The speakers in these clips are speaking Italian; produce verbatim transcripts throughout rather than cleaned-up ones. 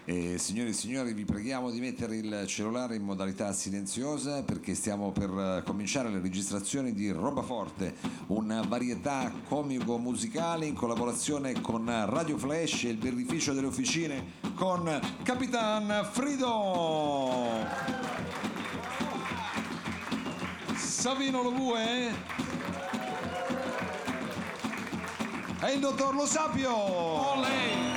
E, signore e signori, vi preghiamo di mettere il cellulare in modalità silenziosa perché stiamo per cominciare le registrazioni di Roba Forte, una varietà comico-musicale in collaborazione con Radio Flash e il birrificio delle officine con Capitan Frido. Savino Lobue e il dottor Lo Sapio. Olè.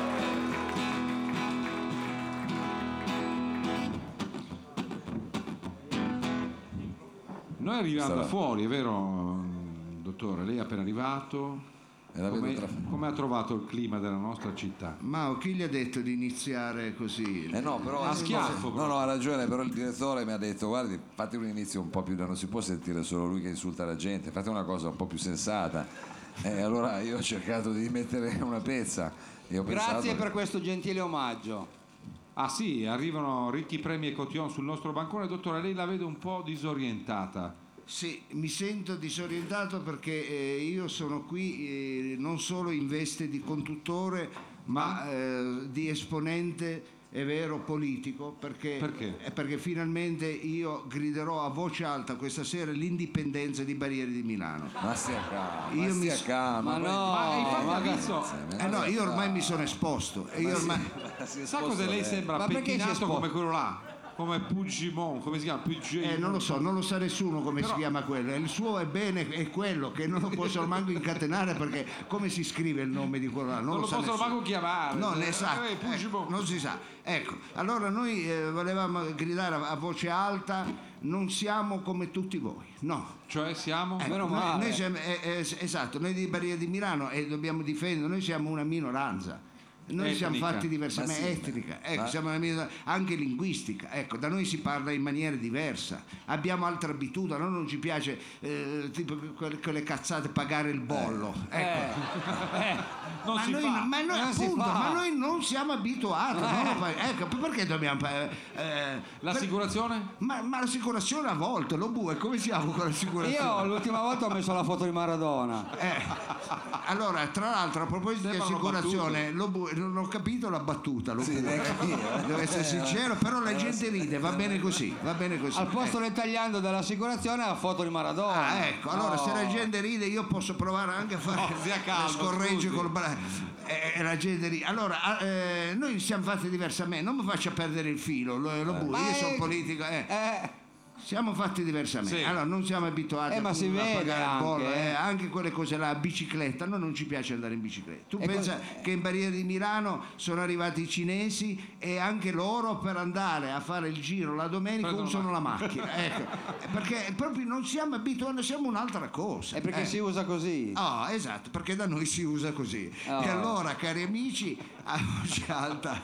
Noi arriviamo da fuori, è vero, dottore? Lei è appena arrivato. Come, tra... come ha trovato il clima della nostra città? Ma chi gli ha detto di iniziare così? Eh no, però a schiaffo. No, no, ha ragione, però il direttore mi ha detto: guardi, fate un inizio un po' più, non si può sentire solo lui che insulta la gente, fate una cosa un po' più sensata. E eh, allora io ho cercato di mettere una pezza. E ho Grazie pensato... per questo gentile omaggio. Ah sì, arrivano ricchi premi e cotillon sul nostro bancone. Dottore, lei la vedo un po' disorientata. Sì, mi sento disorientato perché eh, io sono qui eh, non solo in veste di conduttore, ma eh, di esponente, è vero, politico, perché, perché? Eh, perché finalmente io griderò a voce alta questa sera l'indipendenza di Barriere di Milano. Ma stia calmo, io ma stia mi... calmo. Ma no, ma infatti ma visto... eh no, io ormai mi sono esposto. E io ormai... Sa cosa lei sembra? Ma perché pettinato come quello là? Come Puigdemont, come si chiama? Puigdemont. Eh, non lo so, non lo sa nessuno come Però... si chiama quello. Il suo è bene, è quello che non lo possono manco incatenare perché come si scrive il nome di quello là? Non, non lo, lo sa possono nessuno. manco chiamare. No, ne sa, Eh, ecco, non si sa. Ecco, allora noi eh, volevamo gridare a, a voce alta: non siamo come tutti voi, no. Cioè siamo? Ecco, Meno noi, male. noi siamo, eh, eh, esatto, noi di Barriere di Milano e dobbiamo difendere, noi siamo una minoranza. Noi Etnica. siamo fatti diversamente, Ma sì, etnica, ecco, ma... siamo una minoranza, anche linguistica, ecco, da noi si parla in maniera diversa, abbiamo altre abitudini, a noi non ci piace eh, tipo quelle, quelle cazzate, pagare il bollo, Eh, ecco. eh, non Ma si noi, fa. ma, noi, Non si appunto, fa. ma noi non siamo abituati, non lo fai- ecco, perché dobbiamo fare? Eh, L'assicurazione? per- ma, ma l'assicurazione a volte, lo bue, come siamo con l'assicurazione? Io l'ultima volta ho messo la foto di Maradona. Eh, allora, tra l'altro, a proposito di Sembrano assicurazione, lo bu- non ho capito la battuta, lo Sì, bu- neanche io, eh. devo essere sincero, però la Eh, gente ride, va bene così, va bene così. Al posto Eh. del tagliando dell'assicurazione la foto di Maradona. Ah, ecco, allora se la Oh. gente ride io posso provare anche a fare No, sia calmo, le scorregge scusi. col braccio. Eh, la gente ride. Allora, eh, noi siamo fatti diversamente, non mi faccia perdere il filo, lo, lo bu- Ma io è- sono politico, eh. Eh, Siamo fatti diversamente, Sì. allora non siamo abituati Eh, ma a si a vede pagare il anche, bollo, eh. eh, anche quelle cose là, bicicletta, a noi non ci piace andare in bicicletta. Tu E pensa co- che in Barriere di Milano sono arrivati i cinesi e anche loro per andare a fare il giro la domenica Prendono usano la macchina, ecco, perché proprio non siamo abituati, siamo un'altra cosa. è perché eh. si usa così. Oh, esatto, perché da noi si usa così. Oh. E allora, cari amici, a voce alta.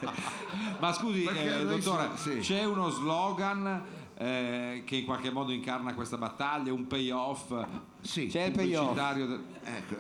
Ma scusi, Perché eh, noi dottore, siamo- sì. c'è uno slogan eh, che in qualche modo incarna questa battaglia, un payoff Sì. C'è il payoff. pubblicitario del- Ecco.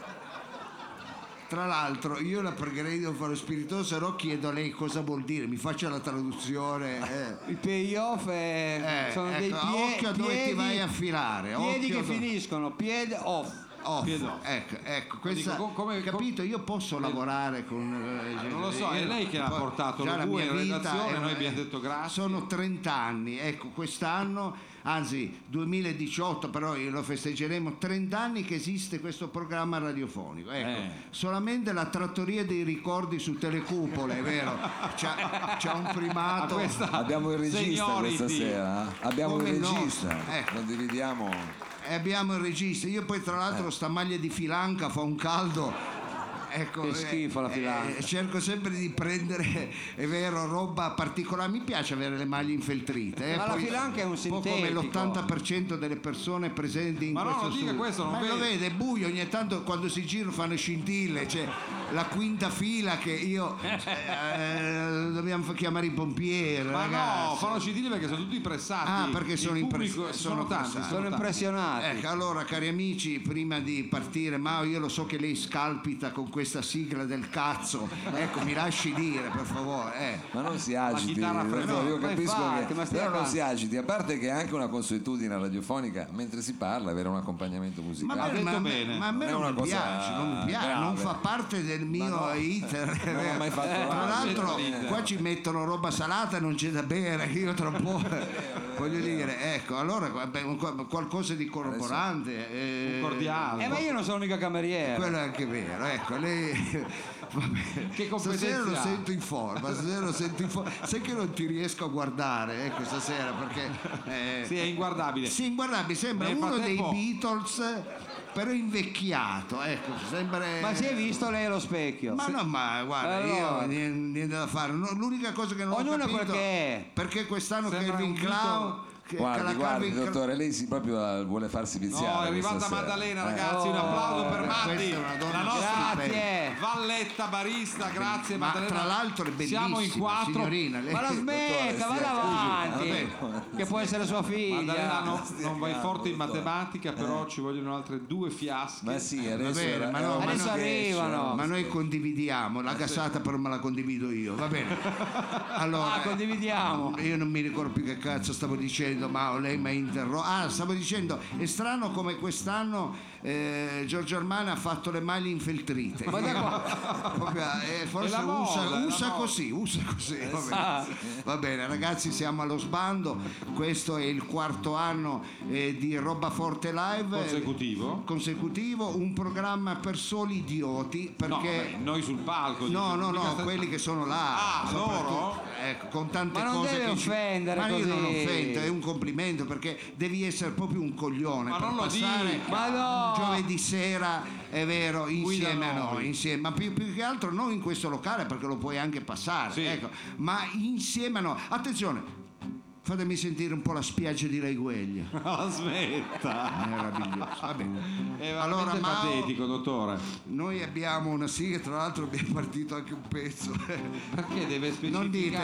Tra l'altro io la pregherei di non fare spiritoso, se no chiedo a lei cosa vuol dire, mi faccia la traduzione. eh. Il payoff è, Eh, sono ecco, dei pie- occhio a dove piedi, ti vai a filare, piedi occhio che dove- finiscono, piede off. Off. Chiedo. Ecco, ecco, questa, Dico, come- capito? Io posso lavorare con eh, non lo so, è io- lei che l'ha poi- portato già lo la bue mia in vita redazione, è- noi abbiamo detto grazie. Sono trenta anni, ecco, quest'anno, anzi duemiladiciotto, però lo festeggeremo, trenta anni che esiste questo programma radiofonico. Ecco, Eh. solamente la trattoria dei ricordi su Telecupole, è vero? C'ha, c'ha un A primato. questa Abbiamo il regista seniority. questa sera, eh? Abbiamo Come il no? regista, Ecco. condividiamo. E abbiamo il regista, io poi tra l'altro sta maglia di filanca fa un caldo, ecco, Che schifo la eh, filanca. eh, cerco sempre di prendere, è vero, roba particolare, mi piace avere le maglie infeltrite, eh, Ma la poi filanca è un po' come sintetico. l'ottanta per cento delle persone presenti in Ma no, questo non dica studio. questo, non Ma lo vede. vede, è buio, ogni tanto quando si girano fanno scintille, c'è la quinta fila che io eh, dobbiamo fa- chiamare i pompieri, Ma ragazzi. no, fanno scintille perché sono tutti pressati. Ah, perché Il sono pubblico- impress- sono, sono tanti, pressati. Sono tanti. impressionati. Ecco, allora cari amici, prima di partire, Mao, io lo so che lei scalpita con questa sigla del cazzo, ecco, mi lasci dire per favore. Eh. Ma non si agiti, chitarra dottore, fredda. io Ma capisco infatti, che ma stia però non calmo. si agiti, a parte che è anche una consuetudine radiofonica mentre si parla avere un accompagnamento Ma, musicale. Ha a me- detto ma, a me- bene. ma a me Non è non una mi cosa piace, non mi piace, grave. non fa parte del mio no, iter. non ho mai fatto Tra radio. l'altro Eh. qua ci mettono roba salata, non c'è da bere, io tra un po' voglio dire, ecco, allora vabbè, un- qualcosa di corroborante. eh, Un cordiale. Eh, ma io non sono mica cameriere. Quello è anche vero, ecco, lei vabbè, Che competenze stasera lo ha? sento in forma, stasera lo sento in forma. Sai che non ti riesco a guardare, ecco, stasera perché eh, Sì, è inguardabile. sì, guarda, mi sembra Nel uno frattempo- dei Beatles, però invecchiato, ecco, sembra. Ma si è visto lei allo specchio? Ma no, ma guarda, Allora. io niente, niente da fare. No, l'unica cosa che non ho Ognuno è capito quel che è. perché quest'anno Sembra Calvin un Beatle. Klein che- che Guardi, la guardi, Calvin Klein- dottore, lei si proprio eh, vuole farsi viziare. No, è questa arrivata sera. Maddalena, Eh. ragazzi, un applauso per Matti, questa è una donna la nostra Grazie. valletta barista, grazie ma Maddalena. tra l'altro è bellissima, Siamo in quattro. signorina. Lei- Ma la smetta, vada avanti. Vabbè. Che può essere sua Maddalena, figlia. no, non vai forte in matematica, però ci vogliono altre due fiasche. Ma sì, Va adesso, bene, era- ma era no, un ma Adesso no, arrivano. Ma noi condividiamo, la cassata però me la condivido io, va bene. Allora, Ah, condividiamo. io non mi ricordo più che cazzo stavo dicendo, ma lei mi ha interrotto. Ah, stavo dicendo, è strano come quest'anno eh, Giorgio Armani ha fatto le maglie infeltrite. Ma da qua- Proprio, eh, forse È la moda, usa, è la usa moda. così, usa così. Va bene. Ah. Va bene, ragazzi, siamo allo sbando. Questo è il quarto anno eh, di Roba Forte Live. Consecutivo. Consecutivo, un programma per soli idioti. No, Perché vabbè, noi sul palco. No, dico, no, mica no, sta- quelli che sono là. Ah, soprattutto, loro? Ecco, con tante Ma non cose deve che ci- offendere Ma io così. non offendo, è un complimento perché devi essere proprio un coglione Ma per non lo passare dica. Ma no. giovedì sera, è vero, insieme a noi. noi, insieme, ma più, più che altro non in questo locale perché lo puoi anche passare, Sì. ecco, ma insieme a noi. Attenzione, fatemi sentire un po' la spiaggia di Regueglia. No, smetta. Meraviglioso, va bene. È Allora, veramente Mao, patetico, dottore. noi abbiamo una sigla, tra l'altro abbiamo partito anche un pezzo. Perché deve specificare? Non dite,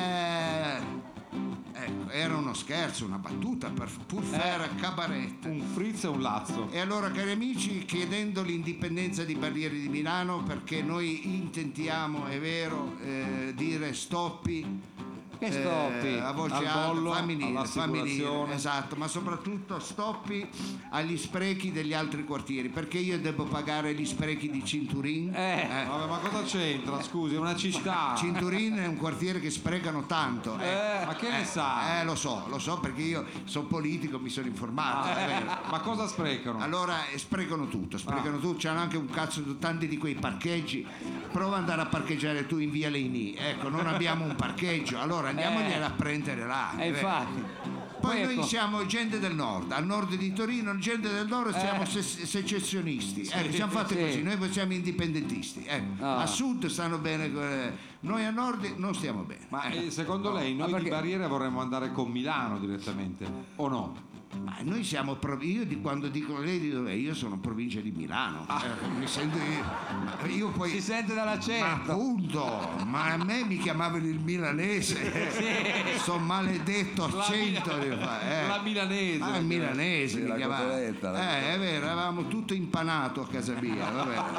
eh, ecco, era uno scherzo, una battuta per pur faire cabaret. Un frizz e un lazzo. E allora, cari amici, chiedendo l'indipendenza di Barriere di Milano, perché noi intentiamo, è vero, eh, dire stoppi. Che stoppi? eh, a voce Al alta, bollo, fammi dire, fammi dire, all'assicurazione. esatto, ma soprattutto stoppi agli sprechi degli altri quartieri, perché io devo pagare gli sprechi di Cinturin. Eh. Vabbè, ma cosa c'entra? Scusi, è una città. Cinturin è un quartiere che sprecano tanto. eh. Eh, ma che ne sa? Eh, lo so, lo so perché io sono politico, mi sono informato. Ah, è vero. ma cosa sprecano? Allora eh, sprecano tutto, sprecano Ah. tutto, c'hanno anche un cazzo di tanti di quei parcheggi. Prova ad andare a parcheggiare tu in via Leini, ecco, non abbiamo un parcheggio, allora andiamogli Eh. a prendere là. E eh. infatti. Poi noi ecco, siamo gente del nord, al nord di Torino, gente del nord siamo Eh. se- secessionisti, ecco, siamo fatti sì. così, noi siamo indipendentisti, ecco. Ah. A sud stanno bene, eh, noi a nord non stiamo bene. Ma ecco. eh, secondo lei noi Ma di perché- Barriere vorremmo andare con Milano direttamente o no? Ma noi siamo pro- io di quando dicono lei di dov'è? Io sono provincia di Milano. Eh, mi sento io, ma io poi si sente ma dall'accento. appunto, ma a me mi chiamavano il milanese. Sto maledetto La accento Mila- di fa- eh. la milanese. Ah, il milanese Sì, mi la chiamavano. cotoletta, la Eh, è vero, avevamo tutto impanato a casa mia, va bene.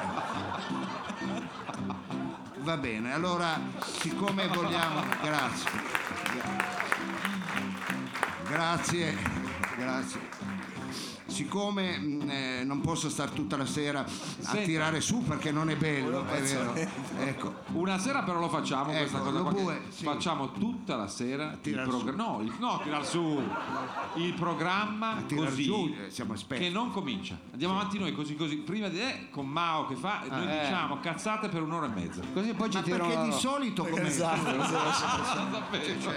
Va bene, allora siccome vogliamo grazie. Grazie, grazie. Siccome mh, eh, non posso stare tutta la sera a Senta. tirare su perché non è bello, è vero. Ecco, Una sera però lo facciamo Ecco, questa cosa lo qua che bue, sì. facciamo tutta la sera il tirar programma no, il, no tirar su il programma tirar così giù, eh, siamo esperti. che non comincia andiamo avanti noi così così prima di eh, con Mao che fa noi eh. diciamo cazzate per un'ora e mezza. Così poi ci ma perché tirano. di solito come Esatto, Non sapevo. cioè,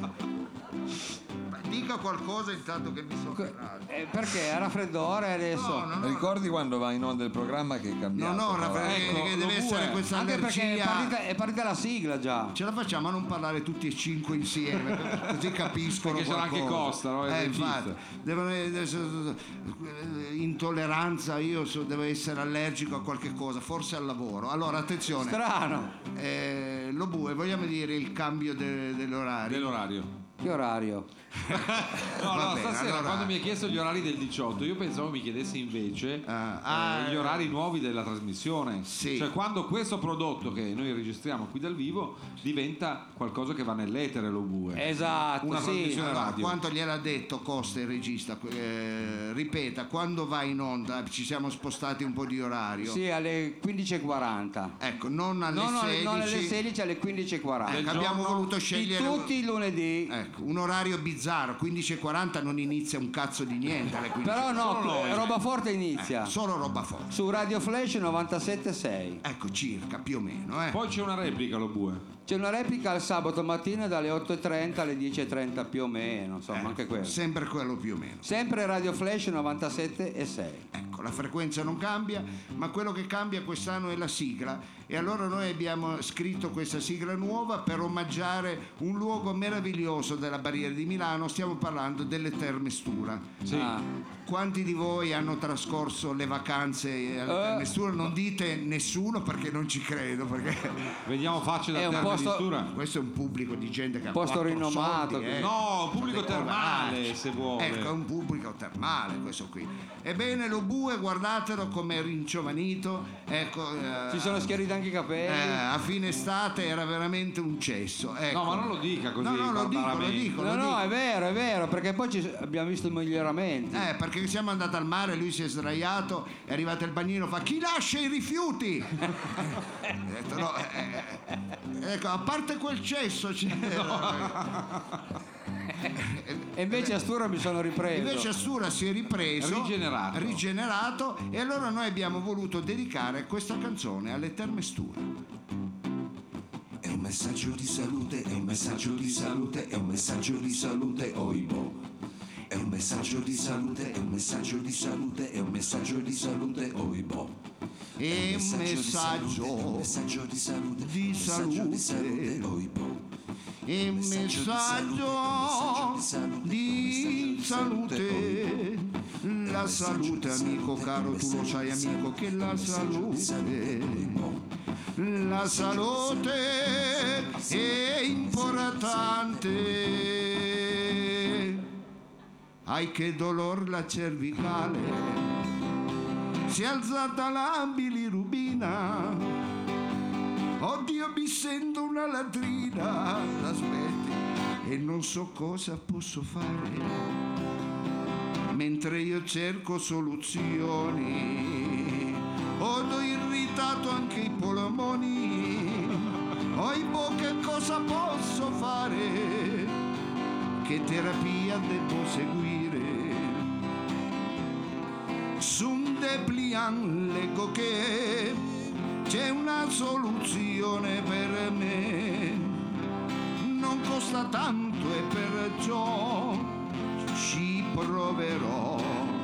ma dica qualcosa intanto che mi sono ferrato. Eh, perché? Era raffreddore adesso. No, no, no. Ricordi quando va in onda il programma che è No, cambiato? no, tra Raffaele, l'altro? che Ecco, deve lo essere vuoi? questa Anche perché è allergia. partita, è partita la sigla già. Ce la facciamo a non parlare tutti e cinque insieme, così capiscono Perché c'era qualcosa. anche Costa, no? Il Eh, regista. infatti, devono essere- intolleranza, io so- devo essere allergico a qualche cosa, forse al lavoro. Allora, attenzione, Strano. eh, lo bue, vogliamo dire il cambio de- dell'orario? Dell'orario Che orario? No, no, bene, stasera allora... quando mi hai chiesto gli orari del diciotto, io pensavo mi chiedessi invece ah, eh, ah, gli orari nuovi della trasmissione. Sì. Cioè quando questo prodotto che noi registriamo qui dal vivo diventa qualcosa che va nell'etere, lo bue. Esatto, Una sì. trasmissione Allora, radio. quanto gliel'ha detto Costa il regista, eh, ripeta, quando va in onda ci siamo spostati un po' di orario. Sì, alle quindici e quaranta. Ecco, non alle No, no, sedici. non alle sedici, alle quindici e quaranta. Ecco, abbiamo giorno voluto Di scegliere tutti i lunedì. ecco, un orario bizzarro, quindici e quaranta non inizia un cazzo di niente alle quindici. Però no, Solo noi. roba forte inizia. Solo roba forte. Su Radio Flash novantasette virgola sei. Ecco, circa, più o meno, eh. Poi c'è una replica, lo bue. C'è una replica il sabato mattina dalle otto e trenta alle dieci e trenta più o meno, insomma, Eh, anche quello. Sempre quello più o meno. Sempre Radio Flash novantasette virgola sei. Ecco, la frequenza non cambia, ma quello che cambia quest'anno è la sigla. E allora noi abbiamo scritto questa sigla nuova per omaggiare un luogo meraviglioso della Barriera di Milano. Stiamo parlando delle Terme Stura. Sì. Ah. Quanti di voi hanno trascorso le vacanze alle Eh. Terme Stura? Non dite nessuno perché non ci credo, perché Vediamo facce da È un Terme posto- di Stura. questo è un pubblico di gente che ha Posto quattro rinomato, soldi, eh. No, pubblico Delle termale, cose- se vuole. Ecco, è un pubblico termale questo qui. Ebbene, lo bue, guardatelo come è ringiovanito. Ecco, eh, Ci sono schiariti anche i eh, capelli. a fine estate era veramente un cesso. Ecco. No, ma non lo dica così. No, no, lo dico, lo barbaramente. dico, No, lo no, dico. è vero, è vero, perché poi ci- abbiamo visto i miglioramenti. Eh, perché siamo andati al mare, lui si è sdraiato, è arrivato il bagnino, fa chi lascia i rifiuti? Ho detto, no, eh, eh, ecco, a parte quel cesso c'era. E invece a Stura mi sono ripreso. Invece Assura si è ripreso, Rigenerato. rigenerato, e allora noi abbiamo voluto dedicare questa canzone alle Terme Stura. È un messaggio di salute, è un messaggio di salute, è un messaggio di salute, oibo. È un messaggio di salute, è un messaggio di salute, è un messaggio di salute, oibo. E un messaggio, un messaggio di salute, di un messaggio di salute. salute, oibo. e un messaggio di salute. La salute, amico caro, tu lo sai amico che la salute, la salute è importante. Ai che dolor la cervicale, si è alzata la bilirubina, oddio mi sento una latrina, aspetti, e non so cosa posso fare. Mentre io cerco soluzioni, ho irritato anche i polmoni, oi boh, che cosa posso fare? Che terapia devo seguire? Su un dépliant leggo che c'è una soluzione per me, non costa tanto e perciò ci proverò.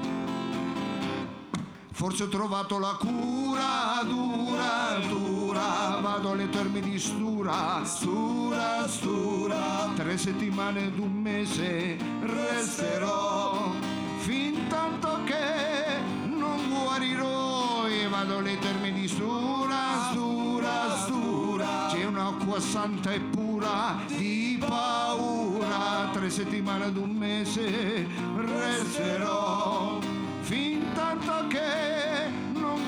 Forse ho trovato la cura, dura, dura, vado alle Terme di Stura, Stura, Stura, tre settimane ed un mese resterò, fin tanto che non guarirò, e vado alle Terme di Stura, Stura, Stura, c'è un'acqua santa e pura, di paura, tre settimane ed un mese resterò, fin tanto che non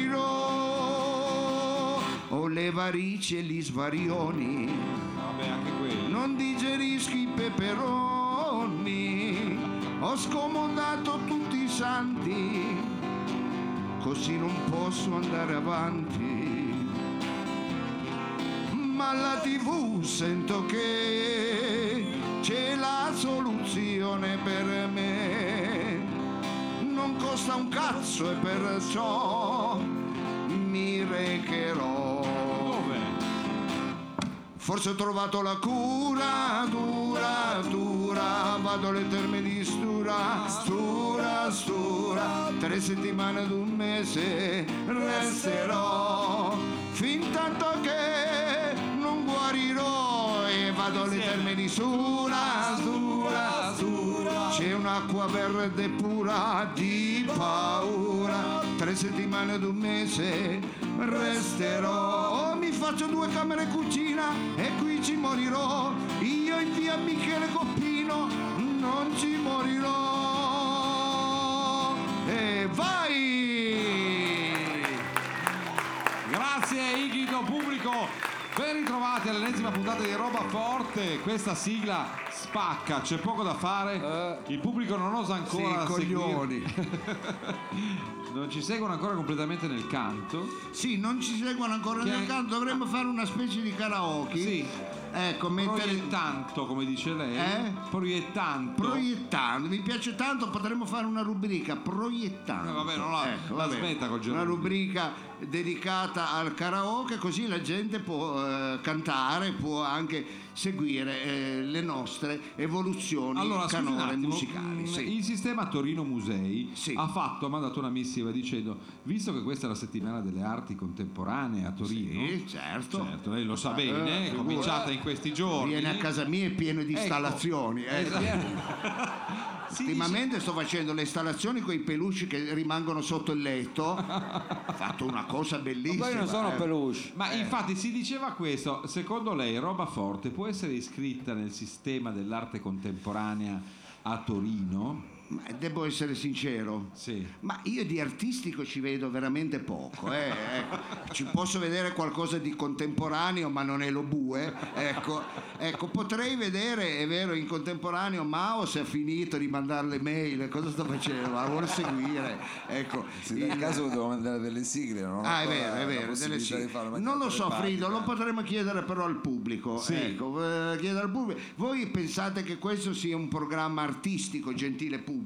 guarirò. Ho le varici e gli svarioni, Vabbè, anche quelli. non digerisco i peperoni, ho scomodato tutti i santi, così non posso andare avanti. Ma alla tivù sento che c'è la soluzione per me, non costa un cazzo e perciò mi recherò. Dove? Forse ho trovato la cura, dura, dura, vado alle Terme di Stura, Stura, Stura, tre settimane ed un mese resterò, fin tanto che non guarirò, e vado alle Terme di Stura, Stura, Stura, c'è un'acqua verde pura, di paura, tre settimane ed un mese resterò, mi faccio due camere e cucina e qui ci morirò, io in via Michele Coppi non ci morirò. E vai! Grazie Ighido, pubblico, ben ritrovati all'ennesima puntata di Roba Forte. Questa sigla spacca, c'è poco da fare, il pubblico non osa ancora Sì, coglioni. Non ci seguono ancora completamente nel canto. Sì, non ci seguono ancora Che- nel canto, dovremmo fare una specie di karaoke. Sì. Ecco, mettere Proiettanto, come dice lei. Eh? Proiettanto. proiettando, mi piace tanto, potremmo fare una rubrica proiettando. Eh, vabbè, non la- Ecco, la vabbè. smetta col Una gerundio. rubrica dedicata al karaoke, così la gente può eh, cantare, può anche seguire eh, le nostre evoluzioni Allora, scusi un canore attimo, musicali. mm, Sì. il sistema Torino Musei Sì. ha fatto, ha mandato una missiva dicendo, visto che questa è la settimana delle arti contemporanee a Torino, Sì, certo. certo, lei lo sa Eh, bene, è figura. cominciata in questi giorni. Viene a casa mia e pieno di Ecco. installazioni. eh. Si Ultimamente sto facendo le installazioni con i peluche che rimangono sotto il letto. Ho fatto una cosa bellissima. Poi non sono eh. peluche. Ma infatti si diceva questo, secondo lei Roba Forte può essere iscritta nel sistema dell'arte contemporanea a Torino? Ma devo essere sincero. Sì. Ma io di artistico ci vedo veramente poco. eh, ecco. Ci posso vedere qualcosa di contemporaneo, ma non è lo bue. Ecco, ecco, potrei vedere, è vero, in contemporaneo Mao se ha finito di mandare le mail, cosa sta facendo? Ma la vuole seguire. Ecco, Se nel il- caso devo mandare delle sigle, non ho Ah, è ancora vero, è la vero, delle possibilità sì. di farlo, ma Non lo tanto so, le Frido, pagine. lo potremmo chiedere però al pubblico. Sì. Ecco, eh, chiedere al pubblico. Voi pensate che questo sia un programma artistico, gentile pubblico?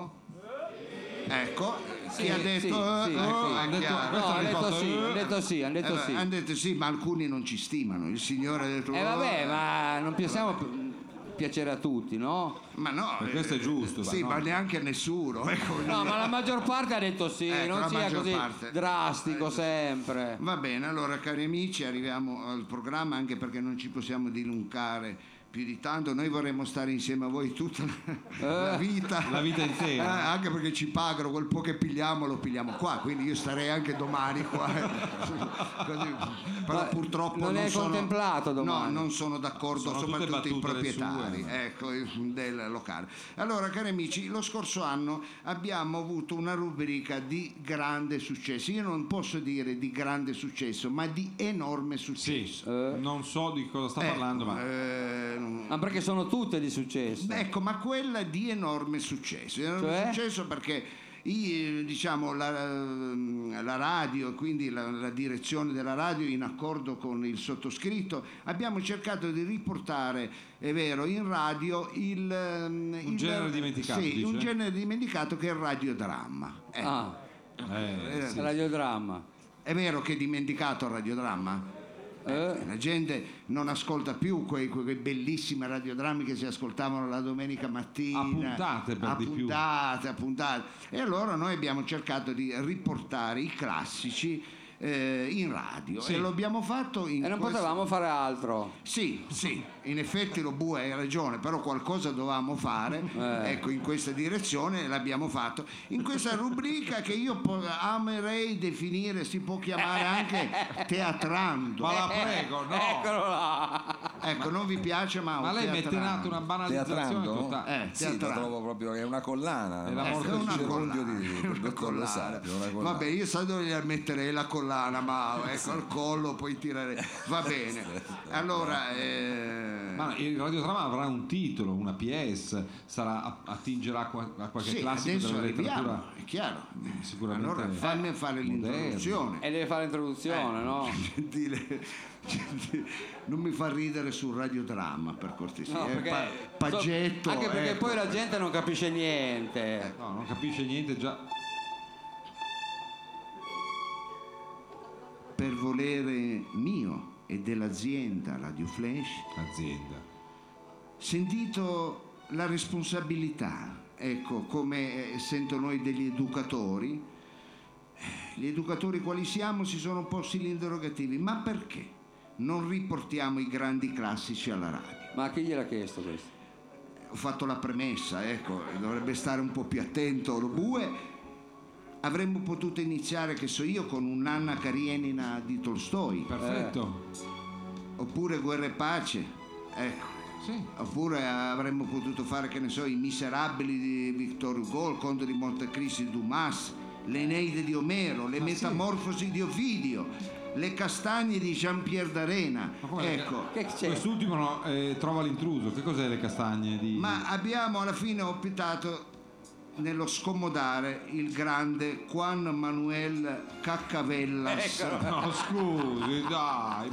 Ecco, chi ha detto sì, eh, sì, oh, sì. è Han detto- chiaro. questo No, ha hanno detto risposto, sì, eh. hanno detto sì, hanno detto Eh, sì. hanno detto sì, ma alcuni non ci stimano. Il signore ha detto Eh oh, vabbè, ma non pensiamo pi- piacere a tutti, no? ma no, Ma questo è giusto, Sì, ma ma no. neanche a nessuno. Ecco, No, ma la maggior parte ha detto sì, Ecco, la non sia maggior così parte. drastico sempre. Va bene, allora cari amici, arriviamo al programma anche perché non ci possiamo dilungare più di tanto. Noi vorremmo stare insieme a voi tutta la, la vita, La vita intera. Eh, anche perché ci pagano quel po' che pigliamo, lo pigliamo qua, quindi io starei anche domani qua. eh. Così, però Ma purtroppo non è sono, contemplato domani. No, non sono d'accordo, Sono tutte soprattutto i battute le proprietari sue. ecco, del locale. Allora, cari amici, lo scorso anno abbiamo avuto una rubrica di grande successo. Io non posso dire di grande successo, ma di enorme Sì, successo. non so di cosa sta parlando, Ecco, ma eh, Ma perché sono tutte di successo. ecco, ma quella di enorme successo. Enorme Cioè? successo perché i- diciamo, la, la radio e quindi la, la direzione della radio in accordo con il sottoscritto abbiamo cercato di riportare, è vero, in radio il, un genere dimenticato, sì, dice? un genere dimenticato che è il radiodramma. Ecco. Ah, eh, sì. radiodramma. È vero che è dimenticato il radiodramma? Eh? La gente non ascolta più quei, quei bellissimi radiodrammi che si ascoltavano la domenica mattina. A puntate, per a di più. puntate, a puntate. E allora noi abbiamo cercato di riportare i classici eh, in radio Sì. e lo abbiamo fatto in E non questo- potevamo fare altro. Sì, sì, in effetti lo Bue hai ragione, però qualcosa dovevamo fare, Eh. ecco, in questa direzione e l'abbiamo fatto. In questa rubrica che io po- amerei definire, si può chiamare anche teatrando. Ma la prego, no. Eccolo là. Ecco, non vi piace, ma... Ma lei mette in atto una banalizzazione Teatrando? totale. Eh, Sì, lo teatrando. trovo proprio che è una collana. È la no? morte È di una gerundio collana, di è del una dottor Lo collana. Sapio, una collana. Vabbè, io so dove gli metterei la collana, ma ecco, al collo poi tirare. Va bene. Allora, eh, Ma il radiodramma avrà un titolo, una P S, sarà, attingerà a qua- a qualche sì, classico adesso della arriviamo, letteratura. è chiaro. Sicuramente Allora, fammi fare moderno. l'introduzione. E deve fare l'introduzione, Eh, no? Gentile, gentile, non mi fa ridere sul radiodramma per cortesia. No, eh, perché- pa- Paggetto. Anche perché ecco. poi la gente non capisce niente. No, non capisce niente già. Per volere mio e dell'azienda Radio Flash, Azienda. sentito la responsabilità, ecco, come eh, sento noi degli educatori, gli educatori quali siamo si sono posti gli interrogativi, ma perché non riportiamo i grandi classici alla radio? Ma chi gliel'ha chiesto questo? Ho fatto la premessa, ecco, dovrebbe stare un po' più attento lo Bue. Avremmo potuto iniziare, che so io, con un'Anna Karenina di Tolstoi, Perfetto. oppure Guerra e Pace, ecco. Sì. Oppure avremmo potuto fare, che ne so, I Miserabili di Victor Hugo, Il Conte di Montecristo di Dumas, L'Eneide di Omero, Le Ma sì. Metamorfosi di Ovidio, Le Castagne di Jean-Pierre d'Arena. Ma com'è? Ecco. Che c'è? Quest'ultimo no, eh, trova l'intruso. Che cos'è le castagne di... Ma abbiamo alla fine optato nello scomodare il grande Juan Manuel Caccavellas. No, scusi, dai.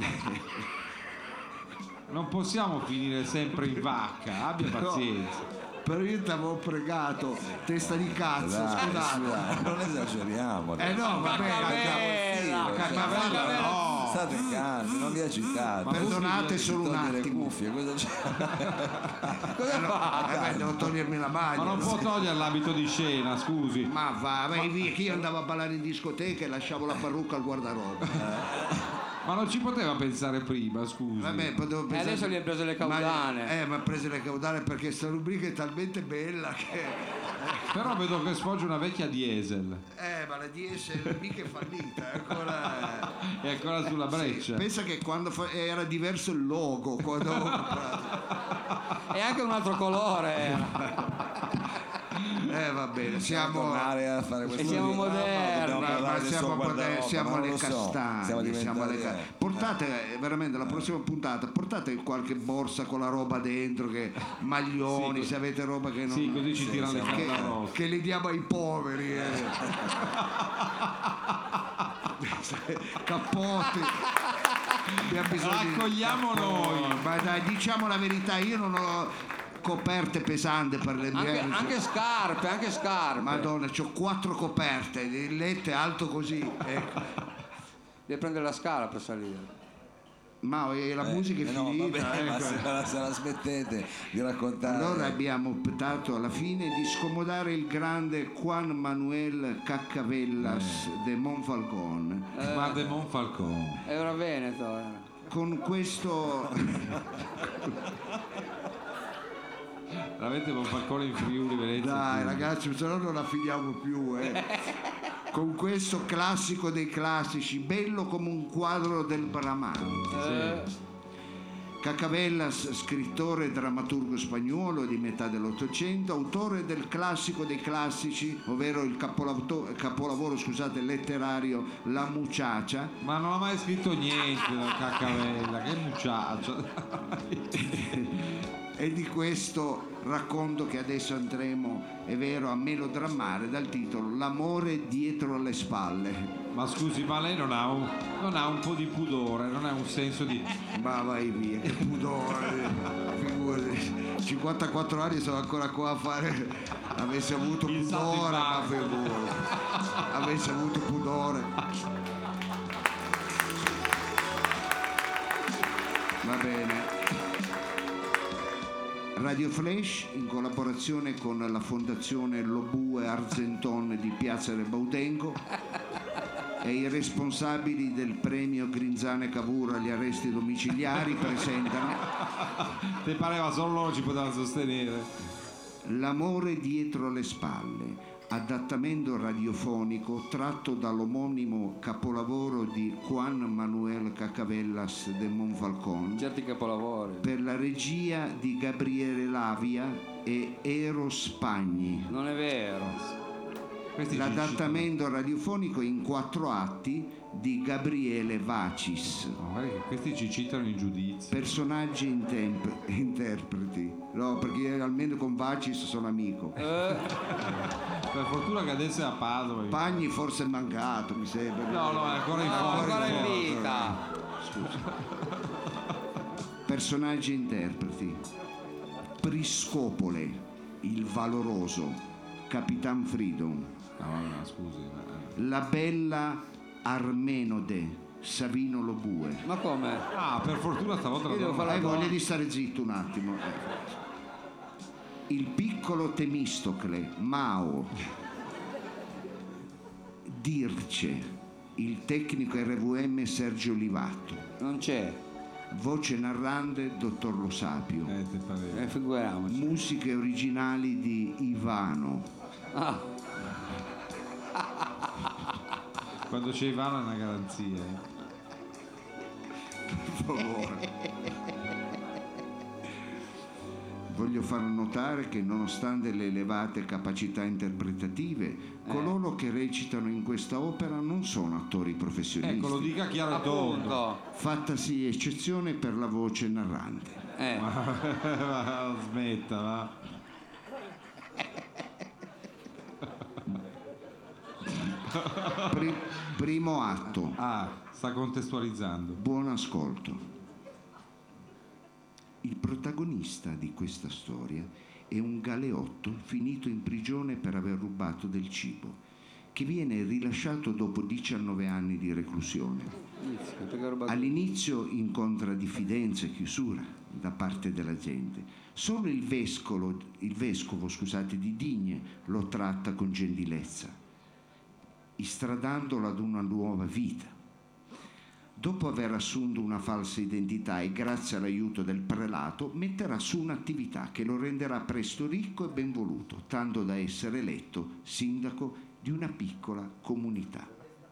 Non possiamo finire sempre in vacca, abbia pazienza. Però io ti avevo pregato, testa di cazzo, Dai, scusate. dai, non esageriamo. Eh no, vabbè, Caccavella, Caccavella, no. State calmi, non li agitate. perdonate solo un Togliere le attimo. cuffie, cosa c'è? Eh, no, eh beh, devo togliermi la maglia. Ma non può togliere l'abito di scena, scusi. Ma va, vai via, che io andavo a ballare in discoteca e lasciavo la parrucca al guardaroba. Ma non ci poteva pensare prima, scusi. Vabbè, potevo E pensare- adesso gli hai preso le caudane. Ma, eh, ma ha preso le caudane perché sta rubrica è talmente bella che... Però vedo che sfoggia una vecchia diesel. Eh, ma la D S mica è fallita, è ancora... È ancora sulla breccia. Pensa che quando fa- era diverso il logo quando avevo comprato. E anche un altro colore era. Eh va bene, siamo... tornare a fare questo E siamo video. moderni, dobbiamo Ma- parlare ma del siamo, suo moder- guardaroba, siamo ma non alle lo so. castagne, Siamo siamo alle diventati, ca- eh. portate eh, veramente la prossima puntata, portate qualche borsa con la roba dentro, che maglioni, Sì, se avete roba che non... Sì, così ci tirano le sì, corde che, addosso. che li diamo ai poveri, eh. Cappotti. Abbiamo bisogno di- Raccogliamo noi. Ma dai, diciamo la verità, io non ho coperte pesanti per le mie... Anche, anche scarpe, anche scarpe. Madonna, c'ho quattro coperte, il letto è alto così, ecco. Devi prendere la scala per salire. Ma eh, la musica è Eh, no, finita, vabbè, ma ecco. se la, se la smettete di raccontare. Allora abbiamo optato alla fine di scomodare il grande Juan Manuel Caccavellas de Monfalcone Ma De Monfalcone. Era Veneto. Era. con questo L'avete Monfalcone in Friuli, Venezia? dai Friuli. ragazzi, se no non la finiamo più, eh. Con questo classico dei classici, bello come un quadro del Bramante. Sì. Caccavellas, scrittore e drammaturgo spagnolo di metà dell'Ottocento, autore del classico dei classici, ovvero il capolavoro, capolavoro scusate, letterario La Muchacha, Ma non ha mai scritto niente da Caccavella, che mucciaccia. e di questo racconto che adesso andremo, è vero, a melodrammare dal titolo L'amore dietro le spalle. Ma scusi, ma lei non ha, un, non ha un po' di pudore, non ha un senso di... Ma vai via, che pudore, figurati, cinquantaquattro anni sono ancora qua a fare, avessi avuto Il salto in pudore, ma balzo. figurati, avessi avuto pudore. Va bene. Radio Flash, in collaborazione con la Fondazione Lobue Argenton di Piazza del Baudenco e i responsabili del premio Grinzane Cavour agli arresti domiciliari presentano Te pareva solo loro ci potevano sostenere. L'amore dietro le spalle, adattamento radiofonico tratto dall'omonimo capolavoro di Juan Manuel Caccavellas de Monfalcone Certi capolavori. per la regia di Gabriele Lavia e Ero Spagni. Non è vero. Questi ci L'adattamento radiofonico in quattro atti di Gabriele Vacis. citano- no, guarda che questi ci citano in giudizio. Personaggi e intemp- interpreti. No, perché io almeno con Vacis sono amico. Per fortuna che adesso è a Padova. Pagni forse è mancato, mi sembra. No, no, è ancora in No, forza. ancora in forza. vita. Personaggi e interpreti. Priscopole, il valoroso, Capitan Freedom. No, no, scusi. ma- La bella Armenode, Savino Lobue. Ma come? Ah, per fortuna stavolta la Io devo donna- fare Hai la voglia donna. di stare zitto un attimo. eh. Il piccolo Temistocle, Mao. Dirce, il tecnico R V M Sergio Livatto. Non c'è. Voce narrante, Dottor Lo Sapio. Eh, te pareva. Eh, figuriamoci. Musiche originali di Ivano. Ah, Quando c'è Ivano è una garanzia. eh. Per favore. voglio far notare che nonostante le elevate capacità interpretative, coloro che recitano in questa opera non sono attori professionisti. Ecco, lo dica chiaro e tondo. Appunto. Fattasi eccezione per la voce narrante. Eh. Ma smetta, va. Pri- primo atto. Ah, sta contestualizzando. Buon ascolto. Il protagonista di questa storia è un galeotto finito in prigione per aver rubato del cibo, che viene rilasciato dopo diciannove anni di reclusione. All'inizio incontra diffidenza e chiusura da parte della gente. Solo il vescovo, il vescovo scusate, di Digne lo tratta con gentilezza, istradandolo ad una nuova vita. Dopo aver assunto una falsa identità e grazie all'aiuto del prelato, metterà su un'attività che lo renderà presto ricco e ben voluto, tanto da essere eletto sindaco di una piccola comunità.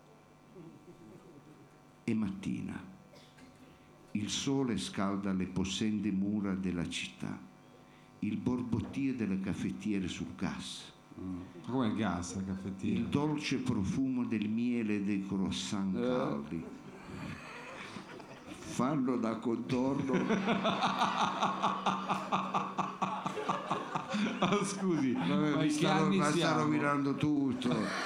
È mattina. Il sole scalda le possenti mura della città, il borbottio delle caffettiere sul gas, Ma come il gas, la caffettiera? il dolce profumo del miele e dei croissant caldi fanno da contorno Ah, scusi, ma mi in che sta, anni ma sta siamo? rovinando tutto.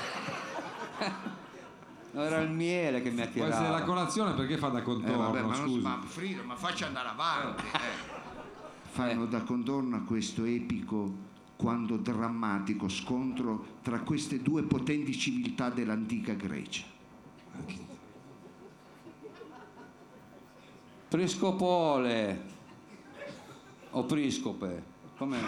No, era il miele che mi Poi se è attirava. la colazione perché fa da Eh, contorno, vabbè, ma, non, scusi? ma Frido, ma faccia andare avanti. eh. Fanno da contorno a questo epico quando drammatico scontro tra queste due potenti civiltà dell'antica Grecia. Priscopole o Priscope, com'è?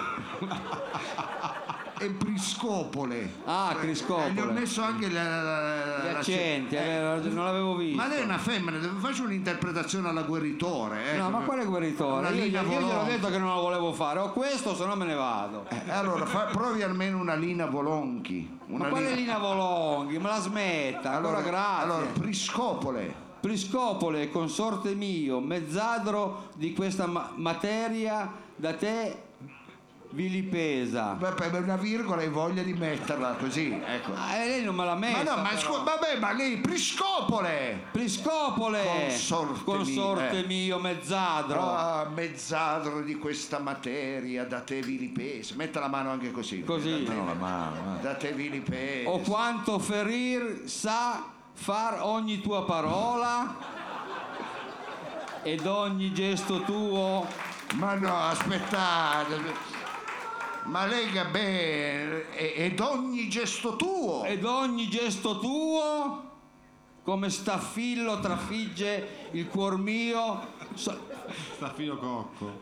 E Priscopole. Ah, Eh, Criscopole. gli ho messo anche la, la- la- Gli la- accenti, eh, eh, non l'avevo visto. Ma lei è una femmina, deve- faccio un'interpretazione alla guerritore. No, ecco. ma quale guerritore? Una Io, linea io, io gli ho volante. detto che non lo volevo fare, o questo se no me ne vado. Eh, allora fa- provi almeno una Lina Volonchi. Una Ma quale Lina- Lina Volonghi? Me la smetta, ancora grazie. allora, Priscopole. Priscopole, consorte mio, mezzadro di questa ma- materia, da te vilipesa. Beh, per una virgola hai voglia di metterla così, ecco. Ah, e lei non me l'ha Ma messa. no, ma però. scusa, vabbè, ma lei Priscopole! Priscopole, Consorte consorte mi- eh. mio, mezzadro. Ah, mezzadro di questa materia, da te vilipesa. Metta la mano anche così. Così. Da te, No, la mano, eh. da te vilipesa. O quanto ferir sa far ogni tua parola ed ogni gesto tuo. Ma no, aspettate. Ma lega bene, e- ed ogni gesto tuo. Ed ogni gesto tuo, come staffillo trafigge il cuor mio, so- Staffino Cocco.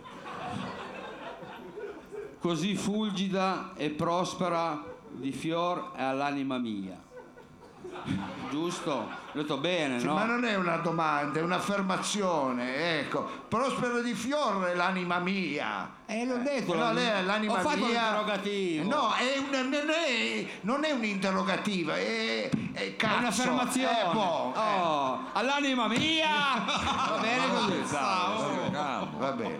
così fulgida e prospera di fior è all'anima mia. Giusto? Ho detto bene, Sì, no? ma non è una domanda, è un'affermazione, ecco. Prospero di fiore l'anima mia. Eh, l'ho detto, No, l'ho- lei è l'anima ho fatto mia. l'interrogativo. No, è una- non, è, non è un'interrogativa, è, è cazzo. È un'affermazione. Eh, boh, eh. Oh, all'anima mia! Va bene così. Va bene.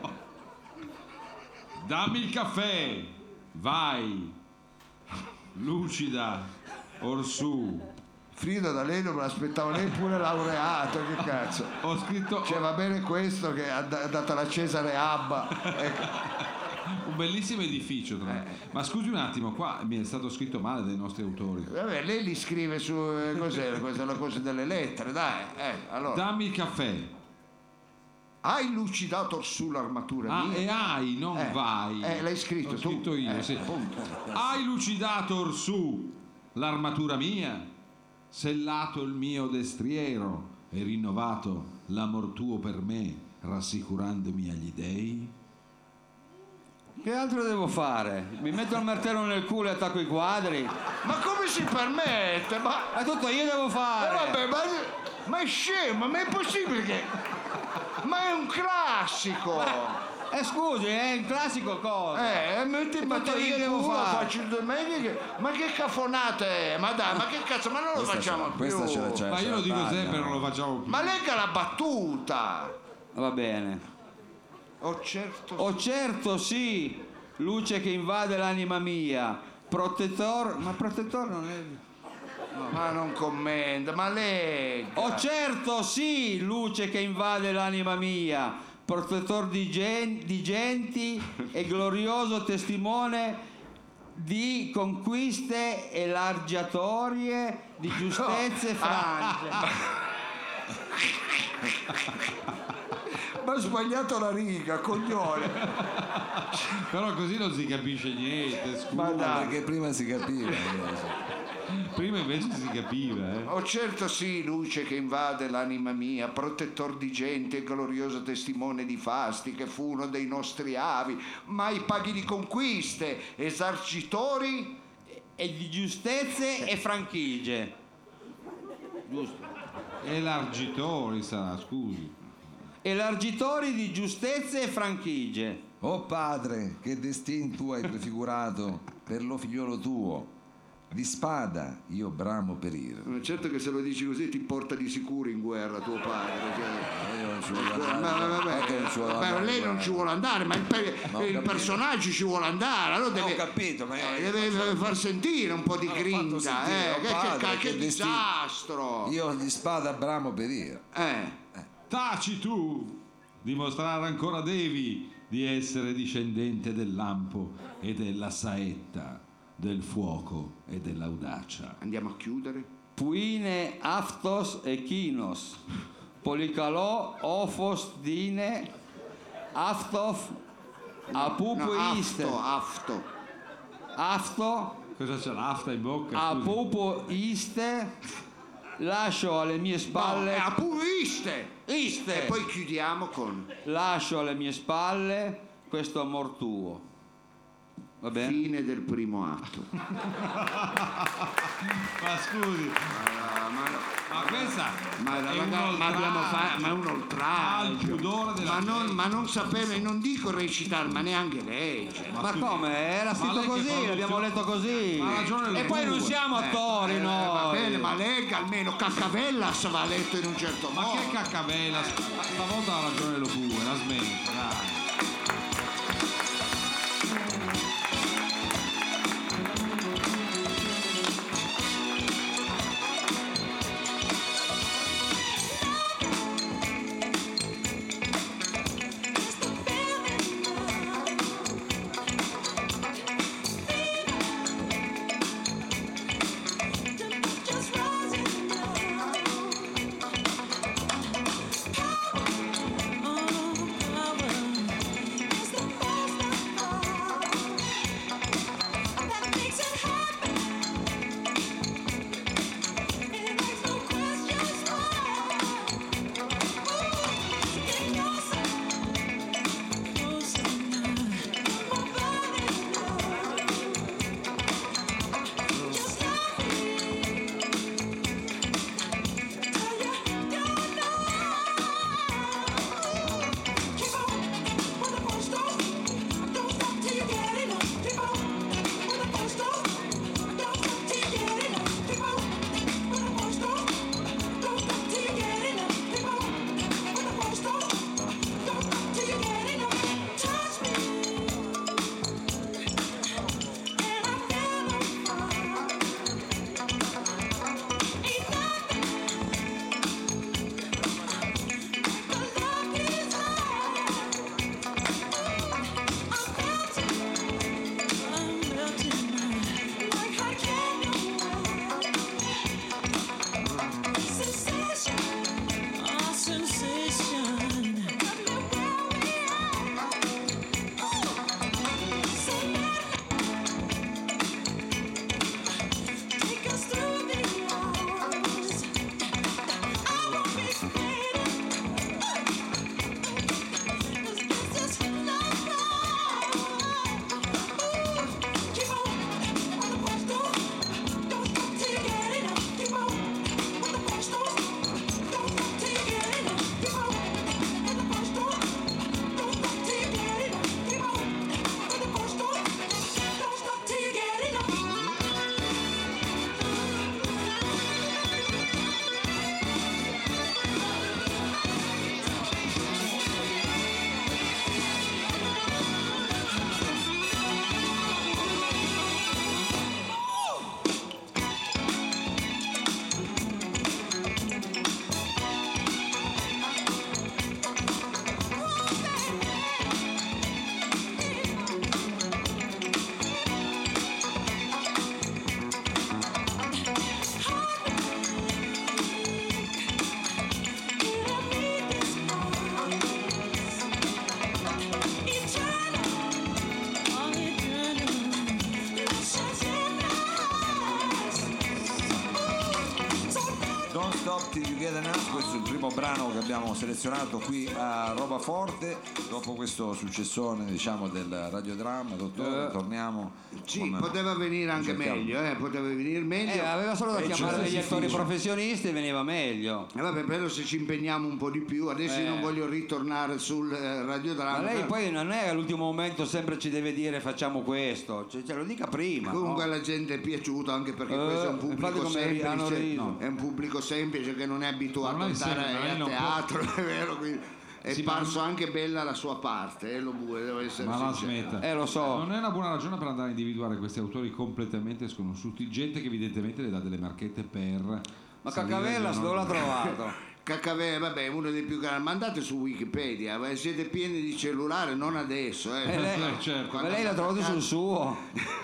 Dammi il caffè, vai, lucida, orsù. Frido, da lei non me l'aspettavo, lei pure laureato, che cazzo. Ho scritto Cioè va bene questo che ha da- ha dato la Cesare Abba. Ecco. un bellissimo edificio, tra l'altro. Ma scusi un attimo, qua mi è stato scritto male dai nostri autori. Vabbè, lei li scrive su eh, cos'è, questa è la cosa delle lettere, dai. Eh, allora. Dammi il caffè. Hai lucidato sull'armatura Ah, mia? e hai, non Eh, vai. eh, l'hai scritto L'ho tu. scritto io, Eh, sì. appunto. Hai lucidato orsù l'armatura mia, sellato il mio destriero e rinnovato l'amor tuo per me, rassicurandomi agli dei. Che altro devo fare? Mi metto il martello nel culo e attacco i quadri? Ma come si permette? Ma, Ma tutto io devo eh, fare! vabbè, ma, ma è scemo, ma è possibile che... Ma è un classico! Eh scusi, è il classico cosa? Eh, metti il E tutto martello io in devo culo, fare. faccio il due metri che... Ma che cafonate è? Ma dai, ma che cazzo, ma non lo Questa facciamo ce- più! questa ce la c'è. Ma io lo dico Tagliano. sempre, non lo facciamo più. Ma legga la battuta! Va bene. Oh certo... Oh certo sì, luce che invade l'anima mia, protettor, ma protettor non è... Ma non commenta, ma lei... Oh certo, sì, luce che invade l'anima mia, protettor di, gen- di genti e glorioso testimone di conquiste elargiatorie, di giustezze franche. Ma ha sbagliato la riga, coglione. Però così non si capisce niente, scusa. Ma dai. Perché prima si capiva. invece. Prima invece si capiva, eh. Oh certo sì, luce che invade l'anima mia, protettor di gente e glorioso testimone di fasti, che fu uno dei nostri avi, mai paghi di conquiste, esarcitori E di giustezze e franchigie. Giusto. Elargitori sarà, scusi. Elargitori di giustezze e franchigie. Oh padre, che destin tu hai prefigurato per lo figliolo tuo. Di spada io bramo perire. Certo che se lo dici così ti porta di sicuro in guerra tuo padre. Cioè... Io non ci voglio Ma, andare. ma- vabbè, Perché non ci voglio vabbè, andare, lei non guarda. ci vuole andare, ma il, pe- Ma ho il capito. personaggio ci vuole andare, allora Eh, deve, ho capito, ma eh, io deve faccio- far sentire un po' di Ma l'ho fatto grinta. sentire, Eh, oh, che, che- padre, che che destino. disastro! Io di spada bramo perire. Eh. Taci tu! Dimostrare ancora devi di essere discendente del lampo e della saetta, del fuoco e dell'audacia. Andiamo a chiudere. Puine, Aftos e Kinos. Policalò, Ofos, Dine, Aftof, Apupu No, Iste. afto, afto. Afto, Cosa c'è l'afta in bocca? scusi? Apupu Iste. Lascio alle mie No, spalle. è apuriste! Iste. E poi chiudiamo con Lascio alle mie spalle questo amor tuo. Va bene? fine del primo atto. Ma scusi, Ah, ma, ma questa ma, è raga- un ma abbiamo oltraggio. fa- ma è un Ha il oltraggio. pudore della Ma non, gente. ma non sapere, non dico recitare, ma neanche leggere. Ma come? Era scritto lei che così, produzione- l'abbiamo letto così. Ha ragione E poi non lui. siamo attori, Eh, no. va bene, ma legga almeno Caccavellas va letto in un certo Ma modo. che caccavela, stavolta ha ragione lo pure, la smetta, dai. Just rising up. Oh, power. il primo brano che abbiamo selezionato qui a Roba Forte dopo questo successone, diciamo, del radiodramma. Dottore, Eh. torniamo. Sì, con- poteva venire anche cerchiamo. meglio, eh, poteva venire meglio. Eh, aveva solo da Eh, chiamare c'è degli attori difficile. professionisti e veniva meglio. Eh, vabbè, però se ci impegniamo un po' di più, adesso io Eh. non voglio ritornare sul eh, radiodramma. Ma lei però- poi non è che all'ultimo momento sempre ci deve dire facciamo questo, cioè, ce lo dica prima. Comunque no? alla gente è piaciuto anche perché Eh, questo è un infatti pubblico come ri- hanno semplice, riso. è un pubblico semplice che non è abituato Ma a lei andare sembra- a lei non può- teatro, è vero, quindi è Sì, ma- parso anche bella la sua parte, eh, lo vuole, devo essere Ma la sincero. smetta. Eh, lo so. Non è una buona ragione per andare a individuare questi autori completamente sconosciuti, gente che evidentemente le dà delle marchette per. Ma salire Cacavellas di dove l'ha onore. trovato? Cacavè, vabbè, è uno dei più grandi. Ma andate su Wikipedia, ma siete pieni di cellulare, non adesso. Eh. E lei, Eh, certo. ma lei l'ha trovato sul suo.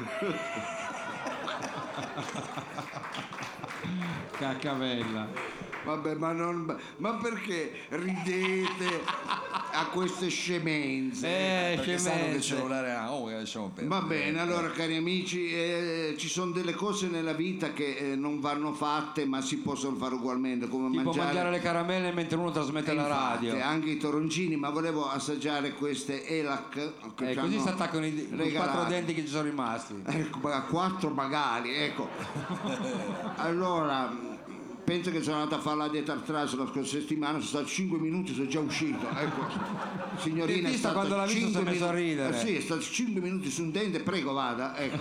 Caccavella. Vabbè, ma, non, ma perché ridete a queste scemenze? Eh, Perché sanno che il scemenze. cellulare ha. Oh, che lasciamo perdere. Va bene, allora cari amici, eh, ci sono delle cose nella vita che eh, non vanno fatte ma si possono fare ugualmente, come Tipo mangiare, mangiare le caramelle mentre uno trasmette eh, la infatti, radio. anche i toroncini, ma volevo assaggiare queste Elac che Eh, ci così hanno si attaccano i, i regalato. quattro denti che ci sono rimasti. Ecco, ma quattro magari, ecco. Allora, penso che sono andato a fare la dieta artrase la scorsa settimana, sono stato cinque minuti, sono già uscito. Ecco, signorina, è dentista stato quando l'ha visto si è cinque messo a minuti- ridere. eh sì, è stato cinque minuti su un dente, prego vada. Ecco.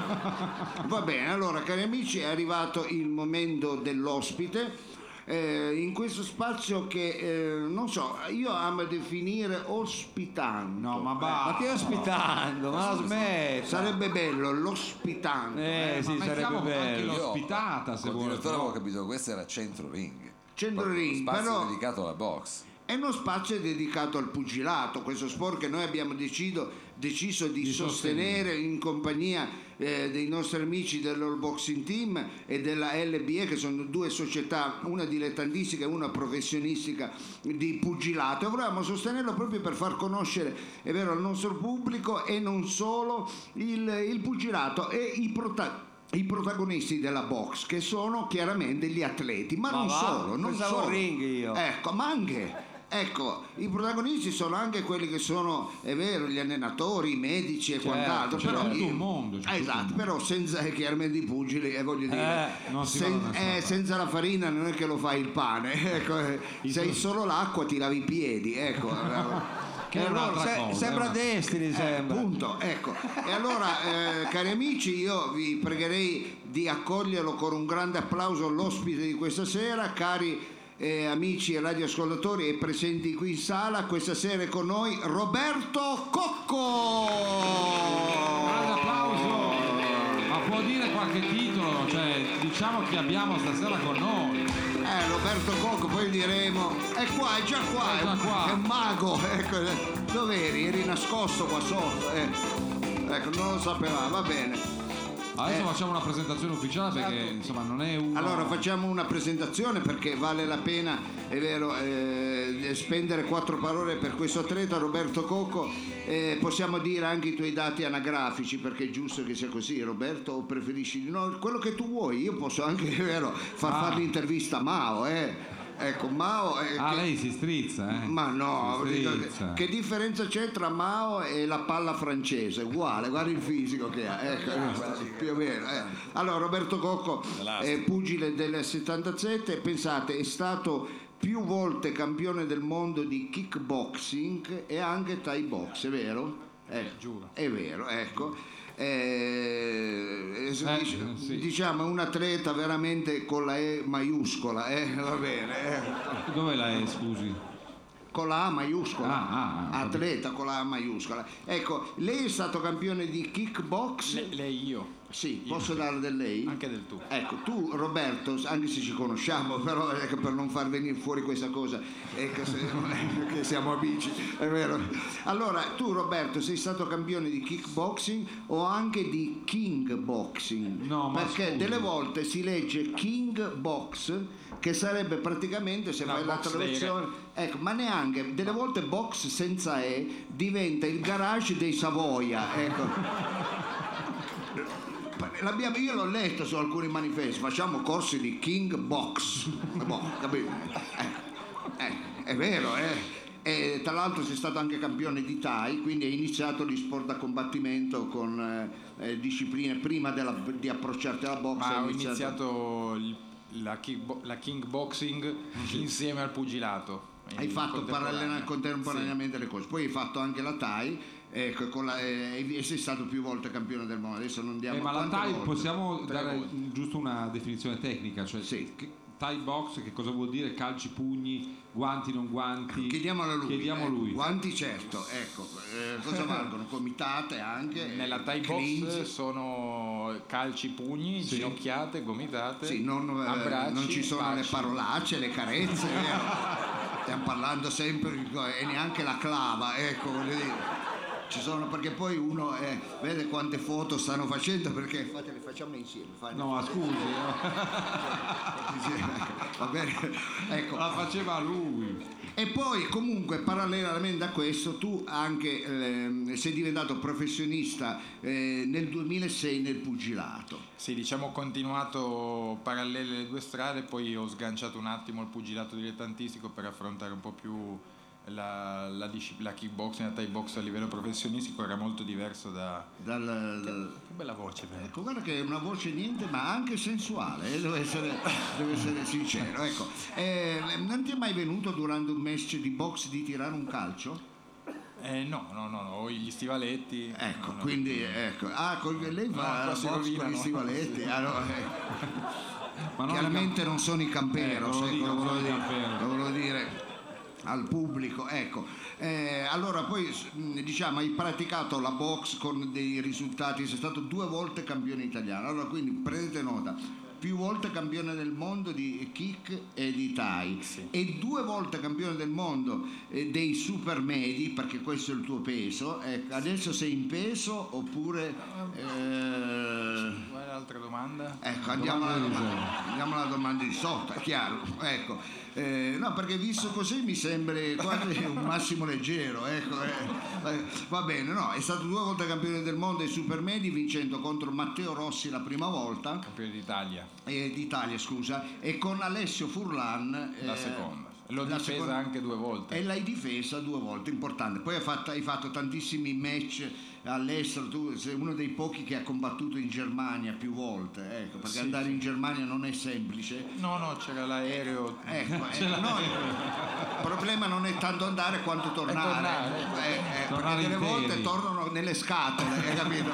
Va bene, allora cari amici, è arrivato il momento dell'ospite. Eh, in questo spazio che eh, non so, io amo definire ospitante. No, ma Ma va. che ospitando? Ma la smetta. Sarebbe bello l'ospitante. Eh, sì, ma sarebbe mettiamo anche bello. l'ospitata se Col vuole. direttore però. avevo capito che questo era Centro Ring. Centro Proprio Ring, spazio però- dedicato alla box. È uno spazio dedicato al pugilato, questo sport che noi abbiamo deciso, deciso di, Di sostenere, sostenere. in compagnia eh, dei nostri amici dell'All Boxing Team e della L B E, che sono due società, una dilettantistica e una professionistica di pugilato, e volevamo sostenerlo proprio per far conoscere, è vero, al nostro pubblico e non solo il, il pugilato e i protagonisti. I protagonisti della box, che sono chiaramente gli atleti, ma, Ma non va, solo, non pensavo solo. al ring io. Ecco, ma anche, ecco, i protagonisti sono anche quelli che sono, è vero, gli allenatori, i medici e Certo, quant'altro. c'è però tutto io- un mondo, c'è Eh, tutto esatto, un però senza eh, chiaramente i pugili, eh, voglio dire, Eh, non si sen- va da nessuna eh, parte. senza la farina non è che lo fai il pane, ecco, eh, se hai solo l'acqua ti lavi i piedi, ecco. Che è E allora- un'altra Se- cosa, sembra eh, ma- Destiny, eh, sembra. Appunto, ecco. E allora, eh, cari amici, io vi pregherei di accoglierlo con un grande applauso l'ospite di questa sera, cari eh, amici e radioascoltatori e presenti qui in sala. Questa sera è con noi Roberto Cocco. Grande applauso! Ma può dire qualche titolo? Cioè, diciamo che abbiamo stasera con noi. Eh, Roberto Cocco, poi diremo, è qua, è già qua, È già qua. è un mago, ecco, dove eri? Eri nascosto qua sotto, eh. Ecco, non lo sapeva, va bene. Adesso Eh. facciamo una presentazione ufficiale perché insomma non è uno. Allora facciamo una presentazione perché vale la pena, è vero, eh, spendere quattro parole per questo atleta Roberto Cocco. Eh, possiamo dire anche i tuoi dati anagrafici perché è giusto che sia così, Roberto, o preferisci di no? Quello che tu vuoi, io posso anche, è vero, far Ah. fare l'intervista a Mao, eh. Ecco, Mao... eh, Ah, che- lei si strizza, eh? Ma no, Si dico che, strizza. che differenza c'è tra Mao e la palla francese? Uguale, guarda il fisico che ha, ecco, più o meno. eh. Allora, Roberto Cocco è pugile del settantasette, pensate, è stato più volte campione del mondo di kickboxing e anche Thai box, è vero? Eh, è vero, ecco. Eh, eh, Eh, dic- sì. Diciamo un atleta veramente con la E maiuscola, eh, va bene. eh. Dov'è la E, scusi? Con la A maiuscola, Ah, ah, ah, atleta con la A maiuscola. Ecco, lei è stato campione di kickbox. Le- lei, io, Sì, posso dare del lei? anche del tu. Ecco, tu Roberto, anche se ci conosciamo, però ecco, per non far venire fuori questa cosa, ecco, se- che siamo amici, è vero. Allora, tu Roberto sei stato campione di kickboxing o anche di king boxing? No, ma perché scusi. delle volte si legge king box, che sarebbe praticamente, se No, fai la box traduzione, ecco, ma neanche, delle volte box senza E diventa il garage dei Savoia, ecco. L'abbiamo- io l'ho letto su alcuni manifesti, facciamo corsi di King Box. Boh, capito? Eh. è vero, eh. E tra l'altro sei stato anche campione di Thai, quindi hai iniziato gli sport da combattimento con eh, eh, discipline prima della, di approcciarti alla box. Ma hai ho iniziato il- la, kickbo- la kickboxing insieme al pugilato. Hai in fatto contemporanea. parallel- contemporaneamente le cose, poi hai fatto anche la Thai, ecco, con la- eh, e sei stato più volte campione del mondo. Adesso non diamo Eh, ma la quante Thai volte? possiamo Tre dare volte. giusto una definizione tecnica, cioè Sì. che- Thai box che cosa vuol dire? Calci, pugni, guanti, non guanti? Chiediamolo a lui. Chiediamo a ecco, lui. Guanti certo, ecco, eh, cosa valgono? Comitate anche? Nella Thai cleans? box sono calci, pugni, Sì. ginocchiate, gomitate, Sì, non, eh, abbracci, non ci sono le baci. parolacce, le carezze, vero? Stiamo parlando sempre di co- e neanche la clava, ecco, voglio dire. Ci sono, perché poi uno eh, vede quante foto stanno facendo, perché fatele, facciamole insieme. fai- No, ma scusi, eh. Va bene, ecco. La faceva lui. E poi comunque parallelamente a questo tu anche ehm, sei diventato professionista eh, nel duemilasei nel pugilato. Sì, diciamo ho continuato parallele le due strade, poi ho sganciato un attimo il pugilato dilettantistico per affrontare un po' più la, la disciplina la kickboxing, la Thai box a livello professionistico, era molto diverso da... Dal, dal- Che bella voce, vero? ecco, guarda che è una voce niente ma anche sensuale, eh, devo, essere, devo essere sincero. Ecco. Eh, non ti è mai venuto durante un match di box di tirare un calcio? Eh, no, no, no, no, ho gli stivaletti. Ecco, no, no. quasi ecco. Ah, con- lei No, fa qua si box con rovinano. gli stivaletti. Ah, no, ecco. Ma non Chiaramente non sono i campero, Eh, non lo sai, dica, lo non volevo sono i dire, campero. lo volevo dire al pubblico, ecco. Eh, allora poi s- mh, diciamo hai praticato la box con dei risultati, sei stato due volte campione italiano, allora quindi prendete nota, più volte campione del mondo di kick e di Thai Sì. e due volte campione del mondo eh, dei super medi, perché questo è il tuo peso. Ecco, adesso sei in peso oppure eh, Qual è l'altra domanda? ecco, andiamo alla, Domanda di domanda, genere. andiamo alla domanda di sotto, è chiaro. Ecco. Eh, no, perché visto così mi sembra quasi un Massimo Leggero. Ecco, eh. Eh, va bene, no, è stato due volte campione del mondo ai supermedi, vincendo contro Matteo Rossi la prima volta, Campione d'Italia, eh, d'Italia scusa, e con Alessio Furlan la eh, seconda. L'ho la difesa seconda- anche due volte. e l'hai difesa due volte, importante. Poi hai fatto, hai fatto tantissimi match all'estero, tu sei uno dei pochi che ha combattuto in Germania più volte, ecco, perché Sì, andare sì. in Germania non è semplice. No, no, c'era l'aereo. Ecco, eh, no, il problema non è tanto andare quanto tornare, tornare. Eh, eh, Tornare perché delle interi. volte tornano nelle scatole, hai capito?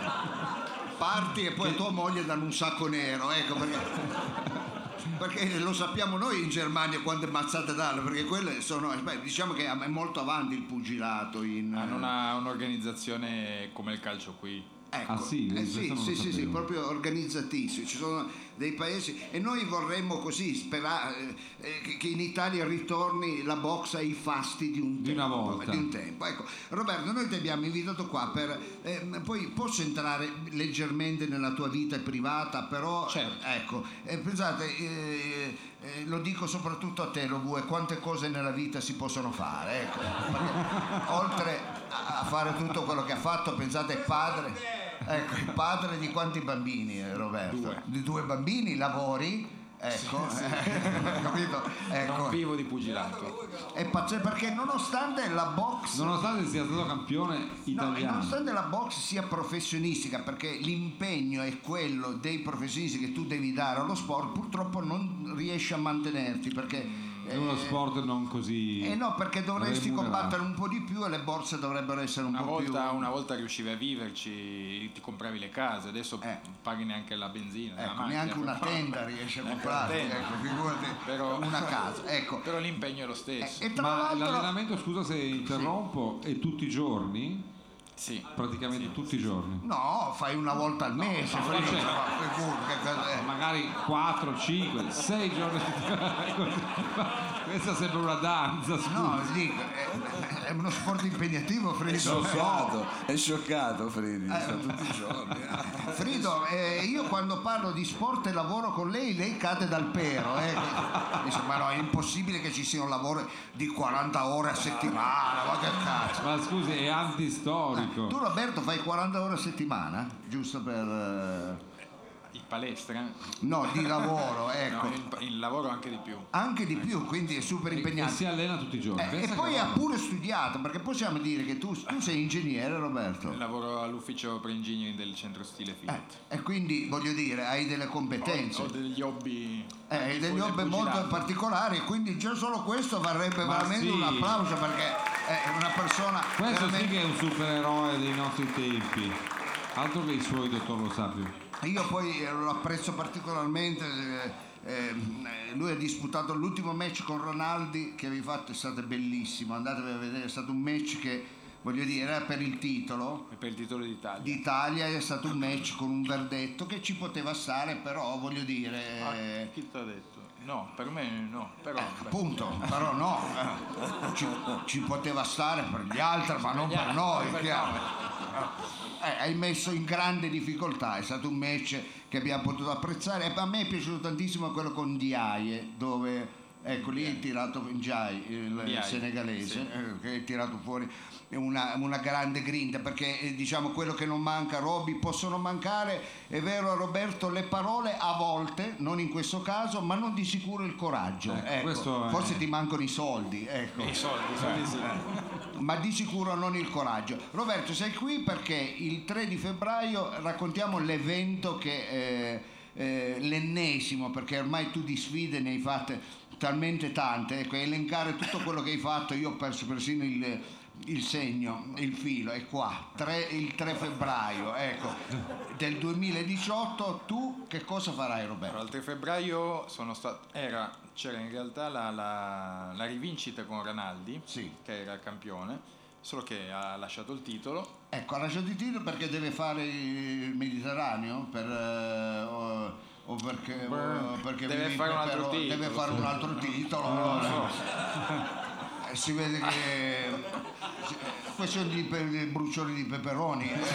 Parti e poi a tua moglie danno un sacco nero, ecco perché. Perché lo sappiamo noi in Germania quante mazzate danno, perché quelle sono, beh, diciamo che è molto avanti il pugilato in Hanno una- un'organizzazione come il calcio qui. ecco, Ah, sì? eh, Questo sì, non lo sì, sì, sì, sapevo. proprio organizzatissimi. Ci sono dei paesi e noi vorremmo così sperare eh, che, che in Italia ritorni la box ai fasti di un Di tempo. una volta. Di un tempo. Ecco, Roberto, noi ti abbiamo invitato qua per ehm, poi posso entrare leggermente nella tua vita privata, però Certo. ecco, eh, pensate, eh, eh, lo dico soprattutto a te, Lobu, quante cose nella vita si possono fare, ecco, perché oltre a a fare tutto quello che ha fatto, pensate è padre, ecco, il padre di quanti bambini, eh, Roberto? Due. Di due bambini, lavori, ecco, eh, capito? Ecco. Non vivo di pugilato. È pazzesco perché nonostante la box Nonostante sia stato campione No, e italiano. nonostante la box sia professionistica, perché l'impegno è quello dei professionisti che tu devi dare allo sport, purtroppo non riesci a mantenerti perché È uno sport non così. eh no, perché dovresti remunerato. combattere un po' di più e le borse dovrebbero essere un Una po' volta, più una volta riuscivi a viverci, ti compravi le case, adesso Eh. paghi neanche la benzina. la ecco, macchina, neanche una però- tenda riesci a Neanche comprare, una tenda. ecco, figurati Però- una casa, ecco. Però l'impegno è lo Eh, stesso. e tra Ma l'altro l'allenamento, scusa se interrompo, è tutti i giorni? Sì. Praticamente tutti i giorni. no, fai una volta al mese, no, fai- certo. ma figurati, che cosa è? Magari quattro, cinque, sei giorni. Questa sembra una danza, scusa. No, dico, è, è uno sport impegnativo, È Frido. scioccato, è scioccato Fredi, Eh. sono tutti i giorni. Frido, eh, io quando parlo di sport e lavoro con lei, lei cade dal pero. Eh. Dice, ma no, è impossibile che ci sia un lavoro di quaranta ore a settimana, ma che cazzo. Ma scusi, è antistorico. Tu Roberto fai quaranta ore a settimana? Giusto per... eh, in palestra? No, di lavoro, ecco. No, in, in lavoro anche di più. Anche di più, quindi è super E impegnato. si allena tutti i giorni. Eh, e Pensa poi che- ha pure studiato, perché possiamo dire che tu, tu sei ingegnere, Roberto. Lavoro all'ufficio pre-engineering del centro stile Eh, Fiat. e quindi voglio dire, hai delle competenze. Ho, ho degli hobby. Eh, hai degli del hobby molto pugilato. particolari, quindi già solo questo varrebbe Ma veramente sì. un applauso, perché è una persona Questo sì veramente... che è un supereroe dei nostri tempi. Altro che i suoi, dottor Lo Sapio. Io poi eh, lo apprezzo particolarmente. eh, eh, lui ha disputato l'ultimo match con Ronaldi che avevi fatto, è stato bellissimo, andatevi a vedere, è stato un match che, voglio dire, era per il titolo E per il titolo d'Italia. d'Italia, è stato un match con un verdetto che ci poteva stare, però voglio dire eh, Ah, chi ti ha detto? No, per me no, però... eh, beh. appunto, però no, eh, ci, ci poteva stare per gli altri, ma non per noi, per chiaro. Eh, hai messo in grande difficoltà, è stato un match che abbiamo potuto apprezzare, e a me è piaciuto tantissimo quello con Diaye, dove ecco lì hai tirato Ndiaye, il Ndiaye, senegalese, sì. eh, che hai tirato fuori una, una grande grinta, perché eh, diciamo quello che non manca a Robby, possono mancare, è vero Roberto, le parole a volte, non in questo caso, ma non di sicuro il coraggio. Ecco, Ecco, questo è- forse ti mancano i soldi, ecco. I soldi, i soldi sì. Ma di sicuro non il coraggio. Roberto, sei qui perché il tre di febbraio raccontiamo l'evento che eh, eh, l'ennesimo, perché ormai tu di sfide ne hai fatte talmente tante, ecco, elencare tutto quello che hai fatto, io ho perso persino il, il segno, il filo, è qua, tre, il tre febbraio, ecco, del duemiladiciotto. Tu che cosa farai, Roberto? Allora, il tre febbraio sono stato, era, c'era in realtà la, la, la rivincita con Rinaldi, Sì. che era il campione, solo che ha lasciato il titolo. Ecco, ha lasciato il titolo perché deve fare il Mediterraneo per, eh, o, o perché, o perché Deve vive fare in un altro Peperone, titolo, deve fare sì. un altro titolo, Non lo allora. so. Eh, si vede che questione di, pe- di brucioli di peperoni, eh,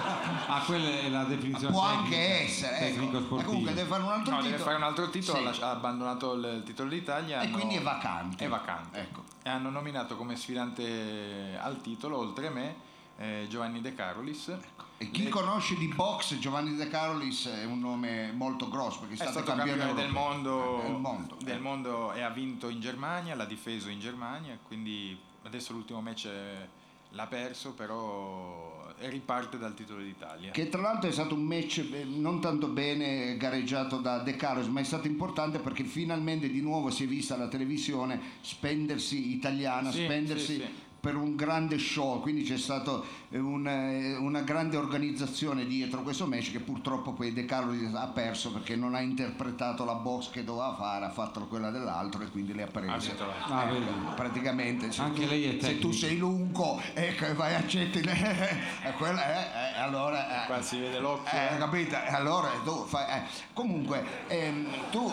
Ah, quella è la definizione può tecnica, anche essere, ecco. tecnico-sportiva. E comunque deve fare un altro No, titolo. deve fare un altro titolo, Sì. ha lasci- ha abbandonato il, il titolo d'Italia. E hanno- quindi è vacante. È vacante. Ecco. E hanno nominato come sfidante al titolo, oltre me, eh, Giovanni De Carolis. E chi Le- conosce di box, Giovanni De Carolis è un nome molto grosso perché è, È stato, stato campione del europeo. mondo, Del mondo, del ecco. mondo e ha vinto in Germania, l'ha difeso in Germania, quindi adesso l'ultimo match eh, l'ha perso, però riparte dal titolo d'Italia. Che tra l'altro è stato un match eh, non tanto bene gareggiato da De Carolis, ma è stato importante perché finalmente di nuovo si è vista la televisione spendersi italiana, Sì, spendersi sì, sì. per un grande show, quindi c'è stata una, una grande organizzazione dietro questo match che purtroppo poi De Carolis ha perso perché non ha interpretato la box che doveva fare, ha fatto quella dell'altro e quindi le ha prese. Ha vinto la- Ah, Ecco, vedi. praticamente se Anche tu, lei è se tecnica. tu sei lungo ecco, e vai a cetti e quella è, eh, allora eh, Qua si vede l'occhio. eh, eh. capito? E allora tu fai, eh. Comunque ehm, tu,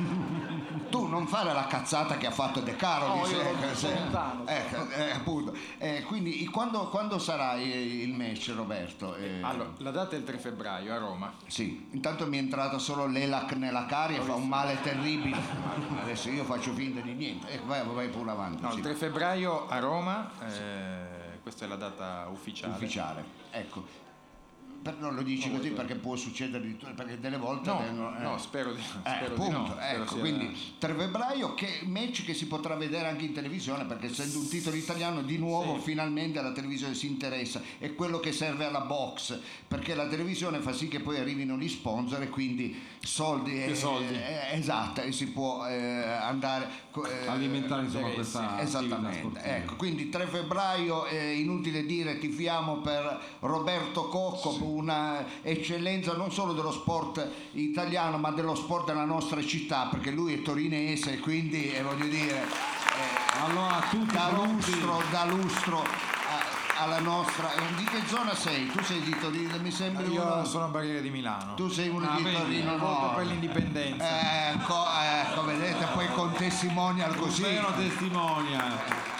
eh, tu non fare la cazzata che ha fatto De Carolis, No, io ecco, sono se- lontano, ecco, eh, appunto. Eh, quindi quando, quando sarà il il match, Roberto? Eh, Allora, la data è il tre febbraio a Roma. sì, intanto mi è entrata solo l'Elac nella caria e fa un male terribile. Adesso io faccio finta di niente. Ecco, vai, vai pure avanti. No, sì. il tre febbraio a Roma, eh, questa è la data ufficiale. Ufficiale, ecco. Per- non lo dici così perché può succedere di tutto, perché delle volte No, vengono, eh. no, spero di, Eh, spero di appunto, no. Spero ecco, sia- quindi tre febbraio, che match che si potrà vedere anche in televisione, perché essendo un titolo italiano di nuovo Sì. finalmente la televisione si interessa, è quello che serve alla box, perché la televisione fa sì che poi arrivino gli sponsor e quindi soldi, Più eh, soldi. eh, esatto, e si può eh, andare co- eh, alimentare insomma interessi. questa attività esattamente, sportiva. ecco, quindi tre febbraio, eh, inutile dire, tifiamo per Roberto Cocco, una eccellenza non solo dello sport italiano ma dello sport della nostra città, perché lui è torinese, quindi eh, voglio dire eh, Allora tutti da pronti? lustro, da lustro a- alla nostra. eh, Di che zona sei? Tu sei di Torino, mi sembra Io uno- sono a Barriere di Milano. tu sei uno Ah, di vedi, Torino, Voto no? per l'indipendenza. Ecco, ecco, vedete, poi con testimonial Un così. vero testimonia.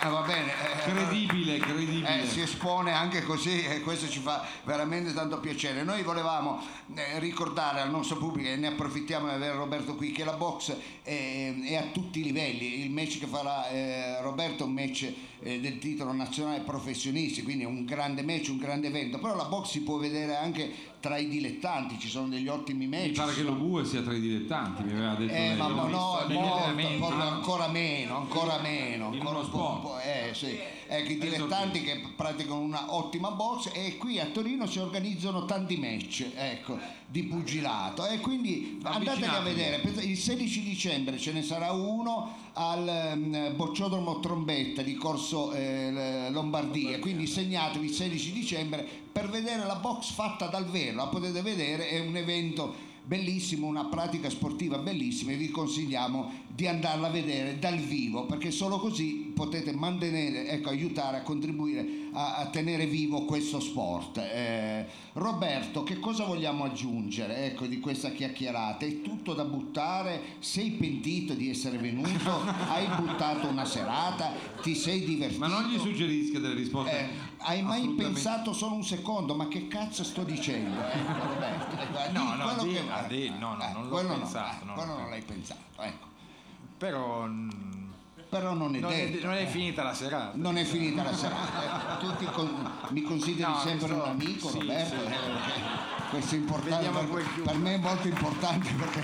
Eh, va bene. eh, Credibile, credibile. Eh, si espone anche così e questo ci fa veramente tanto piacere. Noi volevamo eh, ricordare al nostro pubblico, e ne approfittiamo di avere Roberto qui, che la box è, è a tutti i livelli. Il match che farà eh, Roberto è un match eh, del titolo nazionale professionisti, quindi è un grande match, un grande evento, però la box si può vedere anche tra i dilettanti, ci sono degli ottimi match. Mi pare che lo bue sia tra i dilettanti, mi aveva detto Eh, lei. ma L'ho no, visto no, negli molto, allenamenti. proprio ancora meno, ancora meno, In ancora uno un po', sport. un po', eh, sì. Ecco, i Adesso dilettanti qui. che praticano una ottima box, e qui a Torino si organizzano tanti match, ecco, di pugilato, e quindi andateli a Avvicinatevi. vedere. Il sedici dicembre ce ne sarà uno al um, Bocciodromo Trombetta di Corso eh, Lombardia, quindi segnatevi il sedici dicembre per vedere la box fatta dal vero, la potete vedere, è un evento bellissimo, una pratica sportiva bellissima, e vi consigliamo di andarla a vedere dal vivo, perché solo così potete mantenere, ecco, aiutare a contribuire a, a tenere vivo questo sport. eh, Roberto, che cosa vogliamo aggiungere, ecco, di questa chiacchierata? È tutto da buttare? Sei pentito di essere venuto? Hai buttato una serata? Ti sei divertito? Ma non gli suggerisca delle risposte. Eh, hai mai assolutamente- pensato solo un secondo, ma che cazzo sto dicendo? Ecco, Roberto, ecco, No, di no, quello di- che- ah, di- no, no, eh, non l'ho quello pensato, no, non eh, quello l'ho non l'hai pensato, ecco. Però mm, Però non è non è, detto. non è eh. finita la serata. Non è finita la serata. Eh, tu ti con- mi consideri No, sempre so- un amico, sì, Roberto? sì. Eh, perché questo è importante. Vediamo Per, poi più. per me è molto importante perché.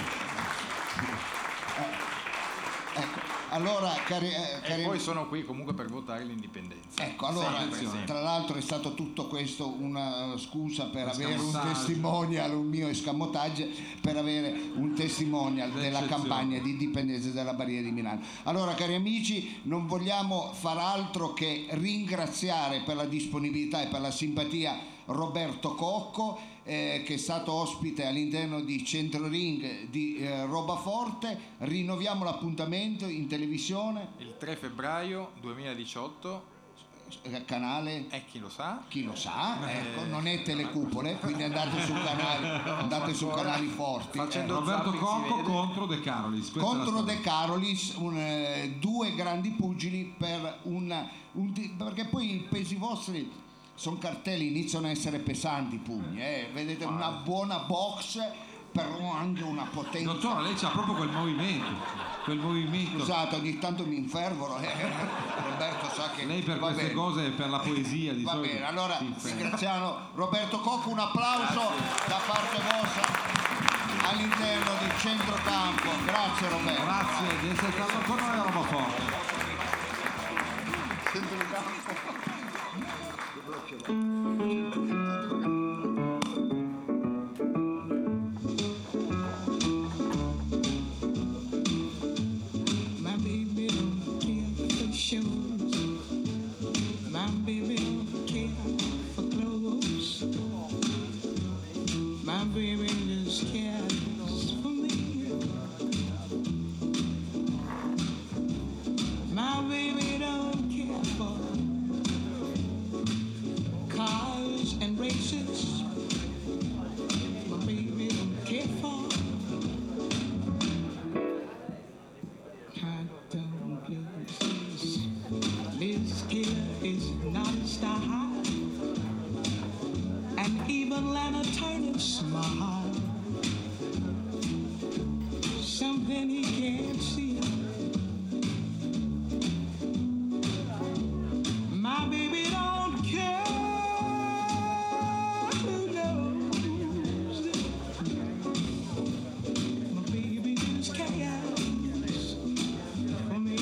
Eh, ecco, allora, cari, eh, E cari- poi sono qui comunque per votare l'indipendenza. Ecco, allora, Sempre, sempre. tra l'altro è stato tutto questo una scusa per avere un Escamotage. testimonial, un mio escamotage, per avere un testimonial della D'eccezione. campagna di indipendenza della Barriera di Milano. Allora, cari amici, non vogliamo far altro che ringraziare per la disponibilità e per la simpatia Roberto Cocco, eh, che è stato ospite all'interno di Centro Ring di eh, Robaforte. Rinnoviamo l'appuntamento in televisione, Il tre febbraio duemiladiciotto, eh, canale e chi lo sa, chi lo sa, ecco, non è telecupole, quindi andate su canali, andate su canali forti. Facendo- eh. Roberto Zapping si Cocco vede. contro De Carolis. questa è la Contro storia. De Carolis, un, eh, due grandi pugili per un, un ti- perché poi i pesi vostri sono cartelli, iniziano a essere pesanti i pugni, eh. Vedete una buona box, però anche una potenza. Dottore, lei c'ha proprio quel movimento, quel movimento. Scusate, ogni tanto mi infervoro, eh. Roberto sa che Lei per va queste bene. cose e per la poesia di Va solito. bene, allora si inferma. ringraziamo Roberto Cocco, un applauso da parte vostra all'interno di Centrocampo. Grazie Roberto. Grazie di essere stato con noi a Robaforte. My baby don't care for shoes. My baby don't care for clothes. My baby just cares for me. My baby don't care for cars and races. My baby don't care for hot dog blues. Liz Taylor is not a star high, and even Lana Turner smile. Something he can't see. My baby don't care who knows. My baby just cares for me.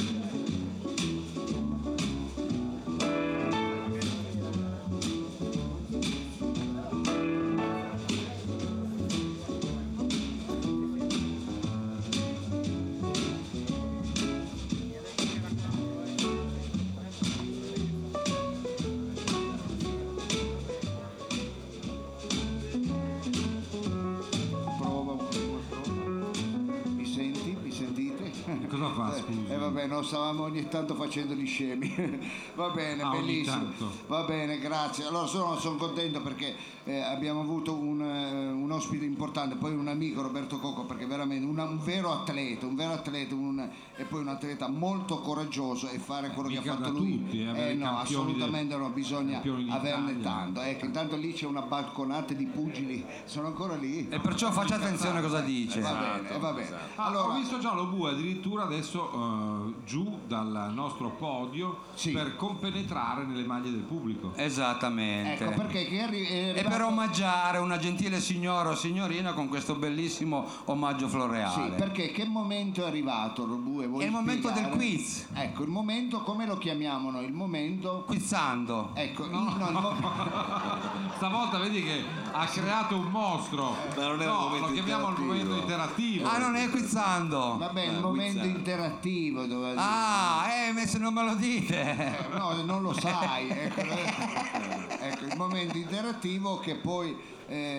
vabbè, non stavamo ogni tanto facendo gli scemi. Va bene, Ah, ogni bellissimo. tanto. Va bene, grazie. Allora sono, sono contento perché eh, abbiamo avuto un, eh, un ospite importante, poi un amico, Roberto Cocco, perché veramente una- un vero atleta, un vero atleta un- e poi un atleta molto coraggioso e fare quello che Mica ha da fatto lui. tutti, eh, avere Eh, no, campioni assolutamente del- no, bisogna campioni averne d'Italia. tanto. Ecco, intanto lì c'è una balconata di pugili, sono ancora lì. E perciò faccia attenzione cosa dice. Va bene, eh, va bene. Ah, Allora, ho visto già lo bue addirittura adesso eh, giù dal nostro podio Sì. per compenetrare nelle maglie del pubblico. Esattamente. ecco perché che arri- è E arrivato- per omaggiare una gentile signora o signorina con questo bellissimo omaggio Sì, floreale. perché che momento è arrivato, Robue? Vuoi È il momento spiegare? del quiz. Ecco, il momento, come lo chiamiamo noi? Il momento... Quizzando. Ecco, il- no, il mo- Stavolta vedi che ha creato un mostro. Ma non è un no, momento lo chiamiamo il interattivo. momento interattivo. Ah, non è quizzando. vabbè, il Eh, momento quizzare. interattivo dove... Ah, eh, ma se non me lo dite. Eh, no, non lo sai. Ecco, eh. Ecco, il momento interattivo che poi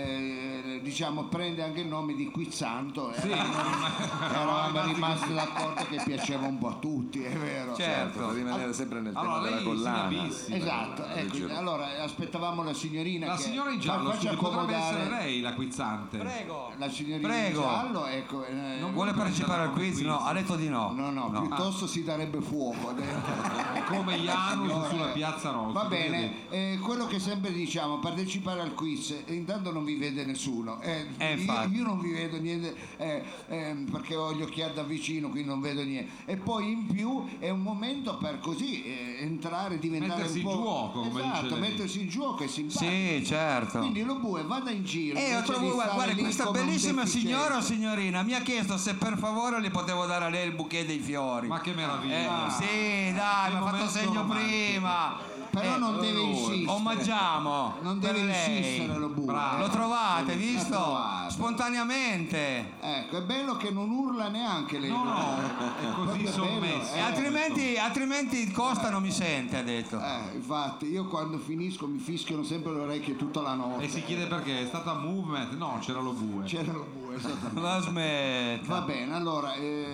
eh, diciamo prende anche il nome di Quizzanto. Sì, Eravamo rimasti d'accordo che piaceva un po' a tutti, è vero. Certo. Per rimanere sempre nel tema allora della lei si collana. abissi. Esatto, ecco, allora aspettavamo la signorina La che signora in fa- giallo faccia subito, potrebbe accomodare essere lei la quizzante. Prego. la signorina Prego. in giallo, ecco, eh, Non Vuole partecipare al come quiz? quiz. No, ha detto di no. no, no, piuttosto si darebbe fuoco dentro. È come Janus Signora, sulla eh, piazza Rossa. Va che bene, vedi? eh, quello che sempre diciamo, partecipare al quiz, eh, intanto non vi vede nessuno. Eh, Eh, io, infatti. io non vi vedo niente eh, ehm, perché ho gli occhiali da vicino, quindi non vedo niente. E poi in più è un momento per così eh, entrare, diventare Mettersi un po'. in giuoco, come esatto, dice lei. mettersi in gioco è simpatico. Sì, certo. Quindi lo bue vada in giro. E io invece trovo, di guarda, stare guarda, lì questa come un bellissima deficiente. signora o signorina mi ha chiesto se per favore le potevo dare a lei il bouquet dei fiori. Ma che Eh, meraviglia. sì, dai, Che mi ha fatto momento segno romantico. prima. Però Eh, non deve insistere. Omaggiamo. Non per deve lei. insistere lo bue. Bravo. Lo trovate, L'ha visto? trovato. Spontaneamente. Ecco, è bello che non urla neanche lei. No, no, è così Proprio bello, sommesso. E eh. altrimenti, altrimenti Costa non mi sente, ha detto. Eh, infatti, io quando finisco mi fischiano sempre le orecchie tutta la notte. E si chiede perché, è stata movement? No, c'era lo bue. C'era lo bue, esattamente. La smetta. Va bene, allora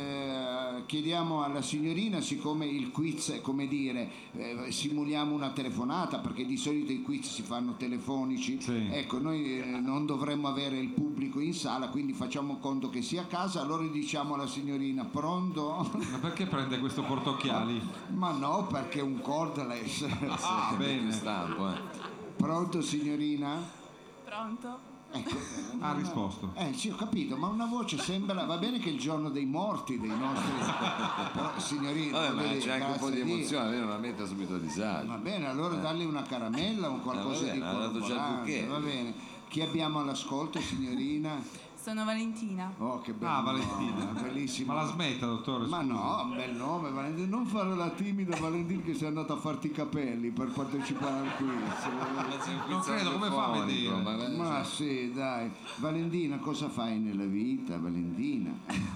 eh, chiediamo alla signorina, siccome il quiz è come dire, eh, simuliamo una telefonata, perché di solito i quiz si fanno telefonici, Sì. ecco, noi eh, non dovremmo avere il pubblico in sala, quindi facciamo conto che sia a casa, allora diciamo alla signorina, pronto? Ma perché prende questo portocchiali? Ma no, perché è un cordless. Ah, bene. Stampo, eh. Pronto signorina? Pronto? Ecco, Ha risposto. Eh sì, ho capito, ma una voce sembra, va bene che è il giorno dei morti dei nostri, però signorina, Vabbè, voglio ma dire, c'è anche un po' di grazie a Dio. emozione, lei non la mette subito a disagio. Va bene, allora dargli una caramella o qualcosa Eh, va bene, di ha dato già il corroborante, bouquet. va bene. Chi abbiamo all'ascolto, signorina? Sono Valentina. Oh, che bello. Ah, Valentina. Bellissimo. Ma la smetta, dottore? Ma scusi. no, un bel nome, Valentina. Non fare la timida Valentina che sei andata a farti i capelli per partecipare al quiz. Non credo, come fa a vedere? Ma, Ma sì, dai. Valentina, cosa fai nella vita, Valentina?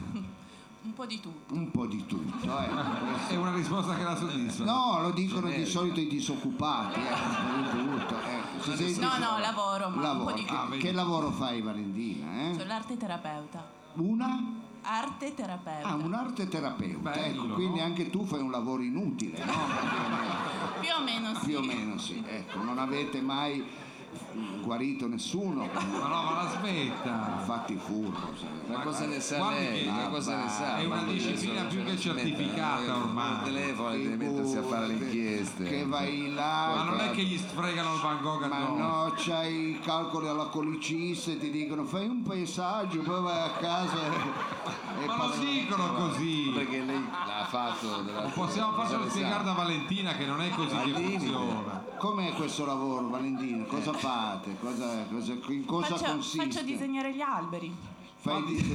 Un po' di tutto. Un po' di tutto, eh. È una risposta che la soddisfa. No, lo dicono di solito i disoccupati, eh. Un po' di tutto, ecco. Se sei No, dis- no, lavoro, ma Lavoro. un po' di Che- tutto. che lavoro fai, Valentina? Eh? Sono l'arte terapeuta. Una? Arte terapeuta. Ah, un'arte terapeuta, Bello, ecco, quindi no? anche tu fai un lavoro inutile, no? Praticamente. Più o meno sì. Più o meno sì, ecco, non avete mai guarito nessuno, Ma no, ma la smetta. fatti furbo, sai. ma cosa ne sa Guardi lei? che- Ma cosa ne sa? è una Ma disciplina adesso più che non ce la smetta, certificata eh, ormai. Il telefono deve mettersi a fare le inchieste. Che vai là, Ma non è che- che gli sfregano il Van Gogh Ma addosso. no, c'hai i calcoli alla colicista e ti dicono fai un paesaggio, poi vai a casa e, e Ma lo passi- dicono così. Perché lei l'ha fatto della... Possiamo farcelo cosa ne spiegare sa? da Valentina che non è così che Al limite. funziona. Com'è questo lavoro, Valentina? Cosa fate? Cosa, cosa, in cosa Faccio, consiste? faccio disegnare gli alberi. Fai di-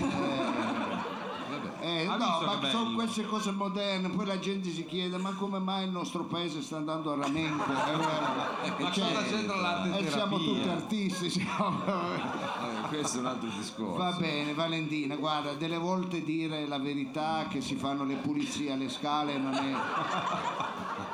eh, eh, Ha no, visto ma che sono bello? queste cose moderne, poi la gente si chiede ma come mai il nostro paese sta andando a ramengo? Eh, Ma cosa c'entra l'arte eh, siamo tutti terapia? artisti, siamo... Eh, questo è un altro discorso. Va bene, Valentina, guarda, delle volte dire la verità che si fanno le pulizie alle scale non è,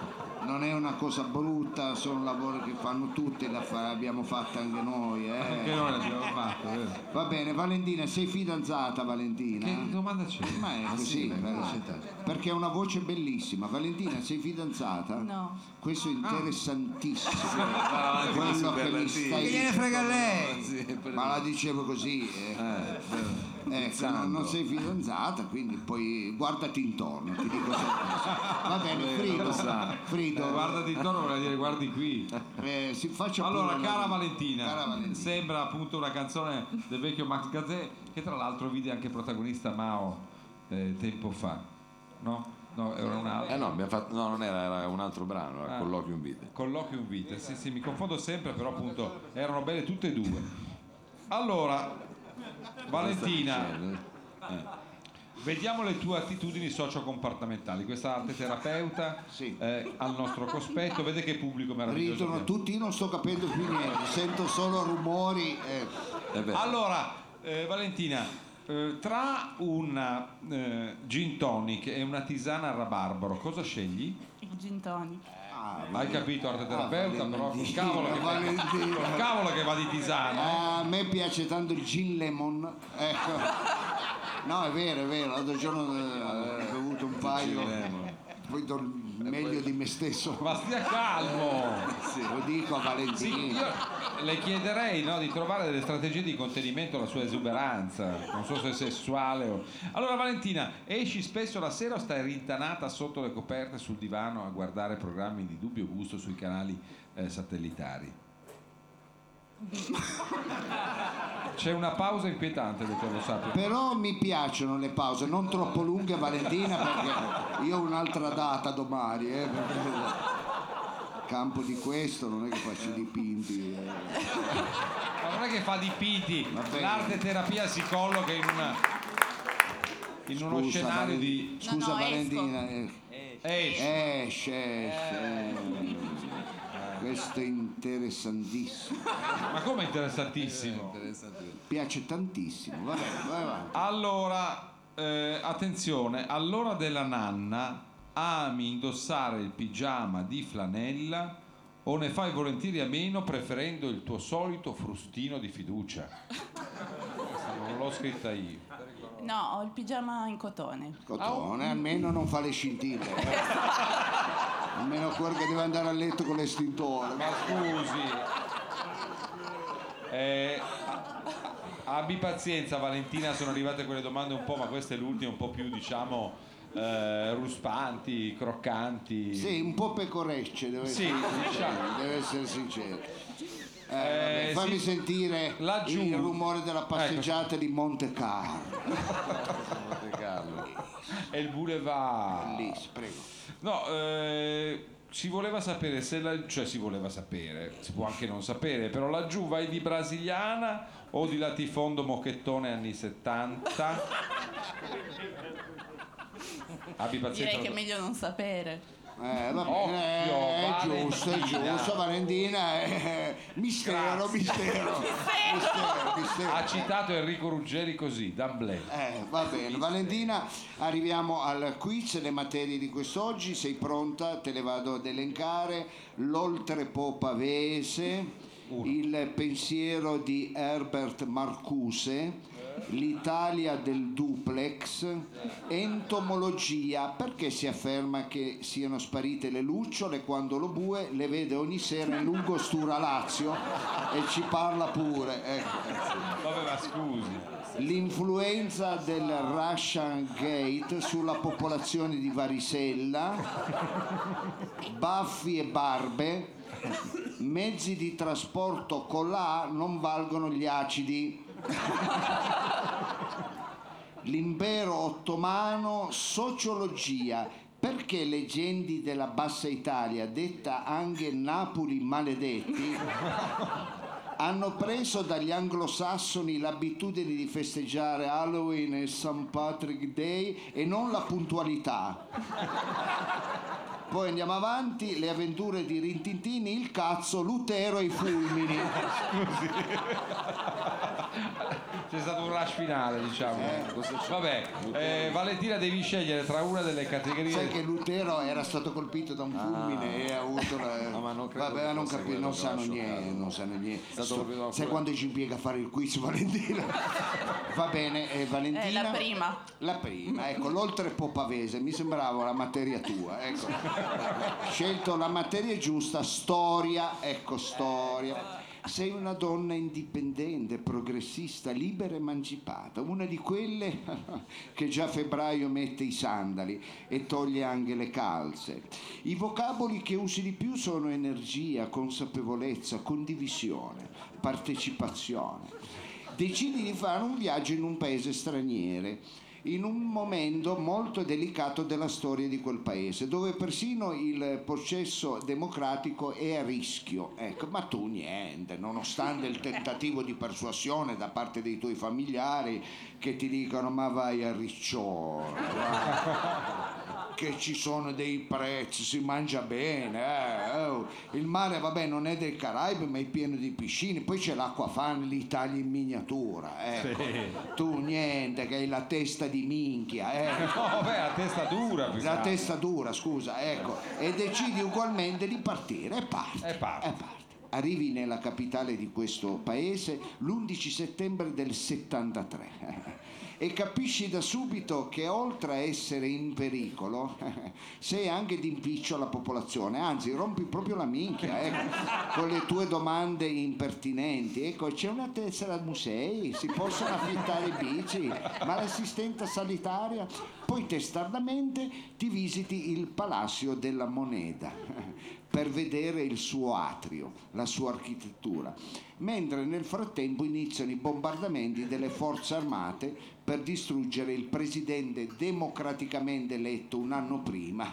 non è una cosa brutta, sono lavori che fanno tutti, la fa- abbiamo fatto anche noi. Eh. Anche noi l'abbiamo fatto, vero? Va bene, Valentina, sei fidanzata, Valentina? Che domanda c'è? Ma è così, perché è una voce bellissima. Valentina, sei fidanzata? No. Questo è interessantissimo. avanti, Quello su che mi Bernardini. stai Che gliene dicendo. frega a lei? Sì, per- Ma la dicevo così. Eh. Ecco, non, non sei fidanzata, quindi poi guardati intorno, ti dico sempre. Va bene, Frido. Frido. Guardati intorno, vuol dire guardi qui. Eh, si faccia Allora, pure cara una- Valentina, Cara Valentina. sembra appunto una canzone del vecchio Max Gazzè, che tra l'altro vide anche protagonista Mao eh, tempo fa, no? No, era un altro. Eh no, abbiamo fatto, no, non era, era un altro brano, era Ah. Colloquium Vitae. Colloquium Vitae, sì, sì, mi confondo sempre, però appunto erano belle tutte e due. Allora, Valentina, vediamo le tue attitudini socio-comportamentali. Questa arte terapeuta Sì. eh, al nostro cospetto, vede che pubblico meraviglioso. Ridono abbiamo. tutti, io non sto capendo più niente, sento solo rumori. eh. Eh beh, Allora, eh, Valentina, eh, tra una eh, gin tonic e una tisana al rabarbaro, cosa scegli? Il gin tonic. Ah, Hai capito, arte terapeuta, però col cavolo, che Valentina. col cavolo che va di tisana. eh. Ah, a me piace tanto il gin lemon. Ecco. No, è vero, è vero, l'altro giorno eh, ho bevuto un paio, poi do- meglio di me stesso. Ma stia calmo! Lo dico a Sì, Valentina. io le chiederei, no, di trovare delle strategie di contenimento alla sua esuberanza, non so se è sessuale o... Allora Valentina, esci spesso la sera o stai rintanata sotto le coperte sul divano a guardare programmi di dubbio gusto sui canali eh, satellitari? C'è una pausa inquietante, dottor Lo Sapio. Però mi piacciono le pause, non troppo lunghe, Valentina, perché io ho un'altra data domani. Eh, perché campo di questo non è che faccio dipinti. eh. Ma non è che fa dipinti, Va bene. l'arte terapia si colloca in una in uno Scusa, scenario Valen- di Scusa No, no, Valentina. eh. esce. Esce, esce. eh. Questo è interessantissimo. Ma come interessantissimo. Piace tantissimo. Va bene, vai avanti. Allora, eh, attenzione, all'ora della nanna ami indossare il pigiama di flanella o ne fai volentieri a meno preferendo il tuo solito frustino di fiducia? Questa non l'ho scritta io. No, ho il pigiama in cotone. Cotone, almeno non fa le scintille. eh. Almeno quello che deve andare a letto con l'estintore. Ma scusi, eh, abbi pazienza Valentina, sono arrivate quelle domande un po', ma questa è l'ultima, un po' più diciamo eh, ruspanti, croccanti. Sì, un po' pecorecce, deve Sì, essere sincero. diciamo. Deve essere sincero. Eh, Eh, vabbè, fammi sì. sentire Laggiù. il rumore della passeggiata di Monte Carlo. E il boulevard. Lì, prego. No, eh, si voleva sapere se la, cioè si voleva sapere, si può anche non sapere, però laggiù vai di brasiliana o di latifondo mocchettone anni settanta? Abbi pazienza. Direi che è meglio non sapere. Eh, va Occhio, bene, è giusto, è Valentina. giusto, Valentina, eh, mistero, mistero, mistero, mistero. Ha citato Enrico Ruggeri così, d'amblè. Eh, va bene, Valentina, arriviamo al quiz, le materie di quest'oggi, sei pronta? Te le vado ad elencare. L'oltrepo pavese, il pensiero di Herbert Marcuse, l'Italia del duplex, entomologia, perché si afferma che siano sparite le lucciole quando lo bue le vede ogni sera in Lungostura Lazio e ci parla pure, ecco. Vabbè, ma scusi. L'influenza del Russian Gate sulla popolazione di Varisella, baffi e barbe, mezzi di trasporto con la A non valgono gli acidi, l'impero ottomano, sociologia, perché le genti della Bassa Italia, detta anche Napoli maledetti, hanno preso dagli anglosassoni l'abitudine di festeggiare Halloween e Saint Patrick Day e non la puntualità. Poi andiamo avanti, le avventure di Rintintini, il cazzo, Lutero e i fulmini. C'è stato un rush finale, diciamo. Vabbè, eh, Valentina, devi scegliere tra una delle categorie. Sai che Lutero era stato colpito da un fulmine e ha avuto la... No, ma non credo Vabbè, che non, fosse capi- quello non che sanno l'ha niente, scioccato. non sanno niente. Stato So- colpito da un sai fulmine. quanto ci impiega a fare il quiz, Valentina? Va bene, eh, Valentina. Eh, la prima. La prima, ecco, l'oltrepo pavese, mi sembrava la materia tua, ecco. Scelto la materia giusta, storia, ecco, storia. Sei una donna indipendente, progressista, libera e emancipata, una di quelle che già a febbraio mette i sandali e toglie anche le calze. I vocaboli che usi di più sono energia, consapevolezza, condivisione, partecipazione. Decidi di fare un viaggio in un paese straniero, in un momento molto delicato della storia di quel paese, dove persino il processo democratico è a rischio. Ecco, ma tu niente, nonostante il tentativo di persuasione da parte dei tuoi familiari che ti dicono ma vai a Riccione, va, che ci sono dei prezzi, si mangia bene, eh, oh. Il mare vabbè non è del Caraibi ma è pieno di piscine, poi c'è l'acquafan, l'Italia in miniatura, ecco. Sì. Tu niente, che hai la testa di minchia, eh. No, vabbè, la testa dura. più che La altro. testa dura, scusa, ecco, e decidi ugualmente di partire e parti. E parti. E parti. Arrivi nella capitale di questo paese l'undici settembre del settantatré e capisci da subito che oltre a essere in pericolo sei anche d'impiccio alla popolazione, anzi rompi proprio la minchia, ecco, con le tue domande impertinenti. Ecco, c'è una tessera al musei, si possono affittare bici, ma l'assistente sanitaria, poi testardamente ti visiti il Palacio della Moneda per vedere il suo atrio, la sua architettura, mentre nel frattempo iniziano i bombardamenti delle forze armate per distruggere il presidente democraticamente eletto un anno prima.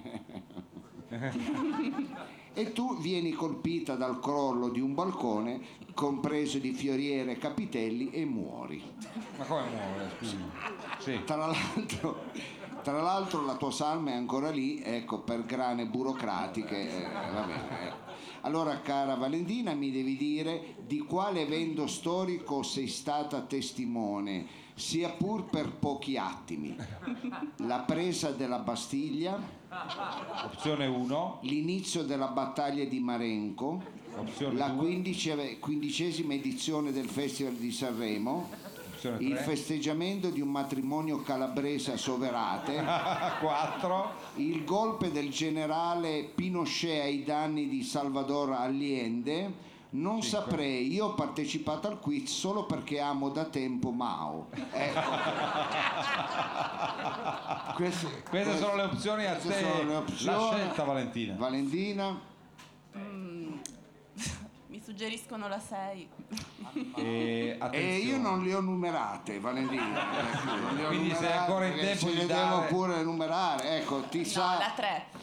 E tu vieni colpita dal crollo di un balcone compreso di fioriere e capitelli e muori. Ma come muore? Scusi. Sì. Tra l'altro, tra l'altro la tua salma è ancora lì, ecco, per grane burocratiche, eh, va bene, ecco. Allora, cara Valentina, mi devi dire di quale evento storico sei stata testimone, sia pur per pochi attimi. La presa della Bastiglia, Opzione uno. l'inizio della battaglia di Marengo, Opzione la due. quindici- quindicesima edizione del Festival di Sanremo, Opzione il tre. festeggiamento di un matrimonio calabrese a Soverate, quattro. il golpe del generale Pinochet ai danni di Salvador Allende. Non saprei, io ho partecipato al quiz solo perché amo da tempo Mao. Ecco. Queste, Queste sono le opzioni a queste te. sono le La opzioni. scelta, Valentina. Valentina, Mi suggeriscono la sei. E e attenzione. io non le ho numerate, Valentina. Ecco, non le ho Quindi sei numerate ancora in perché tempo se di Eh, le dare- devo pure numerare. Ecco, ti No, sa. la tre.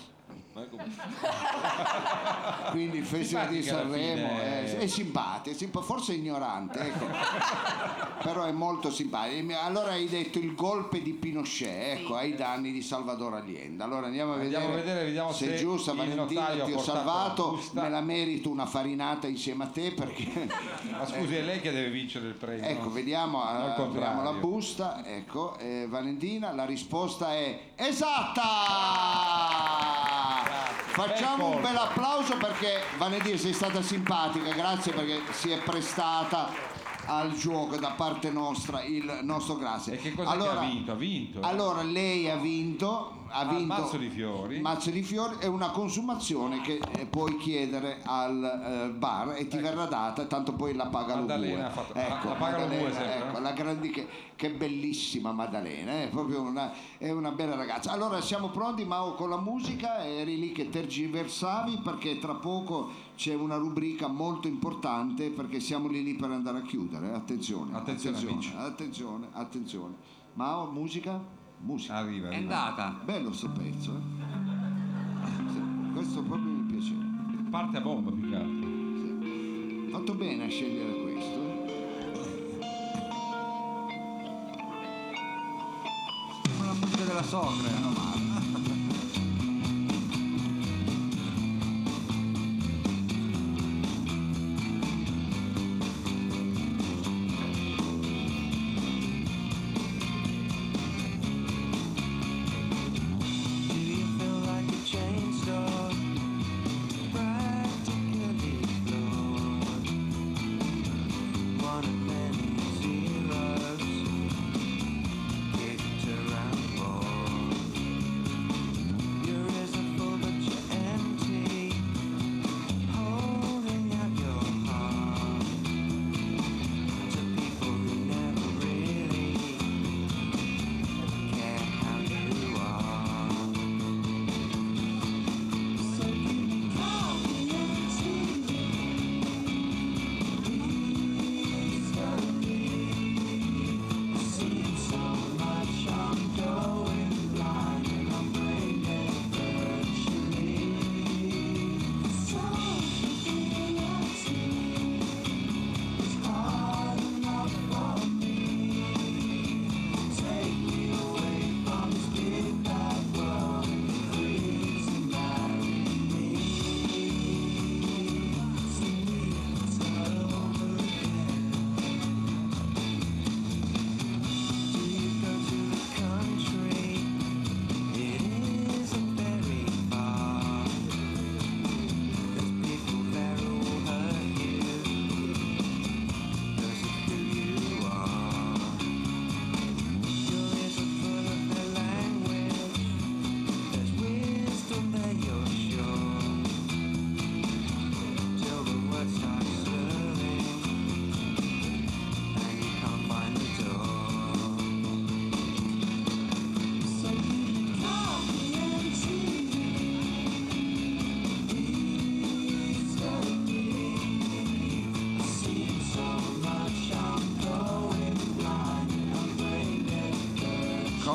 Quindi il Festival di Simpatica alla Sanremo fine. è, è simpatico, simpa- forse è ignorante, ecco. Però è molto simpatico. Allora hai detto il golpe di Pinochet, ecco, Sì. ai danni di Salvador Allende. Allora andiamo a Andiamo vedere, a vedere, vediamo se se è giusta. il Valentina, notaio ha ti ho portato salvato, la busta. me la merito una farinata insieme a te perché Ma scusi, è lei che deve vincere il premio. ecco, vediamo, al eh, apriamo la contrario. busta, ecco, eh, Valentina, la risposta è esatta! Facciamo un bel applauso perché Valentina sei stata simpatica, grazie perché si è prestata al gioco da parte nostra, il nostro grazie. E che cosa allora, che ha vinto? Ha vinto. eh? Allora lei ha vinto, ha Al vinto mazzo di fiori. mazzo di fiori è una consumazione che eh, puoi chiedere al eh, bar e ti verrà data, tanto poi la paga lo Maddalena bue. ha fatto- Ecco, la paga lo bue Maddalena, sempre, ecco, eh? la grandi che, che bellissima Maddalena, è proprio una, è una bella ragazza. Allora siamo pronti, Mao, con la musica, eri lì che tergiversavi perché tra poco c'è una rubrica molto importante perché siamo lì lì per andare a chiudere. Attenzione, Attenzione, amici. attenzione, attenzione. Mao, musica? Musica. Arriva, È arriva. andata. Bello sto pezzo, eh? Sì, questo proprio mi piace. Parte a bomba più che altro. Sì. Fatto bene a scegliere questo. eh. Con la musica della sogra.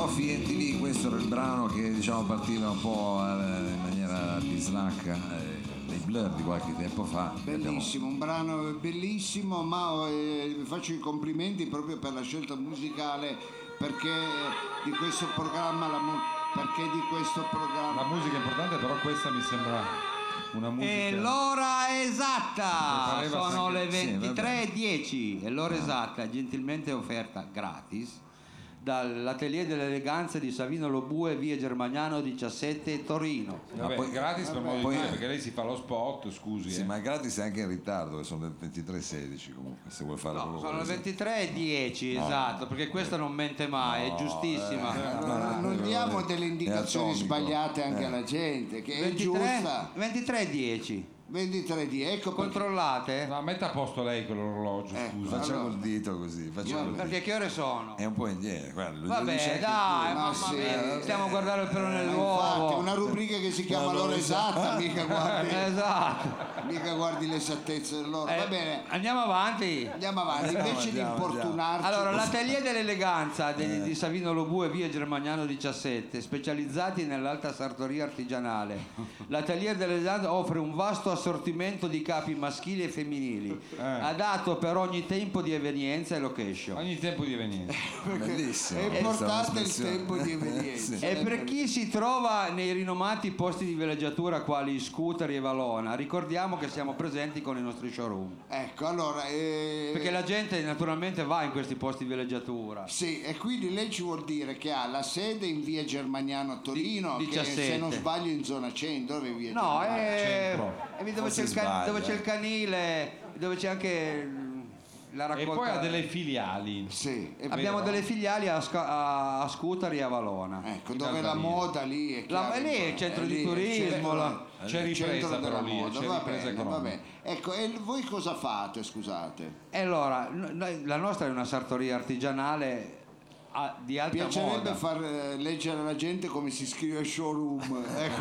Sophie and T V, questo era il brano che diciamo partiva un po' eh, in maniera bislacca eh, nei Blur di qualche tempo fa. Bellissimo, un brano bellissimo, ma eh, vi faccio i complimenti proprio per la scelta musicale, perché di questo programma la mu- perché di questo programma La musica è importante, però questa mi sembra una musica. E l'ora esatta Mi pareva sono le sì, ventitré e dieci e l'ora esatta gentilmente offerta gratis dall'Atelier dell'Eleganza di Savino Lobue, via Germaniano diciassette, Torino. Vabbè, poi- gratis per modo di poi- dire, perché lei si fa lo spot, scusi. Sì, eh. ma gratis è anche in ritardo, che sono le ventitré e sedici comunque, se vuoi fare No, proprio sono le così. ventitré e dieci, esatto, perché questa non mente mai, è giustissima. Allora, non diamo delle È indicazioni atomico. sbagliate anche Eh. alla gente, che è ventitré, giusta. ventitré e dieci. ventitré di ecco perché- Controllate? No, metta a posto lei quell'orologio, Eh, scusi. Facciamo Allora. il dito così, facciamo il dito. Perché che ore sono? È un po' indietro, guarda, lo dice Vabbè, anche dai, tu. Ma mamma sì, mia, eh, stiamo a guardare il pelo Ma nell'uovo. infatti una rubrica che si chiama No, l'ora l'ora esatta, mica guardi, Esatto. mica guardi l'esattezza dell'ora. Eh, Va bene, Andiamo avanti. andiamo avanti, Andiamo, invece di andiamo, importunarci. Allora, l'Atelier dell'Eleganza di, di Savino Lobue, via Germaniano diciassette, specializzati nell'alta sartoria artigianale. L'Atelier dell'Eleganza offre un vasto assortimento di capi maschili e femminili, adatto per ogni tempo di evenienza e location. Ogni tempo di evenienza. Bellissimo. È questa importante il un'espressione. tempo di evenienza. Sì. E per chi si trova nei rinomati posti di villeggiatura quali Scuteri e Valona, ricordiamo che siamo presenti con i nostri showroom. Ecco, allora eh, Perché la gente naturalmente va in questi posti di villeggiatura. sì, e quindi lei ci vuol dire che ha la sede in via Germaniano a Torino, Di- che se diciassette. non sbaglio in zona centro, dove è via No, Germaniano? è, centro. è dove, Forse c'è il can- sbaglia, dove c'è il eh. canile, dove c'è anche mm, la E raccolta. poi ha delle filiali. Sì, è Abbiamo vero. delle filiali a, Sca- a, a Scuteri e a Valona. Ecco, In dove la Albania. moda lì è La- chiaro, lì è il eh, centro lì di è il turismo, centro- la- C'è il ripresa centro però della lì, moda. c'è Va ripresa bene, va economica. bene. Ecco, e voi cosa fate, scusate? E allora, no- noi- la nostra è una sartoria artigianale a- di alta Piacerebbe moda. far eh, leggere alla gente come si scrive showroom. Ecco.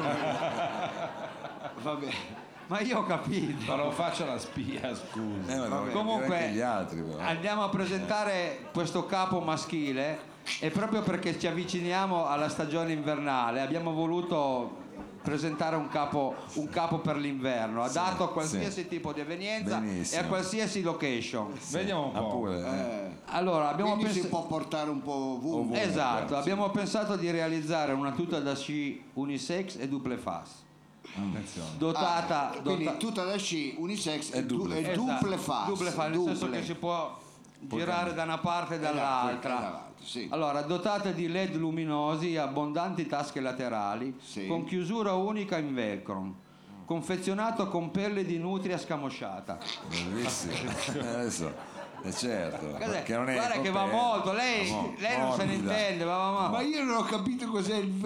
Va bene. Ma io ho capito. Ma lo faccia la spia, scusi. Eh, ma devono Comunque, capire anche gli altri però. andiamo a presentare questo capo maschile e proprio perché ci avviciniamo alla stagione invernale abbiamo voluto presentare un capo, un capo per l'inverno, adatto a qualsiasi sì. tipo di evenienza Benissimo. e a qualsiasi location. Vediamo un Ah, po'. pure, eh. Eh, Allora, abbiamo quindi si pensato... può portare un po' ovunque. Esatto, abbiamo pensato di realizzare una tuta da sci unisex e duple fas, Attenzione. dotata... Ah, quindi dota- tutta da sci, unisex e, E du- duple e Esatto, duple fast. duple fas, nel senso duple. che si può girare da una parte e dall'altra. Esatto, davanti, sì. Allora, dotata di led luminosi, abbondanti tasche laterali, Sì. con chiusura unica in velcro, confezionato con perle di nutria scamosciata. Bellissimo. Adesso, eh, certo. Cos'è? Che non è Guarda che va coperta, molto, lei, ma mo- lei non se ne morbida. intende, va, va, va. Ma io non ho capito cos'è il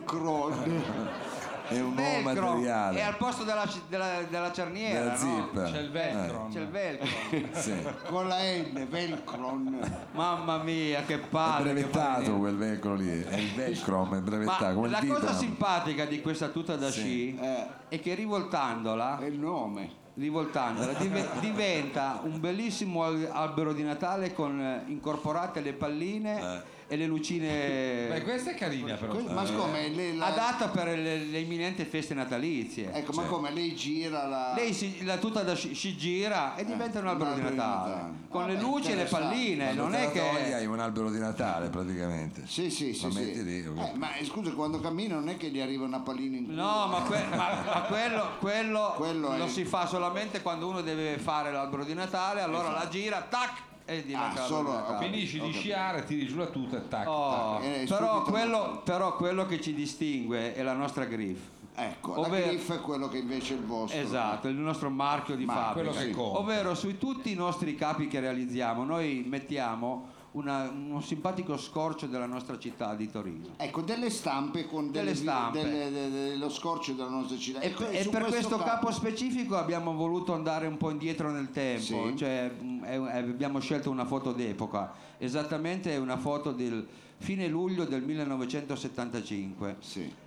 velcro. È un nuovo Velcro materiale. è al posto della, della, della cerniera, Della no? zip. C'è il velcro. C'è il velcro. Sì. Con la N, velcron. Mamma mia, che È palle. che brevettato palle. quel velcro lì, è il velcro, è Ma brevettato, come il la dito. cosa simpatica di questa tuta da Sì. sci Eh, è che rivoltandola, è il nome. rivoltandola dive- diventa un bellissimo al- albero di Natale con eh, incorporate le palline Eh. e le lucine Beh, questa è carina però. Que- ma siccome lei la- adatta per le, le imminenti feste natalizie. Ecco, ma come lei gira la. Lei si, la tuta da sci, si gira e diventa un albero di albero di Natale, Natale. con le Vabbè, luci e le interessante. palline, Quando non te è la togli che hai un albero di Natale praticamente. Sì, sì, sì. Lo sì. metti lì, Eh, ma eh, scusa, quando cammina non è che gli arriva una pallina in culo. no, ma, que- ma- ma quello, quello, Quello è- lo si fa solamente quando uno deve fare l'albero di Natale, allora la gira, tac, e diventa Ah, l'albero solo- di Natale. Finisci Ho di capito. sciare, tiri giù la tuta e tac. Oh, tac. Eh, però, subito- quello, però quello che ci distingue è la nostra griff. Ecco, Ovvero- la griff è quello che invece è il vostro. Esatto, il nostro marchio di Ma fabbrica. quello che conta. Ovvero su tutti i nostri capi che realizziamo noi mettiamo una- uno simpatico scorcio della nostra città di Torino. Ecco, delle stampe con delle, Delle stampe. delle- delle- delle- lo scorcio della nostra città. E, Ecco, e su per questo capo specifico abbiamo voluto andare un po' indietro nel tempo, Sì. cioè mh, è- è- abbiamo scelto una foto d'epoca, esattamente una foto del fine luglio del millenovecentosettantacinque. Sì.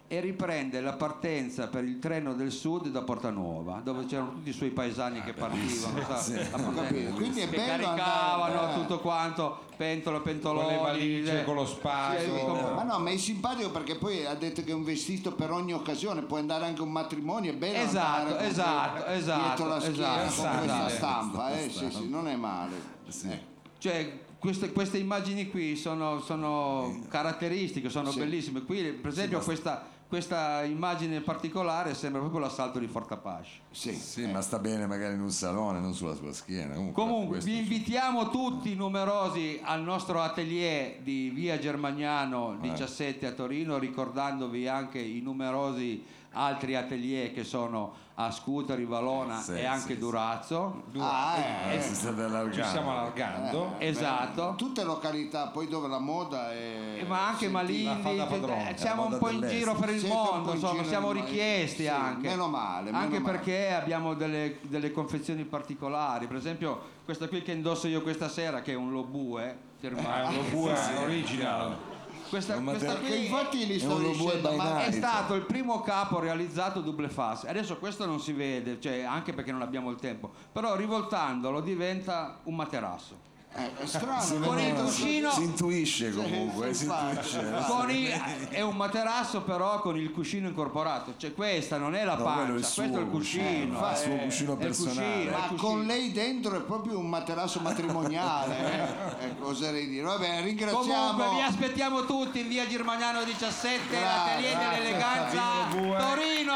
e riprende la partenza per il treno del sud da Porta Nuova, dove c'erano tutti i suoi paesani che partivano, sa, sì. la Ho capito. Quindi è che bello caricavano andare- eh. tutto quanto, pentole, pentoloni, Con le valigie, eh, con lo spazio. sì, com- Ma no, ma è simpatico perché poi ha detto che è un vestito per ogni occasione, può andare anche a un matrimonio, è bello Esatto, andare con esatto, que- esatto, dietro la schiena esatto, con questa esatto. stampa, eh, sì, sì, non è male. Eh. Cioè, queste, queste immagini qui sono, sono caratteristiche, sono Sì. bellissime. Qui, per esempio, questa, questa immagine particolare sembra proprio l'assalto di Fort Apache. Sì, Sì, eh. ma sta bene magari in un salone, non sulla sua schiena. Comunque, Comunque, questo- vi invitiamo tutti numerosi al nostro atelier di via Germagnano Eh. diciassette a Torino, ricordandovi anche i numerosi altri atelier che sono a Scutari, Valona Sì, e sì, anche sì. Durazzo. Ah, eh, Eh, si sta Ci allargando. stiamo allargando. Esatto. tutte località poi dove la moda è Eh, ma anche senti, Malindi, la fa da padrone, eh, siamo la un moda po' in dell'est. giro per il Siete un po' mondo, in insomma, giro siamo nel- richiesti sì, anche. meno male, meno anche male. perché abbiamo delle, delle confezioni particolari, per esempio questa qui che indosso io questa sera, che è un Lobue, Ma è un Lobue original. questa, Un questa materiale- Che qui infatti li È sto un Lobue dicendo, by ma night. è stato il primo capo realizzato double face. Adesso questo non si vede, cioè, anche perché non abbiamo il tempo, però rivoltandolo diventa un materasso. eh, è strano. Si Con il vede- cuscino- si intuisce comunque, sì, si infatti, intuisce. infatti. Con i- è un materasso però con il cuscino incorporato, cioè questa non è la No, quello è pancia, il suo questo è il cuscino, cuscino, il suo eh, cuscino è il personale. cuscino, è il Ma cuscino. con lei dentro è proprio un materasso matrimoniale, eh? Eh, oserei dire. Va bene, ringraziamo. Comunque vi aspettiamo tutti in via Germagnano diciassette, l'atelier grazie, dell'eleganza, Fabio Lobue. Torino.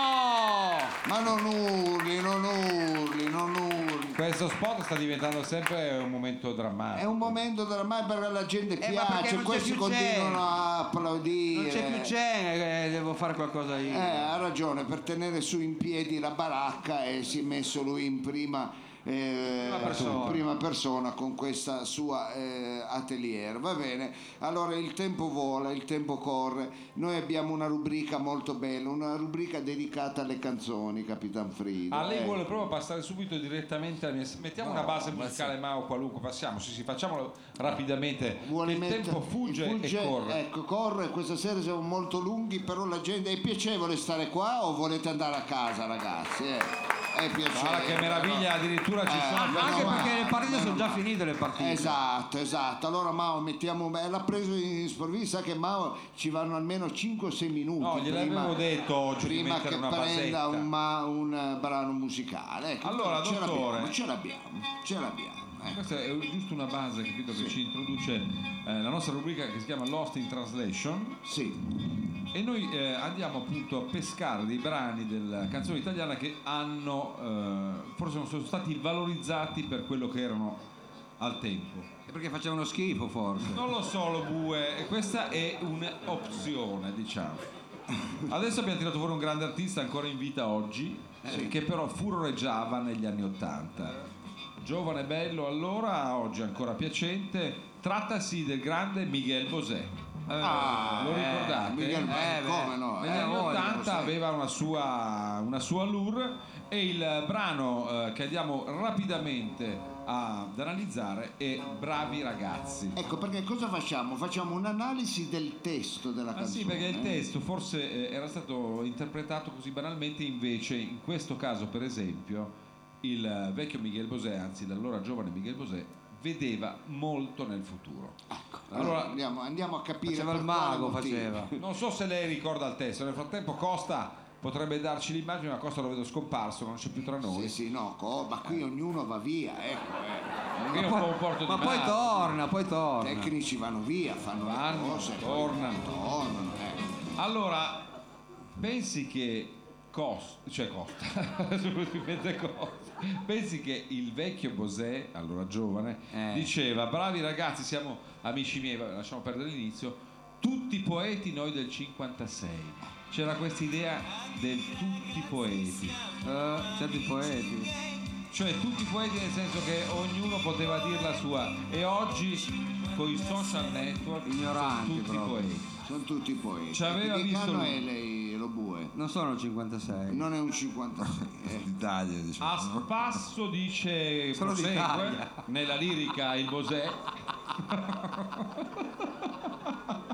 Ma non urli, non urli, non urli. Questo spot sta diventando sempre un momento È drammatico. un momento drammatico perché alla gente Eh, ma perché piace, non c'è questi più continuano gente. a applaudire. Non c'è più cene, eh, devo fare qualcosa io. Eh, ha ragione, per tenere su in piedi la baracca e si è messo lui in prima, eh, Prima persona. prima persona con questa sua eh, atelier. Va bene, allora il tempo vola, il tempo corre. Noi abbiamo una rubrica molto bella, una rubrica dedicata alle canzoni, Capitan Frido. Ah, lei Eh, vuole proprio passare subito direttamente alla mia... Mettiamo una base musicale, ma o qualunque, passiamo, sì, sì, facciamolo rapidamente. vuole il mettere- tempo fugge, fugge, e corre. Ecco, corre, questa sera siamo molto lunghi, però la gente è piacevole stare qua o volete andare a casa, ragazzi? Eh, è piacevole. Guarda che meraviglia, addirittura ci Eh, sono... meno Anche male, perché le partite meno sono già male. finite le partite. Esatto, esatto. Allora Mao mettiamo beh, l'ha preso in sprovvista, sa che Mao ci vanno almeno cinque o sei minuti. No, gliel'avevo prima- detto oggi di prima mettere che una prenda basetta. un, ma- un eh, brano musicale. Ecco, Allora, ce dottore. l'abbiamo, ce l'abbiamo, ce l'abbiamo. ecco. Questa è giusto una base, capito, che ci introduce eh, la nostra rubrica che si chiama Lost in Translation, Sì. e noi eh, andiamo appunto a pescare dei brani della canzone italiana che hanno eh, forse non sono stati valorizzati per quello che erano al tempo. È perché facevano schifo forse. Non lo so, lo bue, e questa è un'opzione, diciamo. Adesso abbiamo tirato fuori un grande artista ancora in vita oggi, eh, che però furoreggiava negli anni Ottanta. Giovane e bello allora, oggi ancora piacente. Trattasi del grande Miguel Bosé. Eh, Ah, lo eh, ricordate? Miguel Bosé, Eh, come no? Negli eh. anni voglia, ottanta sì. aveva una sua, una sua allure, e il brano eh, che andiamo rapidamente ad analizzare è Bravi ragazzi. Ecco, perché cosa facciamo? Facciamo un'analisi del testo della Ah canzone. sì, perché il testo forse eh, era stato interpretato così banalmente, invece in questo caso per esempio il eh, vecchio Miguel Bosé, anzi l'allora giovane Miguel Bosé, vedeva molto nel futuro. Allora, Allora, andiamo, andiamo a capire. Faceva per il quale mago, motivo. faceva. non so se lei ricorda il testo, nel frattempo Costa potrebbe darci l'immagine, ma Costa lo vedo scomparso, non c'è più tra noi. Sì, sì, no, co- ma qui ognuno va via, ecco. eh. Io ho un po' un porto Ma di poi mare. torna, poi I torna. tecnici vanno via, fanno Vanno, le cose, poi tornano. tornano, ecco. Allora, pensi che Costa, cioè Costa, semplicemente Costa, pensi che il vecchio Bosé, allora giovane, Eh. diceva: bravi ragazzi, siamo amici miei, vabbè, lasciamo perdere l'inizio, tutti poeti noi del cinquantasei. C'era questa idea del tutti poeti, Eh, certi poeti. cioè tutti poeti nel senso che ognuno poteva dire la sua, e oggi con i social network Ignoranti sono tutti proprio. poeti. Sono tutti poeti. Ci aveva Di che visto anno lui. è lei, lo bue? Non sono il cinquantasei. Non è un cinquantasei. eh. D'Italia, diciamo. A spasso dice, Sono prosegue, d'Italia. nella lirica il Bosé.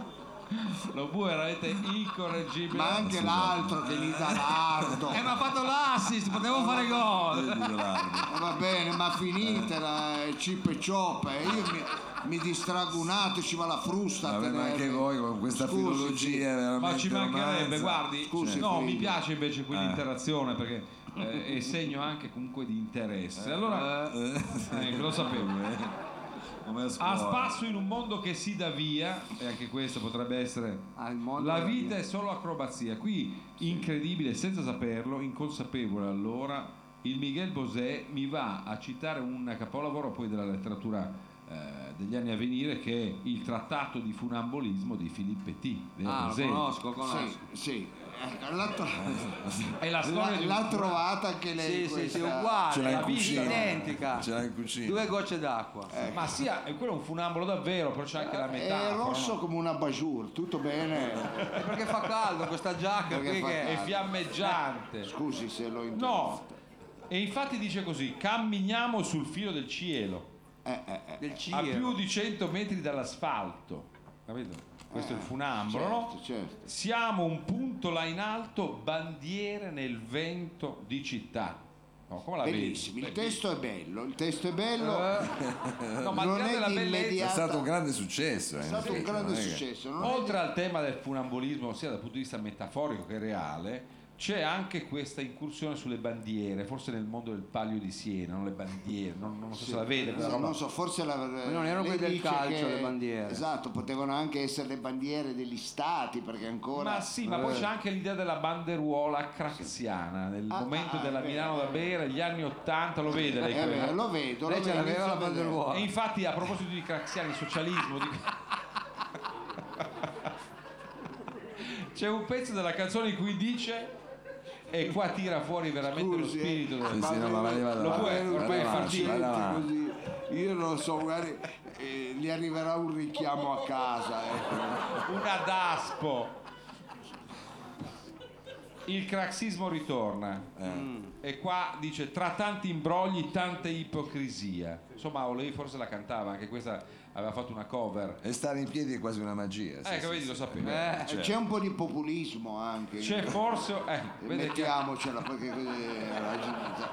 Lo bue è veramente incorreggibile. Ma anche l'altro che gli dà l'ardo. Eh, ma ha fatto l'assist, potevo fare gol. Eh, va bene, ma finitela, eh, chip e chop, eh, io mi, mi distrago un attimo, ci va la frusta. a Vabbè, ma tenermi. anche voi con questa Scusi, filologia sì. veramente Ma ci mancherebbe, romanza. guardi, Scusi, no, Frido. mi piace invece quell'interazione perché eh, è segno anche comunque di interesse. Allora, eh, lo sapevo. Come a A scuola. spasso in un mondo che si dà via, e anche questo potrebbe essere Ah, il mondo la della vita è solo acrobazia. Qui, incredibile, senza saperlo, inconsapevole allora, il Miguel Bosé mi va a citare un capolavoro poi della letteratura eh, degli anni a venire, che è il Trattato di funambolismo di Philippe Petit. Ah, lo conosco, conosco. Sì, sì. Eh, l'ha, tro- È la storia l'ha- di un l'ha trovata anche lei. Sì, sì, questa. sì, uguale, Ce l'ha in la vita cucina. identica. Ce l'ha in cucina. Due gocce d'acqua. Ma sia, è quello è un funambolo davvero, però c'è anche la metafora. È rosso no? come una bajour, tutto bene. È perché fa caldo questa giacca Perché qui fa che È fiammeggiante. Scusi se l'ho No, interrotta. e infatti dice così: camminiamo sul filo del cielo, Eh, eh, eh. del a cielo. più di cento metri dall'asfalto. Capito? Questo è il funambolo, certo, no? certo. Siamo un punto là in alto, bandiere nel vento di città. No, come la Bellissimo, vedi? il testo è bello, il testo è bello. No, ma al non di là è della di bellezza, È immediata- stato un grande successo. eh, è stato in un effetti, grande non è che- successo. non è oltre al tema del funambolismo, sia dal punto di vista metaforico che reale, c'è anche questa incursione sulle bandiere, forse nel mondo del Palio di Siena, non le bandiere, non, non so se la vede quella No, roba. non so, forse la, non erano lei quelle del dice calcio, che- le bandiere. Esatto, potevano anche essere le bandiere degli stati, perché ancora. Ma sì, ma poi Eh. c'è anche l'idea della banderuola craxiana, nel Ah, momento ah, della è Milano vero. da bere, gli anni ottanta, lo vede lei Eh, quello? beh, lo vedo, Lei lo ce vedo, l'aveva la inizio a vedere. banderuola. E infatti a proposito di craxiani, socialismo, di- c'è un pezzo della canzone in cui dice, e qua tira fuori veramente Scusi, lo spirito eh, del- Sì, sì, no, ma vai, vada Lo avanti, puoi- lo vada puoi far avanti, dire vada avanti. Così. Io non so, magari eh, gli arriverà un richiamo a casa. ecco. un adaspo. Il craxismo ritorna e qua dice tra tanti imbrogli tanta ipocrisia. Insomma, lei forse la cantava, anche questa aveva fatto una cover. E stare in piedi è quasi una magia. sì, Eh, che sì, vedi, sì. lo sapevo. Eh, certo. C'è un po' di populismo anche. C'è forse, eh, vede che Mettiamocela perché così eh, la gente-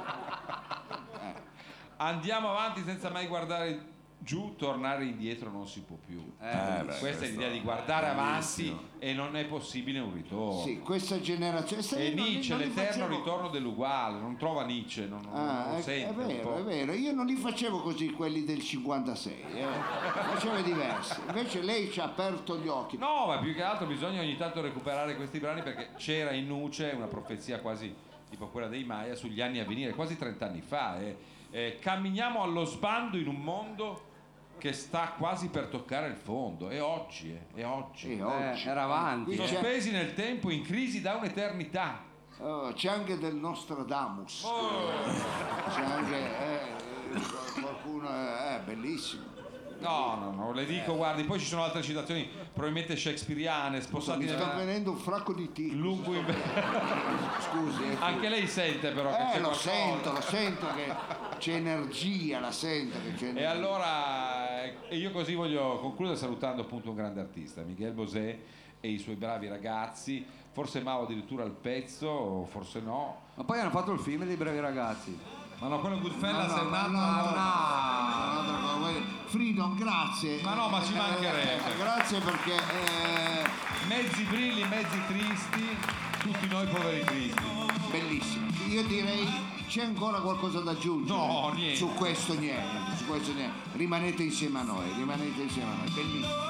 andiamo avanti senza mai guardare giù, tornare indietro non si può più. Eh, beh, questa è questo l'idea di è guardare bellissimo. avanti e non è possibile un ritorno. Sì, questa generazione. se E io non li- Nietzsche, non li l'eterno facevo- ritorno dell'uguale, non trova Nietzsche, non, non- Ah, non lo è, sente è un vero, po'. è vero, io non li facevo così quelli del cinquantasei, eh. facevo diversi. Invece lei ci ha aperto gli occhi. No, ma più che altro bisogna ogni tanto recuperare questi brani perché c'era in Nuce una profezia quasi tipo quella dei Maya sugli anni a venire, quasi trent'anni fa. eh. Eh, camminiamo allo sbando in un mondo che sta quasi per toccare il fondo. È oggi, eh, è oggi. E oggi, Eh, era avanti, qui eh. c'è, Sospesi nel tempo, in crisi da un'eternità. oh, c'è anche del Nostradamus. Oh. C'è anche eh, qualcuno, è bellissimo. No, no, no, le dico, guardi, poi ci sono altre citazioni, probabilmente shakespeariane, sposate Mi sta nella... venendo un fracco di ticco. lungo inver- Scusi. eh. Anche lei sente però che Eh, c'è lo qualcosa. sento, lo sento che c'è energia, la sento che c'è E energia. allora e io così voglio concludere salutando appunto un grande artista, Miguel Bosé e i suoi bravi ragazzi, forse Mao addirittura al pezzo, o forse no. Ma poi hanno fatto il film dei bravi ragazzi. Ma no, quello Goodfellas No, è no, un no, altro. no, no, no, no, no, Freedom, grazie. Ma no, ma ci mancherebbe. Eh, grazie perché eh, Mezzi brilli, mezzi tristi, tutti noi poveri tristi. bellissimo. Io direi c'è ancora qualcosa da aggiungere. No, niente. Su questo niente, su questo niente. Rimanete insieme a noi, rimanete insieme a noi. Bellissimo.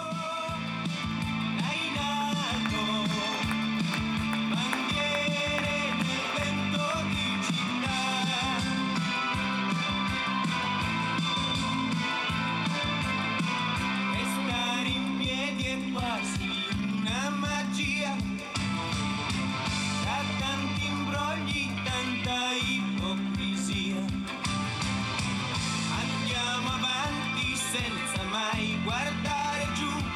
Stare in piedi è quasi una magia, tra tanti imbrogli, tanta ipocrisia. Andiamo avanti senza mai guardare giù,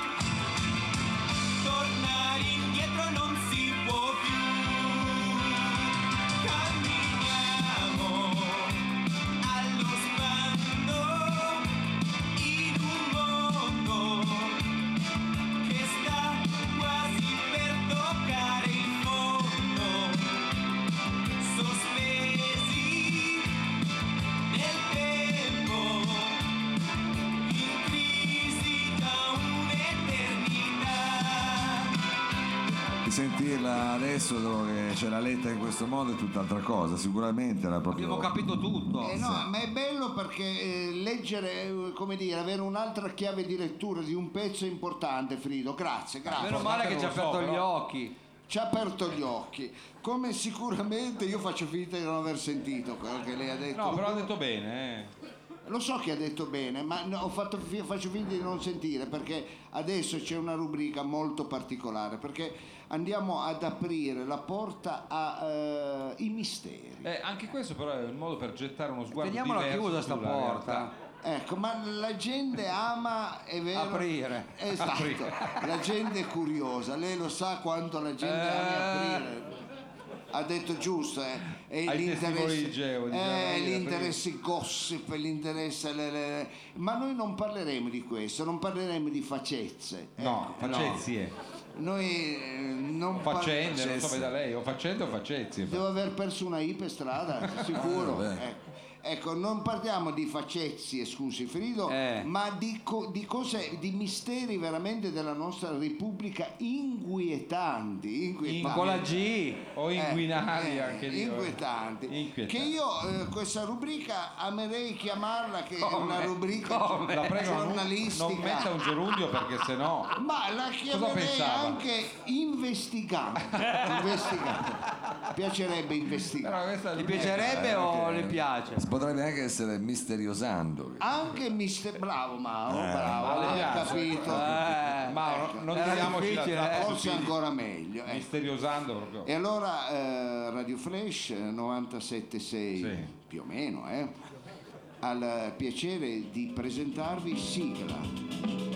di sentirla adesso dove c'è la letta in questo modo è tutt'altra cosa, sicuramente era proprio... Abbiamo capito tutto. Eh no, ma è bello perché eh, leggere, eh, come dire, avere un'altra chiave di lettura di un pezzo è importante, Frido. Grazie, grazie. Meno male che ci ha non lo so, aperto gli però. occhi. Ci ha aperto gli occhi. Come sicuramente io faccio finta di non aver sentito quello che lei ha detto. No, però ha detto bene, eh. Lo so che ha detto bene, ma no, ho fatto, fi- faccio finta di non sentire perché adesso c'è una rubrica molto particolare, perché andiamo ad aprire la porta ai misteri. Eh, anche questo però è un modo per gettare uno sguardo Teniamola diverso chiusa sta sulla porta. realtà. Ecco, ma la gente ama, è vero? Aprire. Esatto, Aprire. la gente è curiosa, lei lo sa quanto la gente Eh. ama aprire. Ha detto giusto, eh. E Ai l'interesse, testimoni di Geo, diciamo, eh, io, gli interessi gossip, l'interesse le, le- ma noi non parleremo di questo, non parleremo di faccezze. No, ecco, facezie. Noi eh, non O faccende, par- non so da lei, o faccende o facezie. Devo aver perso una I per strada, sicuro. Ah, beh. ecco. Ecco, non parliamo di facezzie, scusi Frido, Eh. ma di, co- di cose, di misteri veramente della nostra Repubblica inquietanti. inquietanti. Ma con la G. O inguinali Eh, anche lì. inquietanti. Inquietanti. Che io eh, questa rubrica amerei chiamarla che è Come? una rubrica Come? La prego, non, giornalistica. non metta un gerundio perché sennò... Ma la chiamerei pensava? anche investigante. investigante. Piacerebbe investigare. Però questa Ti piacerebbe o le piace? Potrebbe anche essere misteriosando. Anche mister bravo Mauro, Eh, bravo, ma le hai piace? capito. Eh, Mauro, non era tiriamoci la difficile, tappa eh. sul Forse piede. ancora meglio. ecco. Misteriosando proprio. E allora eh, Radio Flash eh, novantasette sei Sì. più o meno, eh, ha il piacere di presentarvi Sigla.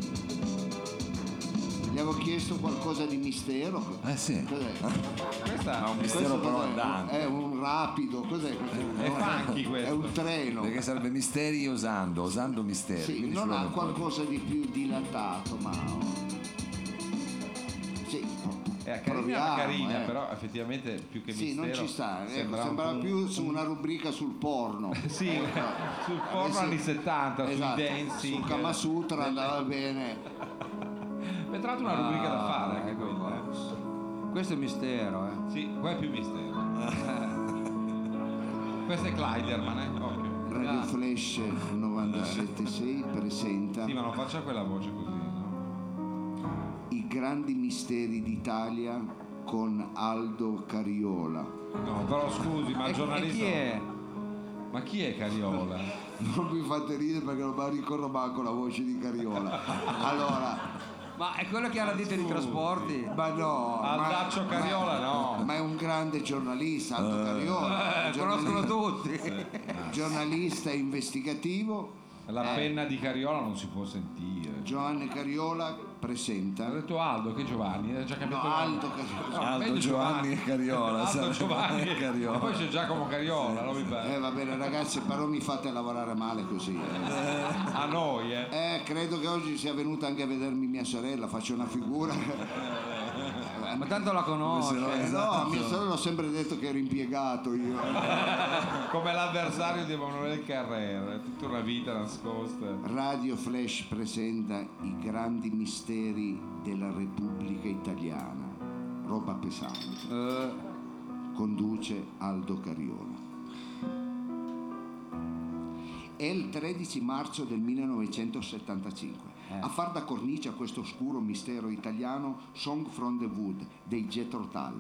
Gli avevo chiesto qualcosa di mistero. Eh sì. Cos'è? Questa Ma un Questo mistero però cos'è? andante. È un rapido, cos'è? è funky questo. È un treno. Perché sarebbe misteri osando, osando misteri. Sì, quindi ci non vuole ha un po' di- qualcosa di più dilatato, ma sì, È carina, proviamo, carina eh. però effettivamente più che Sì, mistero non ci sta, ecco, sembra un sembrava po' un- più su una rubrica sul porno. Sì, Ecco. sul porno Avessi- anni settanta, esatto, sui dancing. sul Kama Sutra andava bene. È tra l'altro una rubrica da fare anche quella. eh. Questo è mistero, eh. Sì, qua è più mistero. Questo è Kleiderman, eh? Occhio. Radio Flash novantasette sei presenta Sì, ma non faccia quella voce così, no? I grandi misteri d'Italia con Aldo Cariola. No, però scusi, ma E, il e giornalista. chi è? Ma chi è Cariola? Non mi fate ridere perché non mi ricordo manco la voce di Cariola. Allora, Ma è quello che ha la ditta di trasporti? ma no. Aldaccio ma- Cariola, ma- no. Ma è un grande giornalista, Aldo Cariola. Eh, giornalista- conoscono tutti. giornalista investigativo. La Eh. penna di Cariola non si può sentire. Giovanni Cariola presenta. Ha detto Aldo, che Giovanni? È già No, capito. Aldo Cariola. No, Aldo, meglio Giovanni e Cariola, Aldo sai, Giovanni e Cariola. E poi c'è Giacomo Cariola, non mi pare. Eh va bene ragazzi, però mi fate lavorare male così. eh. A noi, eh. Eh, credo che oggi sia venuta anche a vedermi mia sorella, faccio una figura. Ma tanto la conosce. Eh, no, a mia sorella ho sempre detto che ero impiegato io. Come l'avversario di Emanuele Carrera, tutta una vita nascosta. Radio Flash presenta i grandi misteri della Repubblica Italiana. Roba pesante. Eh, Conduce Aldo Cariola. È il tredici marzo del millenovecentosettantacinque. A far da cornice a questo oscuro mistero italiano Song from the Wood dei Jethro Tull.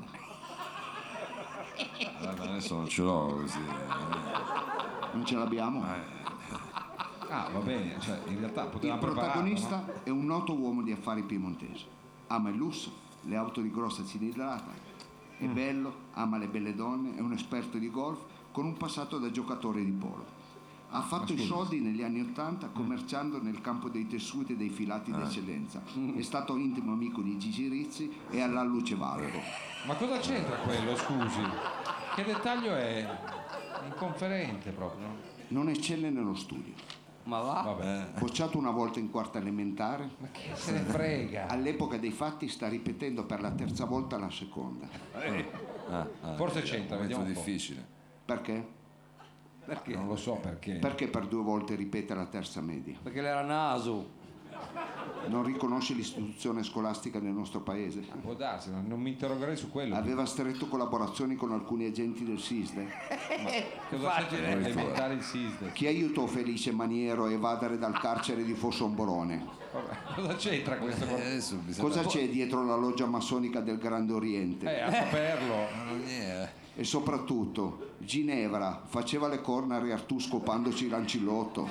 Eh, ma adesso non ce l'ho così. eh. Non ce l'abbiamo? Ah, va bene, cioè in realtà Il potevamo protagonista prepararlo, è un noto uomo di affari piemontese. Ama il lusso, le auto di grossa cilindrata, è bello, ama le belle donne, è un esperto di golf con un passato da giocatore di polo. Ha fatto i soldi negli anni Ottanta commerciando nel campo dei tessuti e dei filati d'eccellenza. È stato intimo amico di Gigi Rizzi e alla Luce Valco. no? Ma cosa c'entra quello, scusi? Che dettaglio è? Inconferente proprio. Non eccelle nello studio. ma va? Vabbè. Bocciato una volta in quarta elementare, Ma che se ne frega? all'epoca dei fatti sta ripetendo per la terza volta la seconda. Ah, ah, Forse c'entra, è vediamo molto un po'. difficile. Perché? Perché? Non lo so perché. Perché per due volte ripete la terza media. Perché l'era naso. Non riconosce l'istituzione scolastica nel nostro paese? Può darsi, non, non mi interrogerei su quello. Aveva stretto collaborazioni con alcuni agenti del SISDE? Cosa c'è a inventare il SISDE? Chi aiutò Felice Maniero a evadere dal carcere di Fossombrone? Cosa c'entra questo? Eh, adesso bisogna- Cosa c'è dietro la loggia massonica del Grande Oriente? Eh, a saperlo. Non è- E soprattutto, Ginevra faceva le corna a Re Artù scopandoci l'ancillotto.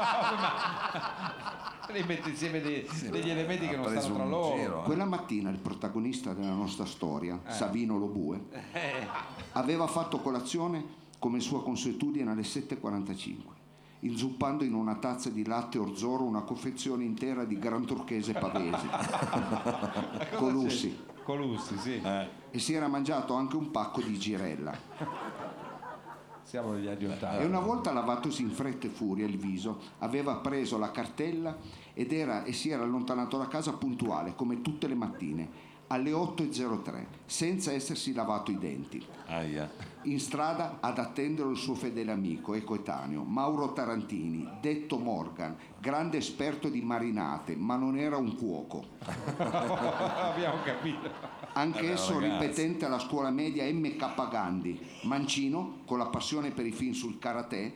Lei mette insieme dei- degli elementi che ha non preso stanno tra un loro. giro, eh. Quella mattina il protagonista della nostra storia, Savino Lobue, aveva fatto colazione come sua consuetudine alle sette e quarantacinque, inzuppando in una tazza di latte orzoro una confezione intera di Gran Turchese Pavesi, Colussi, Colussi, sì. e si era mangiato anche un pacco di girella. Siamo negli anni ottanta. E una volta lavatosi in fretta e furia il viso, aveva preso la cartella ed era, e si era allontanato da casa puntuale, come tutte le mattine, alle otto e zero tre, senza essersi lavato i denti. Aia. In strada ad attenderlo il suo fedele amico e coetaneo, Mauro Tarantini, detto Morgan, grande esperto di marinate, ma non era un cuoco. Abbiamo capito. Anch'esso Vabbè, ragazzi. ripetente alla scuola media M K Gandhi, mancino con la passione per i film sul karate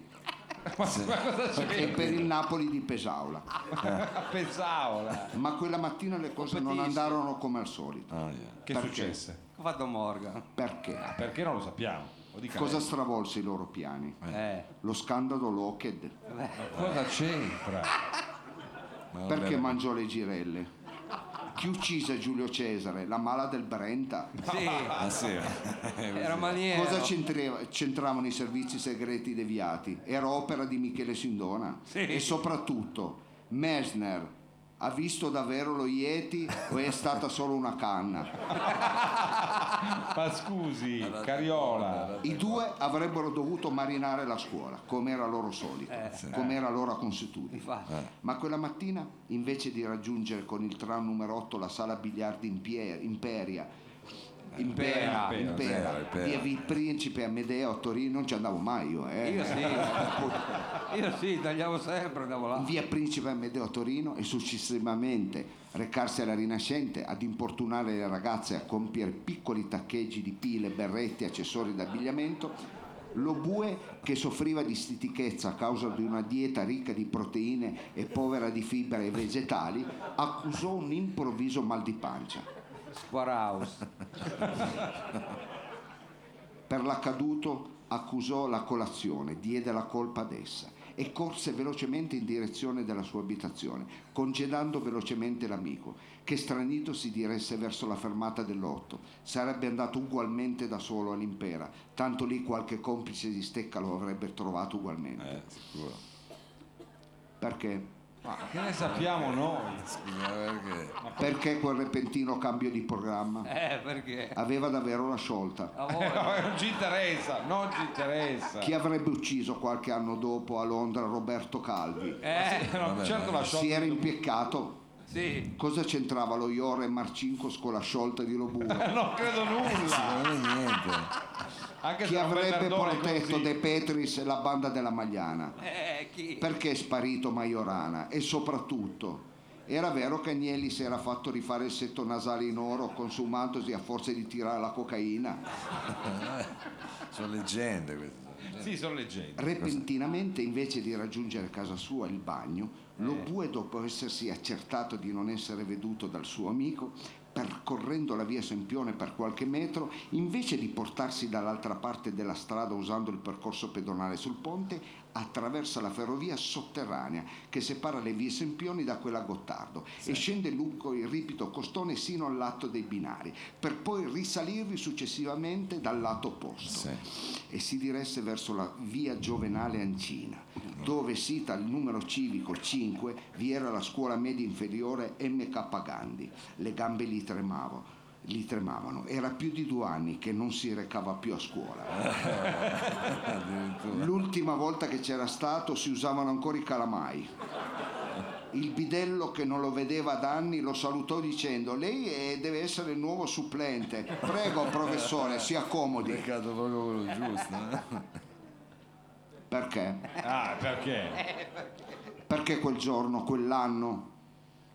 e per il Napoli di Pesaula. Pensavo. là. Ma quella mattina le cose non andarono come al solito. Aia. Che Perché? successe? Ho fatto Morgan. Perché? Perché non lo sappiamo. Lo dica Cosa lei. stravolse i loro piani? Eh. Lo scandalo Lockheed. Cosa c'entra? Ma va Perché bene. mangiò le girelle? Chi uccise Giulio Cesare? La mala del Brenta? Sì, Ah, sì. era maniero. Cosa c'entreva- c'entravano i servizi segreti deviati? Era opera di Michele Sindona? E soprattutto, Messner ha visto davvero lo Yeti o è stata solo una canna? Ma scusi, Cariola. I due avrebbero dovuto marinare la scuola, come era loro solito, come era loro consuetudine. Infatti. Ma quella mattina, invece di raggiungere con il tram numero otto la sala biliardi Impie- Imperia, Impera, Impera, Impera, Impera. via Vi Principe Amedeo a Torino, non ci andavo mai io, eh. Io sì, io sì, tagliavo sempre, andavo là. In via Principe Amedeo a Torino e successivamente recarsi alla Rinascente ad importunare le ragazze a compiere piccoli taccheggi di pile, berretti, accessori d'abbigliamento. Lobue, che soffriva di stitichezza a causa di una dieta ricca di proteine e povera di fibre e vegetali, accusò un improvviso mal di pancia. Squaraus. Per l'accaduto accusò la colazione, diede la colpa ad essa e corse velocemente in direzione della sua abitazione, congedando velocemente l'amico, che stranito si diresse verso la fermata dell'otto. Sarebbe andato ugualmente da solo all'Impera, tanto lì qualche complice di stecca lo avrebbe trovato ugualmente. Eh, sicuro. Perché? Ma che ne sappiamo noi? Scusa, perché? Perché quel repentino cambio di programma? Eh, perché? Aveva davvero la sciolta. A Eh, voi. non ci interessa, non ci interessa. Chi avrebbe ucciso qualche anno dopo a Londra Roberto Calvi? Eh, No, Vabbè, certo vabbè. la Si sciolta. era impiccato. sì. Cosa c'entrava lo Iore Marcinkus con la sciolta di Lobue? Non credo nulla. Non è niente. Anche Chi se non mi avrebbe perdoni protetto così. De Petris e la banda della Magliana? Eh, chi? Perché è sparito Majorana? E soprattutto, era vero che Agnelli si era fatto rifare il setto nasale in oro consumandosi a forza di tirare la cocaina? Sono leggende queste. Sì, sono leggende. Repentinamente, invece di raggiungere casa sua, il bagno, Lobue, dopo essersi accertato di non essere veduto dal suo amico, percorrendo la via Sempione per qualche metro, invece di portarsi dall'altra parte della strada usando il percorso pedonale sul ponte, attraversa la ferrovia sotterranea che separa le vie Sempioni da quella Gottardo e scende lungo il ripido costone sino al lato dei binari, per poi risalirvi successivamente dal lato opposto. E si diresse verso la via Giovenale Ancina, dove, sita il numero civico cinque, vi era la scuola media inferiore M K Gandhi. Le gambe gli tremavano. Gli tremavano. Era più di due anni che non si recava più a scuola. L'ultima volta che c'era stato si usavano ancora i calamai. Il bidello, che non lo vedeva da anni, lo salutò dicendo: lei è- deve essere il nuovo supplente. Prego, professore, si accomodi. Peccato proprio quello giusto. eh? Perché? Ah, perché? Perché quel giorno, quell'anno,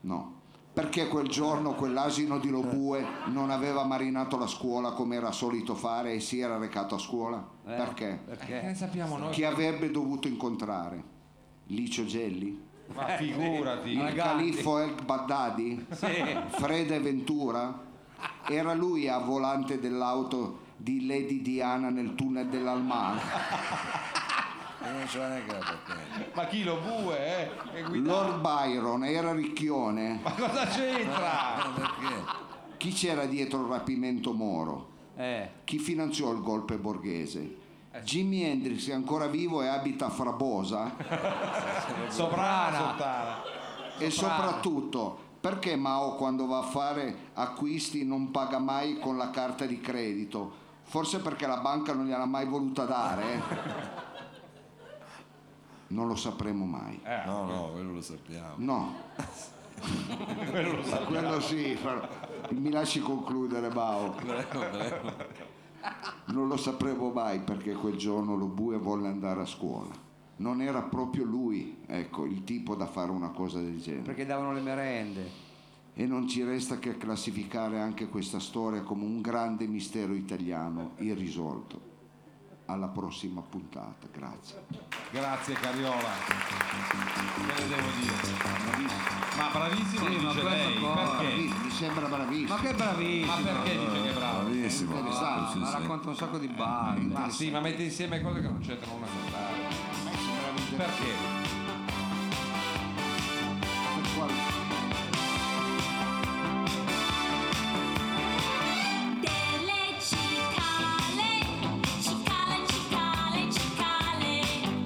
No. Perché quel giorno quell'asino di Lobue non aveva marinato la scuola come era solito fare e si era recato a scuola? Eh, Perché? Che ne sappiamo noi? Chi avrebbe dovuto incontrare? Licio Gelli? Ma figurati. Il califfo El Baghdadi? Frede Ventura? Era lui a volante dell'auto di Lady Diana nel tunnel dell'Alman? non c'era neanche la patente. Ma chi lo bue, eh? Che guida- Lord Byron era ricchione? Ma cosa c'entra? Ma perché? Chi c'era dietro il rapimento Moro? Eh. Chi finanziò il golpe borghese? Jimi Hendrix è ancora vivo e abita a Frabosa? Sovrana. Sottana. E soprattutto, perché Mao quando va a fare acquisti non paga mai con la carta di credito? Forse perché la banca non gliel'ha mai voluta dare? eh? Non lo sapremo mai. Eh, No, no, quello lo sappiamo. No. quello lo sappiamo. Quello sì, però mi lasci concludere, Mao. Prego, prego. Non lo sapremo mai perché quel giorno Lobue volle andare a scuola. Non era proprio lui, ecco, il tipo da fare una cosa del genere. Perché davano le merende. E non ci resta che classificare anche questa storia come un grande mistero italiano irrisolto. Alla prossima puntata, grazie. Grazie Cariola. Che ne devo dire? Ma bravissimo Sì, lo ma dice questo lei. qua, Perché? bravissimo, mi sembra bravissimo. Ma che bravissimo! Ma perché dice che è bravo? Bravissimo. Interessante, Sì, Ma sì. racconta un sacco di balle. Ma sì, ma mette insieme cose che non c'entrano una con l'altra. Perché? Per quale- Delle cicale, cicale, cicale, cicale,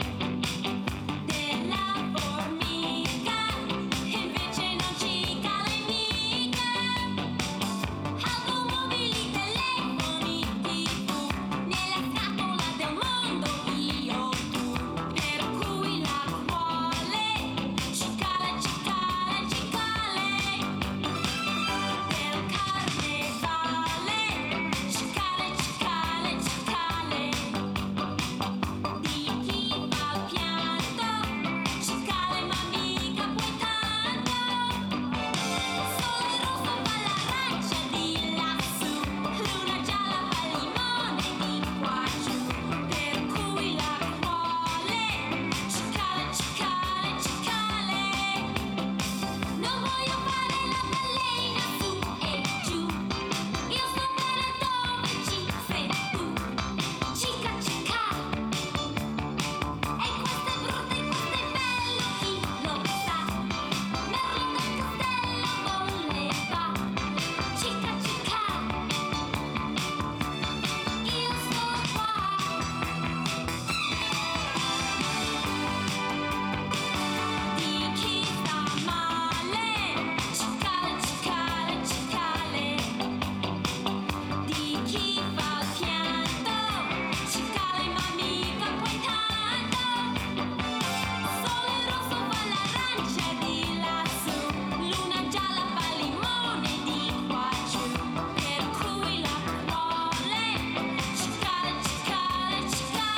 della formica, invece non cicale mica, automobili, telefoni, tivù, nella scatola del mondo io tu, per cui la quale, cicale, cicale, cicale, del carnevale, cicale, cicale, cicale, di chi fa il pianto, cicale ma mica poi tanto, sole rosso fa l'arancia di lassù, luna gialla fa il limone di qua giù, per cui la quale, cicale, cicale, cicale, non voglio fare la balena su e giù, io sto bene dove ci sei tu, cica cica, e questo è brutto e questo è bello, chi lo sa, Merlo del castello voleva, cica cica, io sto qua. Di chi sta male, cicale, cicale, cicale, di chi fa il pianto, cicale ma mica poi tanto, sole rosso fa l'arancia di lassù, luna gialla fa il limone di qua giù, per cui la prole, cicale, cicale,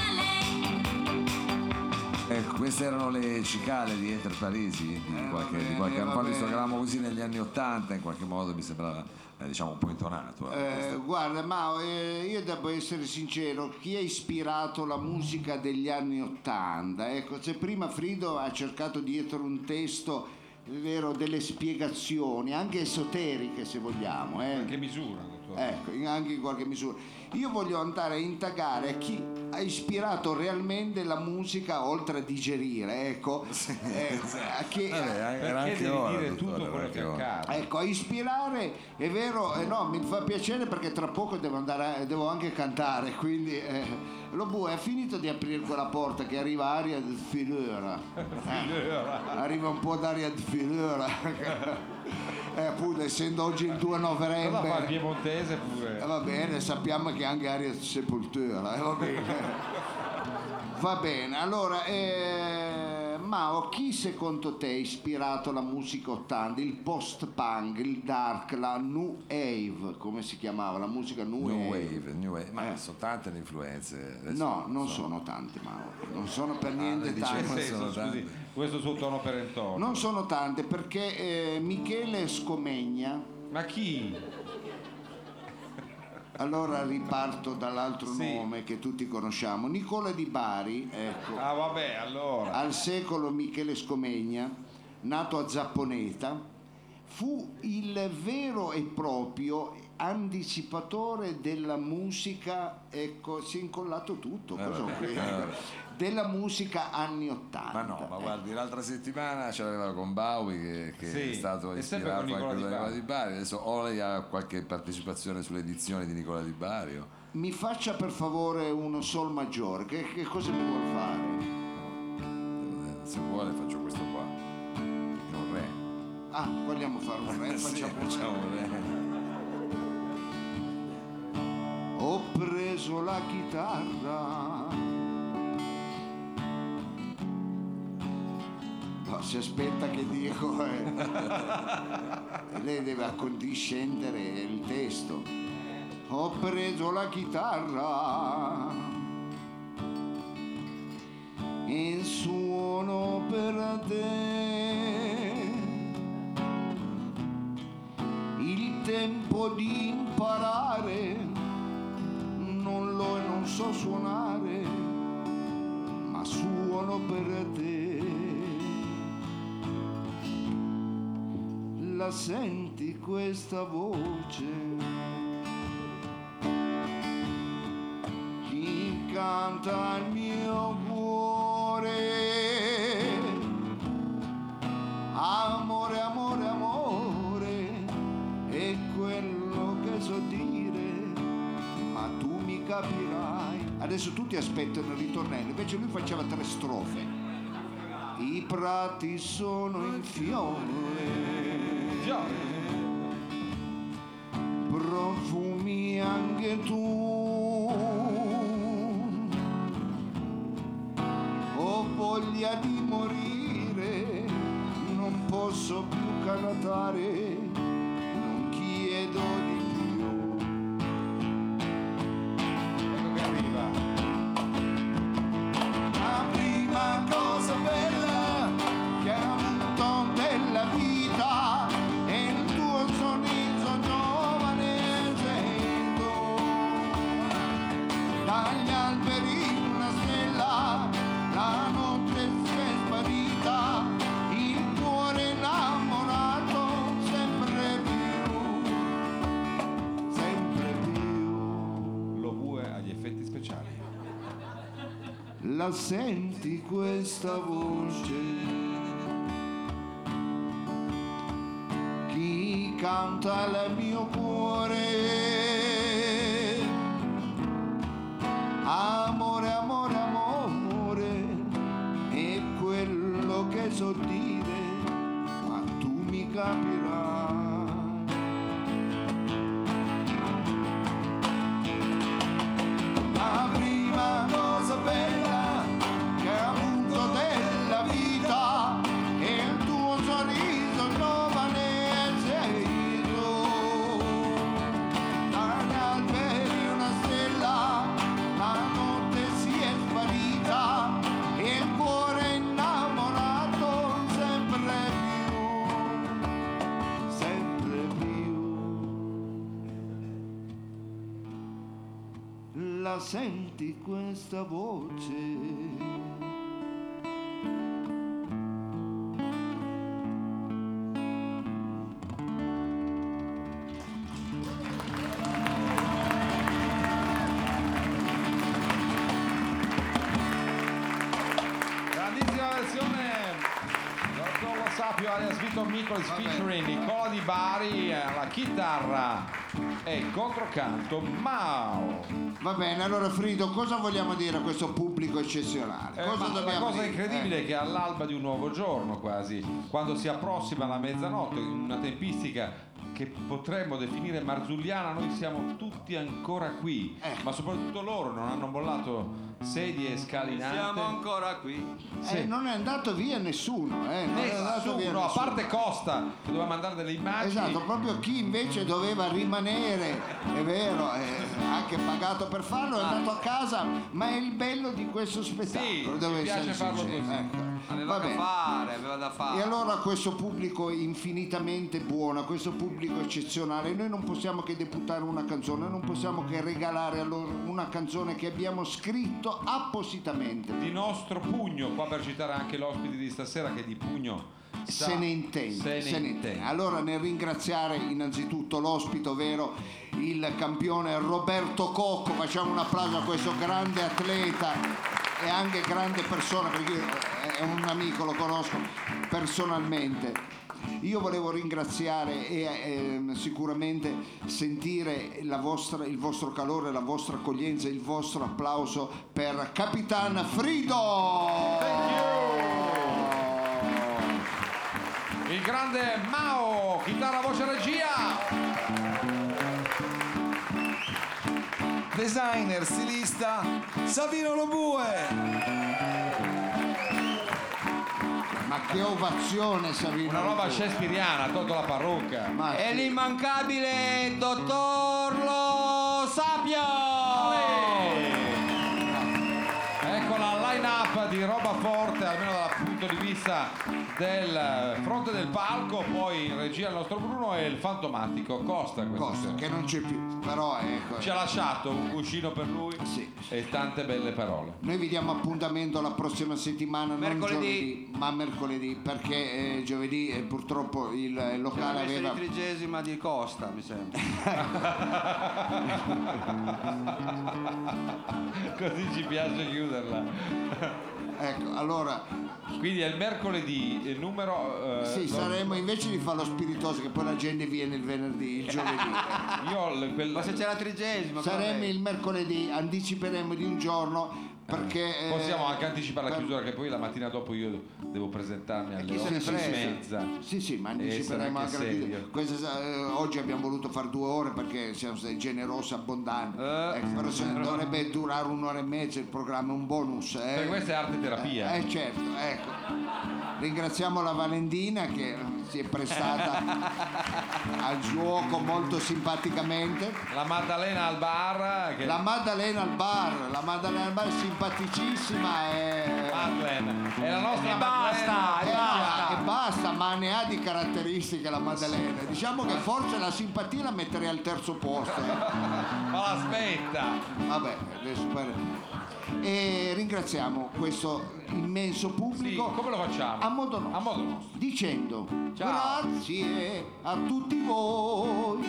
cicale. Ecco, queste erano le cicale di Enter Parisi, di qualche, di qualche va anno fa, bene. visto che eravamo così negli anni Ottanta, in qualche modo mi sembrava eh, diciamo un po' intonato. eh, Eh, questo. guarda, Mao, eh, io devo essere sincero, chi ha ispirato la musica degli anni Ottanta? Ecco, se prima Frido ha cercato dietro un testo, è vero, delle spiegazioni, anche esoteriche se vogliamo, eh. Che misura, dottore? Ecco, in- anche in qualche misura. Io voglio andare a indagare a chi ha ispirato realmente la musica oltre a digerire, ecco. Eh, a chi- Vabbè, era Perché anche devi ora, dire dottore, tutto era quello anche che ora. accade? Ecco, a ispirare, è vero, eh, no, mi fa piacere perché tra poco devo andare, a- devo anche cantare, quindi eh, lo bue ha finito di aprire quella porta che arriva aria di filera. Eh, arriva un po' d'aria di filera. Eh, appunto, essendo oggi il due Cosa fa il novembre. piemontese eh, pure? va bene, sappiamo che anche aria di sepoltura, eh, va bene. Va bene, allora, eh, Mao, chi secondo te ha ispirato la musica ottanta, il post-punk, il dark, la new wave, come si chiamava, la musica new, New wave? wave, new wave. Ma Eh. sono tante le influenze. Adesso No, non sono tante, Mao, non sono per niente lei dice tante. che sono Scusi, tante. questo suo tono perentorio. Non sono tante perché eh, Michele Scomegna, Ma chi? allora riparto dall'altro Sì. nome che tutti conosciamo, Nicola Di Bari, ecco, Ah vabbè, allora. al secolo Michele Scomegna, nato a Zapponeta, fu il vero e proprio anticipatore della musica, ecco, si è incollato tutto, Eh, cosa vabbè, vuoi? eh, vabbè. Della musica anni ottanta. Ma no, ma guardi, l'altra settimana ce l'aveva con Bowie che, che Sì, è stato è sempre ispirato con Nicola anche Di da Nicola Bari. Di Bari. Adesso o lei ha qualche partecipazione sulle edizioni di Nicola Di Bari o... Mi faccia per favore uno sol maggiore, che, che cosa mi vuol fare? Se vuole faccio questo qua. Un re. Ah, vogliamo fare un re? Sì, Facciamo facciamo un re. Ho preso la chitarra. No, si aspetta che dico, eh. Lei deve accondiscendere il testo. Ho preso la chitarra e suono per te. Il tempo di imparare non lo e non so suonare, ma suono per te. La senti questa voce? Chi canta il mio cuore? Amore, amore, amore, è quello che so dire, ma tu mi capirai. Adesso tutti aspettano il ritornello, invece lui faceva tre strofe. I prati sono in fiore, profumi anche tu, ho voglia di morire, non posso più cantare, non chiedo di più. Ecco che arriva. La prima cosa bella che ho avuto della vita è il tuo sorriso giovane, sei tu. Dagli alberi una stella, la notte si è sparita, il cuore innamorato sempre più, sempre più. Lo bue agli effetti speciali. La senti questa voce? Chi canta il mio cuore? Amore, amore, amore, è quello che so dire, ma tu mi capirai. La prima cosa bella che ho avuto della vita è il tuo sorriso giovane, sei tu. Dagli alberi una stella, la notte si è sparita e il cuore innamorato sempre più, sempre più. La senti questa voce? Grandissima versione. Dottor Lo Sapio alias Vito Micolis featuring Nicola Di Bari alla chitarra e controcanto Mao. Va bene, allora Frido, cosa vogliamo dire a questo pubblico eccezionale? Eh, Cosa ma la dobbiamo cosa dire? incredibile Eh. è che all'alba di un nuovo giorno quasi, quando si approssima la mezzanotte, in una tempistica che potremmo definire marzulliana, noi siamo tutti ancora qui, ma soprattutto loro non hanno mollato sedie e scalinate. Siamo ancora qui. Eh, non è andato via nessuno, eh, non è andato via Nessuno, a nessuno. parte Costa che doveva mandare delle immagini. Esatto, proprio chi invece doveva rimanere, è vero, è anche pagato per farlo, è andato a casa, ma è il bello di questo spettacolo. Sì, devo mi essere piace farlo sincero. così. Ecco. Aveva Va da bene. fare, aveva da fare. E allora a questo pubblico infinitamente buono, a questo pubblico eccezionale, noi non possiamo che deputare una canzone, non possiamo che regalare a loro una canzone che abbiamo scritto appositamente. Di nostro pugno, qua per citare anche l'ospite di stasera che di pugno sa- Se ne intende, se ne se ne intende. intende. Allora nel ringraziare innanzitutto l'ospite, ovvero il campione Roberto Cocco, facciamo un applauso a questo grande atleta e anche grande persona, perché io è un amico, lo conosco personalmente. Io volevo ringraziare e ehm, sicuramente sentire la vostra, il vostro calore, la vostra accoglienza, il vostro applauso per Capitan Frido. Il grande Mao, chitarra, voce, regia. Designer, stilista, Savino Lobue. Ma che ovazione, Savino! Una roba Lobue. shakespeariana, tolto la parrucca. Ma E sì. l'immancabile dottor Lo Sapio. Ecco la line-up di roba forte, almeno dal punto di vista del fronte del palco, poi in regia il nostro Bruno e il fantomatico Costa. questa Costa, sera. che non c'è più, però ecco. Ci ha lasciato un cuscino per lui Sì. e tante belle parole. Noi vi diamo appuntamento la prossima settimana, non Mercoledì. giovedì, ma mercoledì, perché eh, giovedì eh, purtroppo il, il C'era locale messo aveva... di trigesima di Costa, mi sembra. Così ci piace chiuderla. Ecco, allora, Quindi è il mercoledì, il numero... eh, sì, lo- saremo, invece di farlo spiritoso, che poi la gente viene il venerdì, il giovedì. Io l- quel- Ma se c'è la trigesima, Saremo vabbè. il mercoledì, anticiperemo di un giorno, perché... eh, Possiamo anche anticipare la per- chiusura, che poi la mattina dopo io devo presentarmi alle chi se ne otto e frega? mezza. Sì, sì, ma E essere anticiperemo anche anche la chiusura. serio. Questa, eh, oggi abbiamo voluto fare due ore perché siamo stati generosi, abbondanti. Eh, Ecco, però se dovrebbe durare un'ora e mezza il programma, è un bonus. Eh. Per questa è arte terapia. Eh, certo, ecco. Ringraziamo la Valentina che si è prestata al gioco molto simpaticamente. La Maddalena al bar. Che... La Maddalena al bar, la Maddalena al bar è simpaticissima e... Madeleine. È la nostra E basta, Maddalena. E basta, basta. e basta, ma ne ha di caratteristiche la Maddalena. Diciamo che forse la simpatia la metterei al terzo posto. eh. Ma l'aspetta. Vabbè, adesso per... E ringraziamo questo immenso Sì, pubblico come lo facciamo? a modo nostro, A modo nostro. dicendo Ciao. grazie a tutti voi.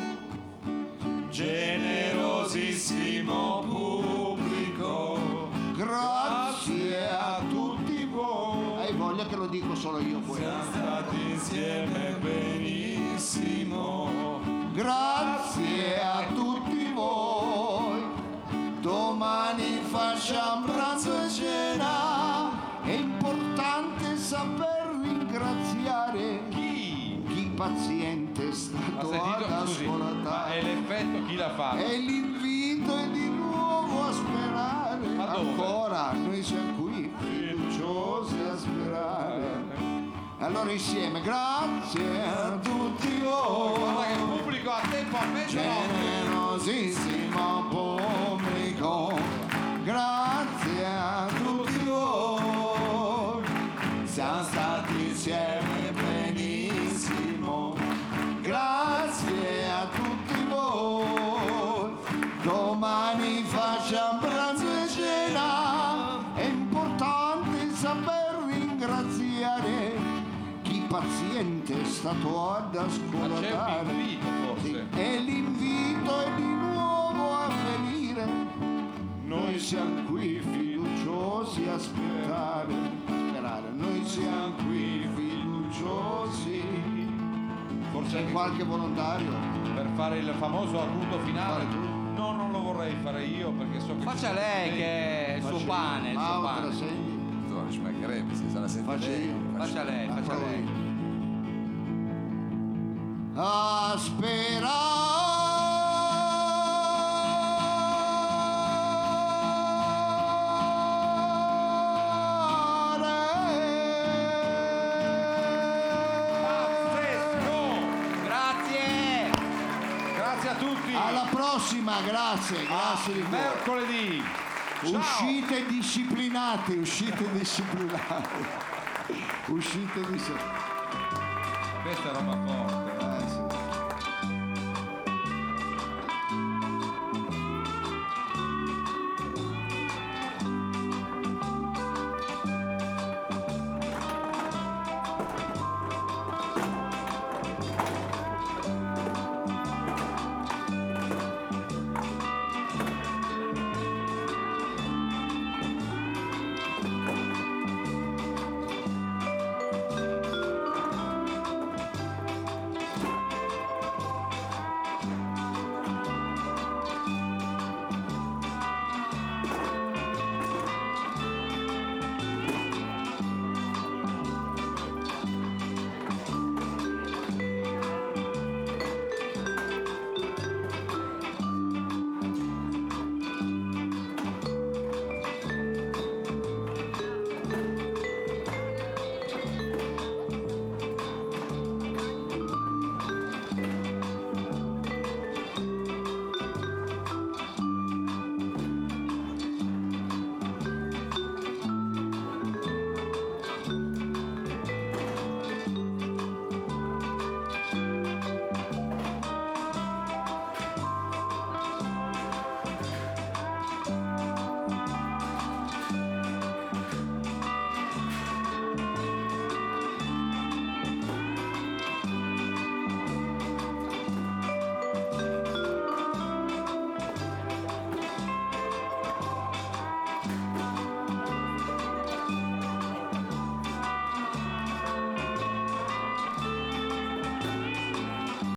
Generosissimo pubblico, Grazie a tutti voi. Hai voglia che lo dico solo io quello. siamo stati insieme benissimo. Grazie a tutti voi. Domani facciamo pranzo e cena. È importante saper ringraziare Chi? chi paziente è Ha stato ad sentito? Scusi, ma è ascoltare. l'effetto chi l'ha fatto? E l'invito è di nuovo a sperare. Ma dove? Ancora, noi siamo qui fiduciosi a sperare. Allora insieme, grazie a tutti Guarda che il voi. pubblico ha tempo a mezzanotte. Generosissimo pubblico, grazie a tutti voi. Siamo stati insieme benissimo. Grazie a tutti voi. Domani facciamo pranzo e cena. È importante saper ringraziare chi paziente è stato ad Ma c'è un ascoltare. invito forse. E l'invito è di nuovo a venire. Noi siamo qui fiduciosi a aspettare. Sperare. Noi siamo qui fiduciosi. Forse C'è anche qualche volontario? per fare il famoso acuto finale. Fare tu. No, non lo vorrei fare io perché so che... Faccia lei che è il suo pane, il suo Mau, te la pane. senti? Non ci mancherebbe, se se la sente Faccia lei. io. Faccia lei, faccia Prova lei. io. a Grazie. Grazie a tutti. Alla prossima, grazie, grazie di cuore. Mercoledì. Ciao. Uscite disciplinati, uscite disciplinati. Uscite disciplinati. Questa è roba forte. Eh, sì.